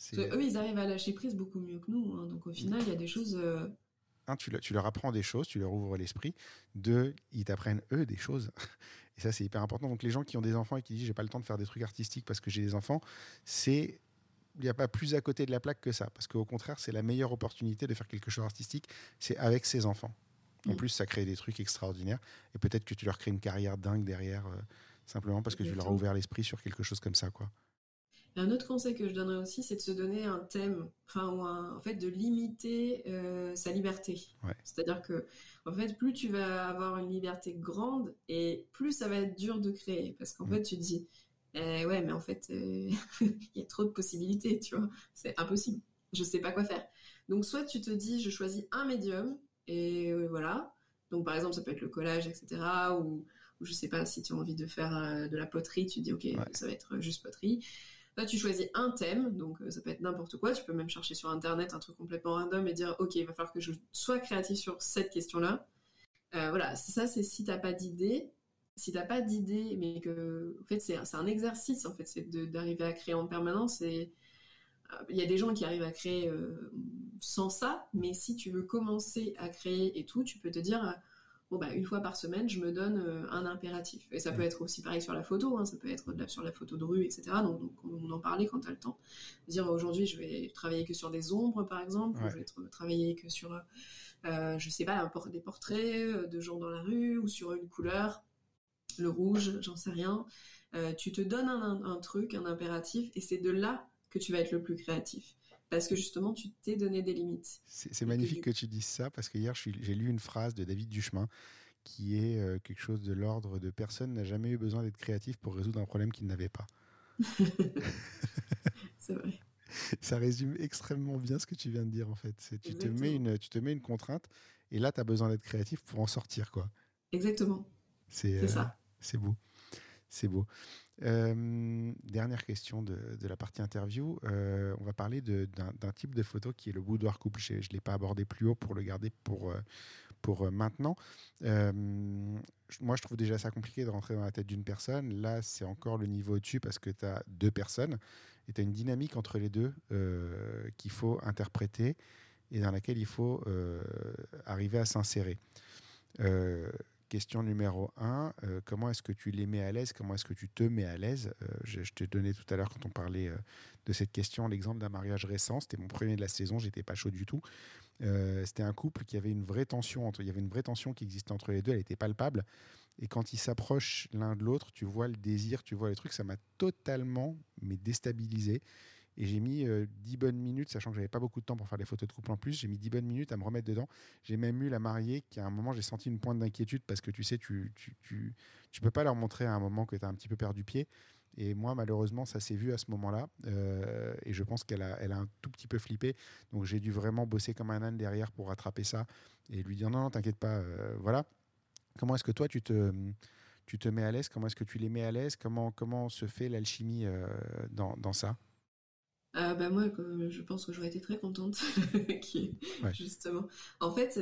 [SPEAKER 3] Eux, ils arrivent à lâcher prise beaucoup mieux que nous. Hein. Donc au final, il y a des choses...
[SPEAKER 2] Un, tu leur apprends des choses, tu leur ouvres l'esprit. Deux, ils t'apprennent eux des choses. Et ça, c'est hyper important. Donc les gens qui ont des enfants et qui disent j'ai pas le temps de faire des trucs artistiques parce que j'ai des enfants, il n'y a pas plus à côté de la plaque que ça. Parce qu'au contraire, c'est la meilleure opportunité de faire quelque chose d'artistique, c'est avec ses enfants. En plus, ça crée des trucs extraordinaires. Et peut-être que tu leur crées une carrière dingue derrière, simplement parce que tu leur as ouvert l'esprit sur quelque chose comme ça, quoi.
[SPEAKER 3] Et un autre conseil que je donnerais aussi, c'est de se donner un thème, en fait, de limiter sa liberté.
[SPEAKER 2] Ouais.
[SPEAKER 3] C'est-à-dire que, en fait, plus tu vas avoir une liberté grande, et plus ça va être dur de créer. Parce qu'en fait, tu te dis, ouais, mais en fait, il y a trop de possibilités, tu vois. C'est impossible. Je sais pas quoi faire. Donc, soit tu te dis, je choisis un médium, et voilà. Donc, par exemple, ça peut être le collage, etc. Ou je sais pas, si tu as envie de faire de la poterie, tu te dis, ok, ça va être juste poterie. Là, tu choisis un thème, donc ça peut être n'importe quoi. Tu peux même chercher sur Internet un truc complètement random et dire, ok, il va falloir que je sois créatif sur cette question-là. Voilà, ça, c'est si t'as pas d'idée. Si t'as pas d'idée, mais que, en fait, c'est un exercice, en fait, c'est d'arriver à créer en permanence. Et il y a des gens qui arrivent à créer sans ça, mais si tu veux commencer à créer et tout, tu peux te dire... Bon, bah, une fois par semaine, je me donne un impératif. Et ça peut être aussi pareil sur la photo, hein, ça peut être sur la photo de rue, etc. Donc on en parlait quand tu as le temps. Dire aujourd'hui, je vais travailler que sur des ombres, par exemple, ou je vais travailler que sur, je sais pas, des portraits de gens dans la rue, ou sur une couleur, le rouge, j'en sais rien. Tu te donnes un truc, un impératif, et c'est de là que tu vas être le plus créatif. Parce que justement, tu t'es donné des limites.
[SPEAKER 2] C'est magnifique que tu dises ça, parce que hier, j'ai lu une phrase de David Duchemin qui est quelque chose de l'ordre de personne n'a jamais eu besoin d'être créatif pour résoudre un problème qu'il n'avait pas.
[SPEAKER 3] C'est vrai.
[SPEAKER 2] Ça résume extrêmement bien ce que tu viens de dire, en fait. Tu te mets une contrainte, et là, tu as besoin d'être créatif pour en sortir, quoi.
[SPEAKER 3] Exactement. C'est ça.
[SPEAKER 2] C'est beau. C'est beau. Dernière question de la partie interview. On va parler d'un type de photo qui est le boudoir couple. Je ne l'ai pas abordé plus haut pour le garder pour maintenant. Moi, je trouve déjà ça compliqué de rentrer dans la tête d'une personne. Là, c'est encore le niveau au-dessus parce que tu as deux personnes et tu as une dynamique entre les deux qu'il faut interpréter et dans laquelle il faut arriver à s'insérer. Question numéro 1, comment est-ce que tu les mets à l'aise? Comment est-ce que tu te mets à l'aise? Je t'ai donné tout à l'heure, quand on parlait de cette question, l'exemple d'un mariage récent. C'était mon premier de la saison, j'étais pas chaud du tout. C'était un couple qui avait une vraie tension. Il y avait une vraie tension qui existait entre les deux, elle était palpable. Et quand ils s'approchent l'un de l'autre, tu vois le désir, tu vois les trucs, ça m'a totalement déstabilisé. Et j'ai mis 10 bonnes minutes, sachant que j'avais pas beaucoup de temps pour faire des photos de couple en plus. J'ai mis 10 bonnes minutes à me remettre dedans. J'ai même eu la mariée qui, à un moment, j'ai senti une pointe d'inquiétude parce que tu sais, tu peux pas leur montrer à un moment que tu as un petit peu perdu pied. Et moi, malheureusement, ça s'est vu à ce moment-là. Et je pense qu'elle a un tout petit peu flippé. Donc, j'ai dû vraiment bosser comme un âne derrière pour rattraper ça et lui dire non, t'inquiète pas. Voilà. Comment est-ce que toi, tu te mets à l'aise? Comment est-ce que tu les mets à l'aise? Comment se fait l'alchimie dans ça?
[SPEAKER 3] Moi, je pense que j'aurais été très contente justement. En fait,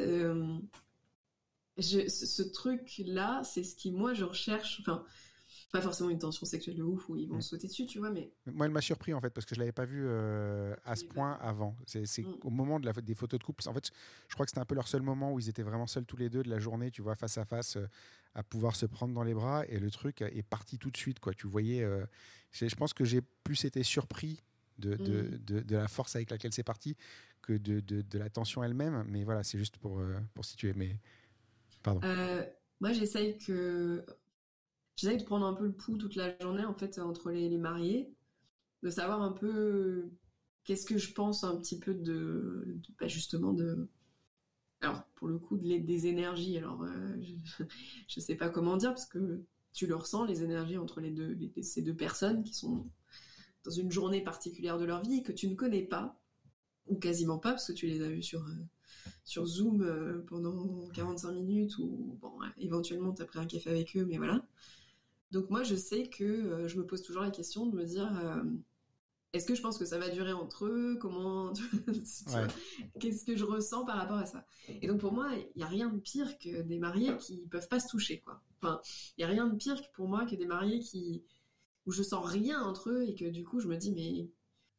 [SPEAKER 3] ce truc-là, c'est ce qui, moi, je recherche. Enfin, pas forcément une tension sexuelle de ouf où ils vont sauter dessus, tu vois, mais...
[SPEAKER 2] Moi, elle m'a surpris, en fait, parce que je l'avais pas vu à ce point avant. C'est au moment des photos de couple. En fait, je crois que c'était un peu leur seul moment où ils étaient vraiment seuls tous les deux de la journée, tu vois, face à face, à pouvoir se prendre dans les bras. Et le truc est parti tout de suite, quoi. Tu voyais... je pense que j'ai plus été surpris de la force avec laquelle c'est parti que de la tension elle-même. Mais voilà, c'est juste pour situer. Mais pardon.
[SPEAKER 3] Moi, j'essaye de prendre un peu le pouls toute la journée, en fait, entre les mariés, de savoir un peu qu'est-ce que je pense un petit peu justement de... Alors, pour le coup, des énergies. Alors, je sais pas comment dire, parce que tu le ressens, les énergies entre ces deux personnes qui sont dans une journée particulière de leur vie que tu ne connais pas, ou quasiment pas, parce que tu les as vus sur Zoom pendant 45 minutes, ou bon, éventuellement tu as pris un café avec eux, mais voilà. Donc moi, je sais que je me pose toujours la question de me dire, est-ce que je pense que ça va durer entre eux? Comment qu'est-ce que je ressens par rapport à ça? Et donc pour moi, il n'y a rien de pire que des mariés qui peuvent pas se toucher, quoi. Enfin, il n'y a rien de pire pour moi que des mariés où je sens rien entre eux et que du coup je me dis mais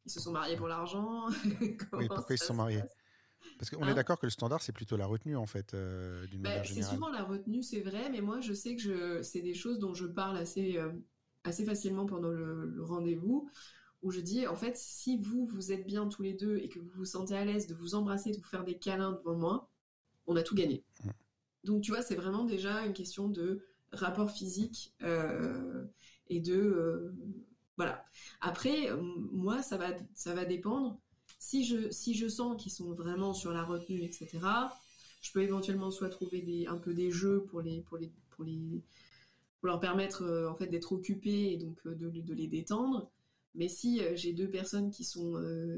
[SPEAKER 3] Ils se sont mariés pour l'argent.
[SPEAKER 2] Oui, pourquoi ils se sont mariés? Parce qu'on est d'accord que le standard, c'est plutôt la retenue, en fait, d'une manière
[SPEAKER 3] C'est
[SPEAKER 2] générale.
[SPEAKER 3] souvent la retenue, c'est vrai, mais moi, je sais que c'est des choses dont je parle assez facilement pendant le rendez-vous, où je dis, en fait, si vous êtes bien tous les deux et que vous vous sentez à l'aise de vous embrasser, de vous faire des câlins devant moi, on a tout gagné. Donc, tu vois, c'est vraiment déjà une question de rapport physique et de... voilà. Après, moi, ça va dépendre. Si je sens qu'ils sont vraiment sur la retenue, etc., je peux éventuellement soit trouver un peu des jeux pour leur permettre en fait d'être occupés et donc de les détendre. Mais si j'ai deux personnes qui sont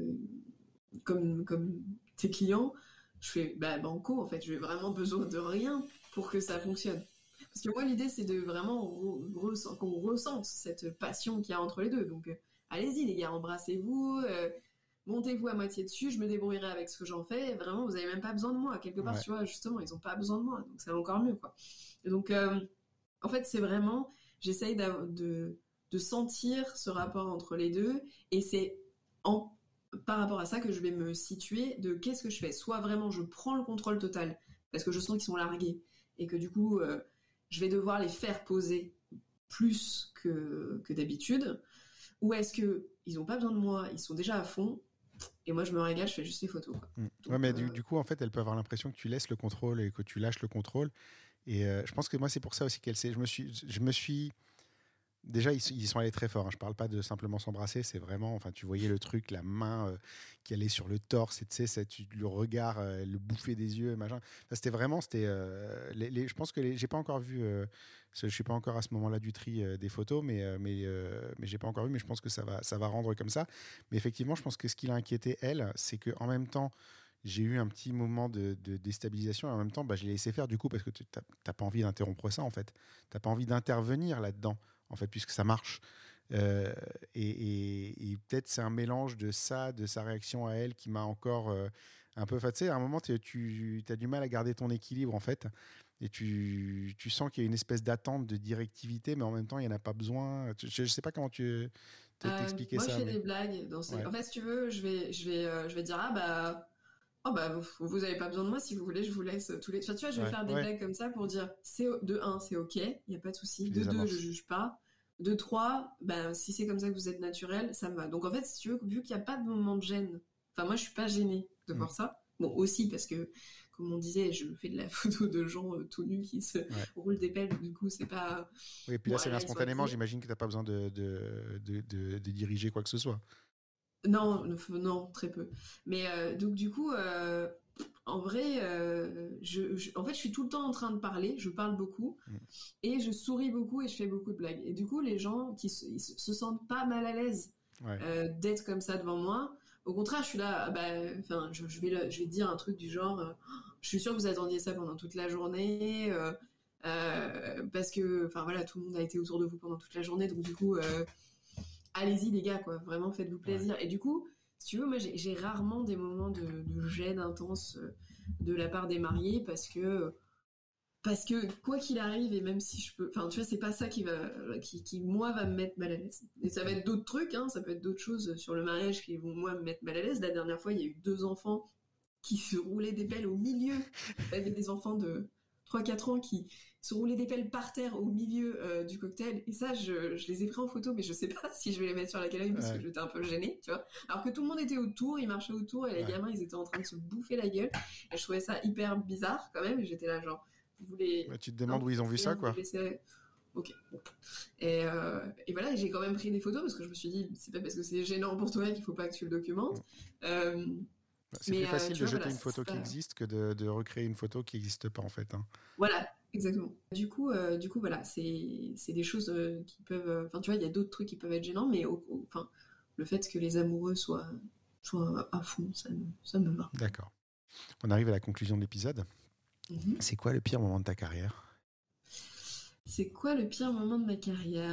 [SPEAKER 3] comme tes clients, je fais banco, en fait, j'ai vraiment besoin de rien pour que ça fonctionne. Parce que moi, l'idée, c'est de vraiment qu'on ressente cette passion qu'il y a entre les deux. Donc, allez-y, les gars, embrassez-vous, montez-vous à moitié dessus, je me débrouillerai avec ce que j'en fais. Vraiment, vous n'avez même pas besoin de moi. Quelque part, tu vois, justement, ils n'ont pas besoin de moi. Donc, c'est encore mieux, quoi. Et donc, en fait, c'est vraiment, j'essaye de sentir ce rapport entre les deux. Et c'est par rapport à ça que je vais me situer de qu'est-ce que je fais. Soit vraiment, je prends le contrôle total parce que je sens qu'ils sont largués et que du coup, je vais devoir les faire poser plus que d'habitude. Ou est-ce qu'ils n'ont pas besoin de moi, ils sont déjà à fond et moi je me régale, je fais juste les photos. Quoi.
[SPEAKER 2] Donc, mais du coup, en fait, elle peut avoir l'impression que tu laisses le contrôle et que tu lâches le contrôle. Et je pense que moi, c'est pour ça aussi qu'elle sait. Je me suis déjà, ils sont allés très fort. Hein. Je parle pas de simplement s'embrasser, c'est vraiment, enfin, tu voyais le truc, la main qui allait sur le torse, et tu sais, le regard, le bouffer des yeux, machin. Enfin, je pense que j'ai pas encore vu. Je suis pas encore à ce moment-là du tri des photos, mais j'ai pas encore vu. Mais je pense que ça va rendre comme ça. Mais effectivement, je pense que ce qui l'a inquiété elle, c'est que en même temps, j'ai eu un petit moment de déstabilisation et en même temps, je l'ai laissé faire du coup parce que t'as pas envie d'interrompre ça en fait. T'as pas envie d'intervenir là-dedans en fait puisque ça marche. Et peut-être c'est un mélange de ça, de sa réaction à elle qui m'a encore un peu... Tu sais, à un moment, tu as du mal à garder ton équilibre en fait. Et tu sens qu'il y a une espèce d'attente de directivité, mais en même temps, il n'y en a pas besoin. Je ne sais pas comment t'expliquer
[SPEAKER 3] moi,
[SPEAKER 2] ça.
[SPEAKER 3] Moi, je fais des blagues. En fait, si tu veux, je vais dire, vous avez pas besoin de moi, si vous voulez, je vous laisse tous les... Enfin, tu vois, je vais faire des blagues comme ça pour dire, de 1, c'est ok, il n'y a pas de souci. De 2, je juge pas. De 3, si c'est comme ça que vous êtes naturel, ça me va. Donc en fait, si tu veux, vu qu'il n'y a pas de moment de gêne, enfin moi je suis pas gênée de voir ça. Bon, aussi parce que, comme on disait, je fais de la photo de gens tout nus qui se roulent des pelles, du coup c'est pas...
[SPEAKER 2] Oui, et puis là, c'est spontanément, j'imagine que tu n'as pas besoin de diriger quoi que ce soit.
[SPEAKER 3] Non, très peu. Mais donc du coup, en vrai, en fait, je suis tout le temps en train de parler, je parle beaucoup, et je souris beaucoup et je fais beaucoup de blagues. Et du coup, les gens ils se sentent pas mal à l'aise d'être comme ça devant moi. Au contraire, je suis là, je vais dire un truc du genre, je suis sûre que vous attendiez ça pendant toute la journée, parce que, enfin voilà, tout le monde a été autour de vous pendant toute la journée, donc du coup... allez-y les gars, quoi, vraiment faites-vous plaisir. Et du coup, si tu veux, moi j'ai rarement des moments de gêne intense de la part des mariés parce que quoi qu'il arrive, et même si je peux, enfin tu vois, c'est pas ça qui moi va me mettre mal à l'aise. Et ça va être d'autres trucs, hein, ça peut être d'autres choses sur le mariage qui vont moi me mettre mal à l'aise. La dernière fois, il y a eu 2 enfants qui se roulaient des pelles au milieu. Il y avait des enfants de 3-4 ans qui se roulaient des pelles par terre au milieu du cocktail. Et ça, je les ai pris en photo, mais je sais pas si je vais les mettre sur la galerie parce que j'étais un peu gênée, tu vois. Alors que tout le monde était autour, ils marchaient autour et les gamins, ils étaient en train de se bouffer la gueule. Et je trouvais ça hyper bizarre quand même. Et j'étais là, genre, vous voulez...
[SPEAKER 2] tu te demandes où ils ont vu ça, quoi.
[SPEAKER 3] Ok. Bon. Et voilà, j'ai quand même pris des photos parce que je me suis dit, c'est pas parce que c'est gênant pour toi qu'il faut pas que tu le documentes.
[SPEAKER 2] C'est plus facile de jeter une photo qui existe que de recréer une photo qui n'existe pas en fait. Hein.
[SPEAKER 3] Voilà, exactement. Du coup, voilà, c'est des choses qui peuvent... Enfin, tu vois, il y a d'autres trucs qui peuvent être gênants, mais enfin, le fait que les amoureux soient à fond, ça me va.
[SPEAKER 2] D'accord. On arrive à la conclusion de l'épisode. C'est quoi le pire moment de ta carrière ?
[SPEAKER 3] C'est quoi le pire moment de ma carrière ?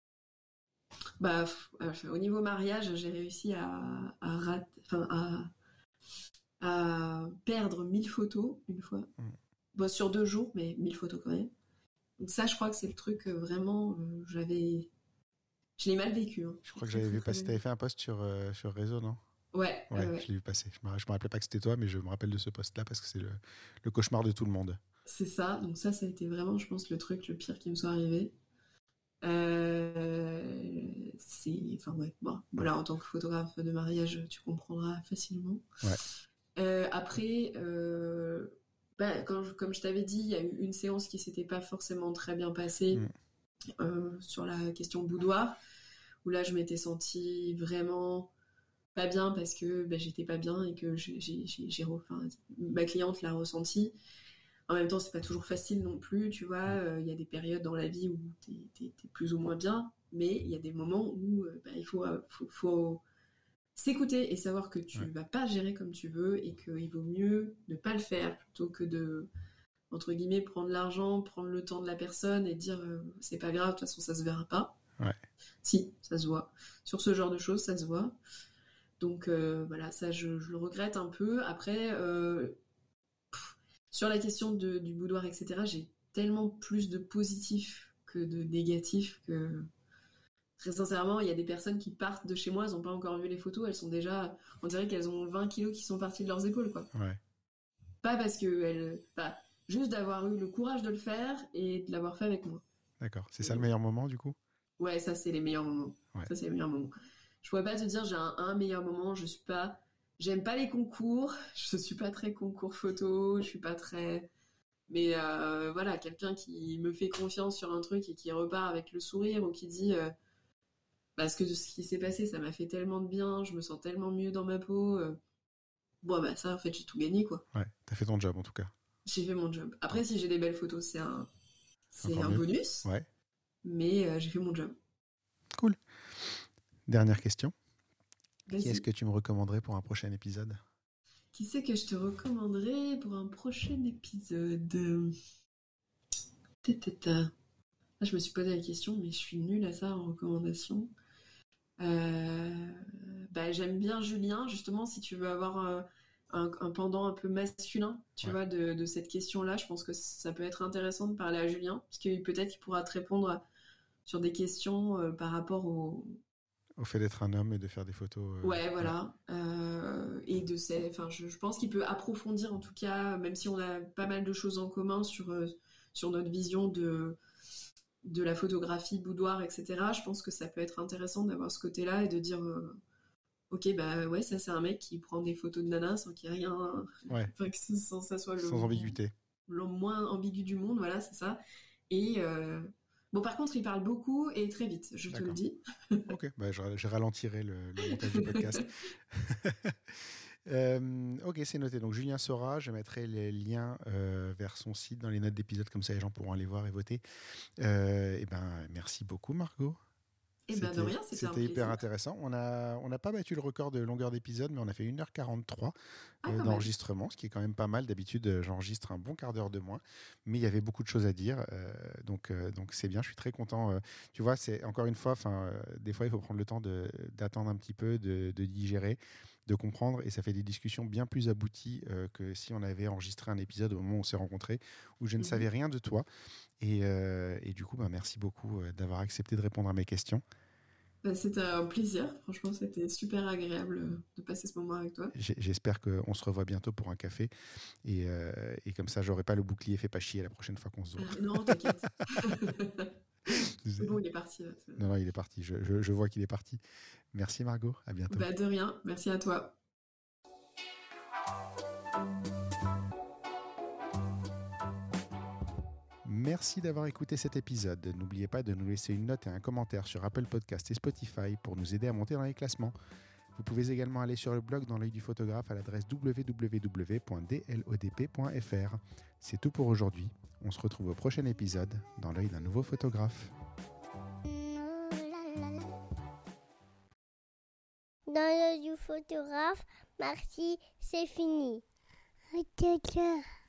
[SPEAKER 3] Au niveau mariage, j'ai réussi à perdre 1000 photos une fois. Bon, sur 2 jours, mais 1000 photos quand même. Donc ça, je crois que c'est le truc vraiment... j'avais Je l'ai mal vécu. Hein.
[SPEAKER 2] Je crois que j'avais vu passer, tu avais fait un post sur réseau, non?
[SPEAKER 3] Ouais.
[SPEAKER 2] Je l'ai vu passer. Je me rappelais pas que c'était toi, mais je me rappelle de ce post-là parce que c'est le cauchemar de tout le monde.
[SPEAKER 3] C'est ça. Donc ça a été vraiment, je pense, le truc le pire qui me soit arrivé. Enfin, ouais. Bon, voilà, en tant que photographe de mariage, tu comprendras facilement.
[SPEAKER 2] Ouais.
[SPEAKER 3] Après, comme je t'avais dit, il y a eu une séance qui s'était pas forcément très bien passée sur la question boudoir, où là, je m'étais sentie vraiment pas bien parce que j'étais pas bien et que ma cliente l'a ressenti. En même temps, c'est pas toujours facile non plus, tu vois. Il y a des périodes dans la vie où t'es plus ou moins bien, mais il y a des moments où il faut s'écouter et savoir que tu vas pas gérer comme tu veux et qu'il vaut mieux ne pas le faire plutôt que de, entre guillemets, prendre l'argent, prendre le temps de la personne et dire c'est pas grave, de toute façon ça se verra pas.
[SPEAKER 2] Ouais.
[SPEAKER 3] Si, ça se voit. Sur ce genre de choses, ça se voit. Donc voilà, ça je le regrette un peu. Après, sur la question du boudoir, etc., j'ai tellement plus de positifs que de négatifs que très sincèrement, il y a des personnes qui partent de chez moi, elles n'ont pas encore vu les photos, elles sont déjà, on dirait qu'elles ont 20 kilos qui sont partis de leurs épaules, quoi.
[SPEAKER 2] Ouais.
[SPEAKER 3] Pas parce que juste d'avoir eu le courage de le faire et de l'avoir fait avec moi.
[SPEAKER 2] D'accord. C'est ça le meilleur moment, du coup?
[SPEAKER 3] Ouais, ça c'est les meilleurs moments.
[SPEAKER 2] Ouais.
[SPEAKER 3] Ça c'est les meilleurs moments. Je pourrais pas te dire j'ai un meilleur moment. J'aime pas les concours. Je suis pas très concours photo. Je suis pas très. Mais voilà, quelqu'un qui me fait confiance sur un truc et qui repart avec le sourire ou qui dit parce que ce qui s'est passé, ça m'a fait tellement de bien. Je me sens tellement mieux dans ma peau. Ça en fait j'ai tout gagné quoi.
[SPEAKER 2] Ouais, t'as fait ton job en tout cas.
[SPEAKER 3] J'ai fait mon job. Après si j'ai des belles photos, c'est un
[SPEAKER 2] mieux.
[SPEAKER 3] Bonus.
[SPEAKER 2] Ouais.
[SPEAKER 3] Mais j'ai fait mon job.
[SPEAKER 2] Cool. Dernière question.
[SPEAKER 3] Vas-y.
[SPEAKER 2] Qui est-ce que tu me recommanderais pour un prochain épisode?
[SPEAKER 3] Qui c'est que je te recommanderais pour un prochain épisode? Là, je me suis posé la question, mais je suis nulle à ça en recommandation. J'aime bien Julien, justement, si tu veux avoir un pendant un peu masculin, tu vois, de cette question-là, je pense que ça peut être intéressant de parler à Julien, parce que peut-être qu'il pourra te répondre sur des questions par rapport au
[SPEAKER 2] fait d'être un homme et de faire des photos.
[SPEAKER 3] Voilà. Et je pense qu'il peut approfondir, en tout cas, même si on a pas mal de choses en commun sur notre vision de la photographie, boudoir, etc. Je pense que ça peut être intéressant d'avoir ce côté-là et de dire ok, ça c'est un mec qui prend des photos de nanas sans qu'il y ait rien. Que ça soit
[SPEAKER 2] sans ambiguïté.
[SPEAKER 3] Le moins ambigu du monde, voilà, c'est ça. Et par contre, il parle beaucoup et très vite, je te le dis.
[SPEAKER 2] Ok, je ralentirai le montage du podcast. Ok, c'est noté. Donc, Julien Sora, je mettrai les liens vers son site dans les notes d'épisode, comme ça les gens pourront aller voir et voter. Merci beaucoup, Margot.
[SPEAKER 3] De rien,
[SPEAKER 2] c'était hyper intéressant. On n'a pas battu le record de longueur d'épisode, mais on a fait 1h43 d'enregistrement, ce qui est quand même pas mal. D'habitude, j'enregistre un bon quart d'heure de moins, mais il y avait beaucoup de choses à dire. Donc c'est bien, je suis très content. Tu vois, c'est encore une fois, des fois, il faut prendre le temps d'attendre un petit peu, de digérer, de comprendre, et ça fait des discussions bien plus abouties que si on avait enregistré un épisode au moment où on s'est rencontrés, où je ne savais rien de toi. Et du coup, merci beaucoup d'avoir accepté de répondre à mes questions.
[SPEAKER 3] C'était un plaisir, franchement, c'était super agréable de passer ce moment avec toi.
[SPEAKER 2] J'espère qu'on se revoit bientôt pour un café et comme ça, j'aurai pas le bouclier fait pas chier la prochaine fois qu'on se voit.
[SPEAKER 3] Non, t'inquiète. C'est bon, il est parti. Là.
[SPEAKER 2] Non, il est parti. Je vois qu'il est parti. Merci Margot, à bientôt.
[SPEAKER 3] De rien, merci à toi.
[SPEAKER 2] Merci d'avoir écouté cet épisode. N'oubliez pas de nous laisser une note et un commentaire sur Apple Podcast et Spotify pour nous aider à monter dans les classements. Vous pouvez également aller sur le blog dans l'œil du photographe à l'adresse www.dlodp.fr. C'est tout pour aujourd'hui. On se retrouve au prochain épisode dans l'œil d'un nouveau photographe.
[SPEAKER 1] Dans l'œil du photographe, merci, c'est fini.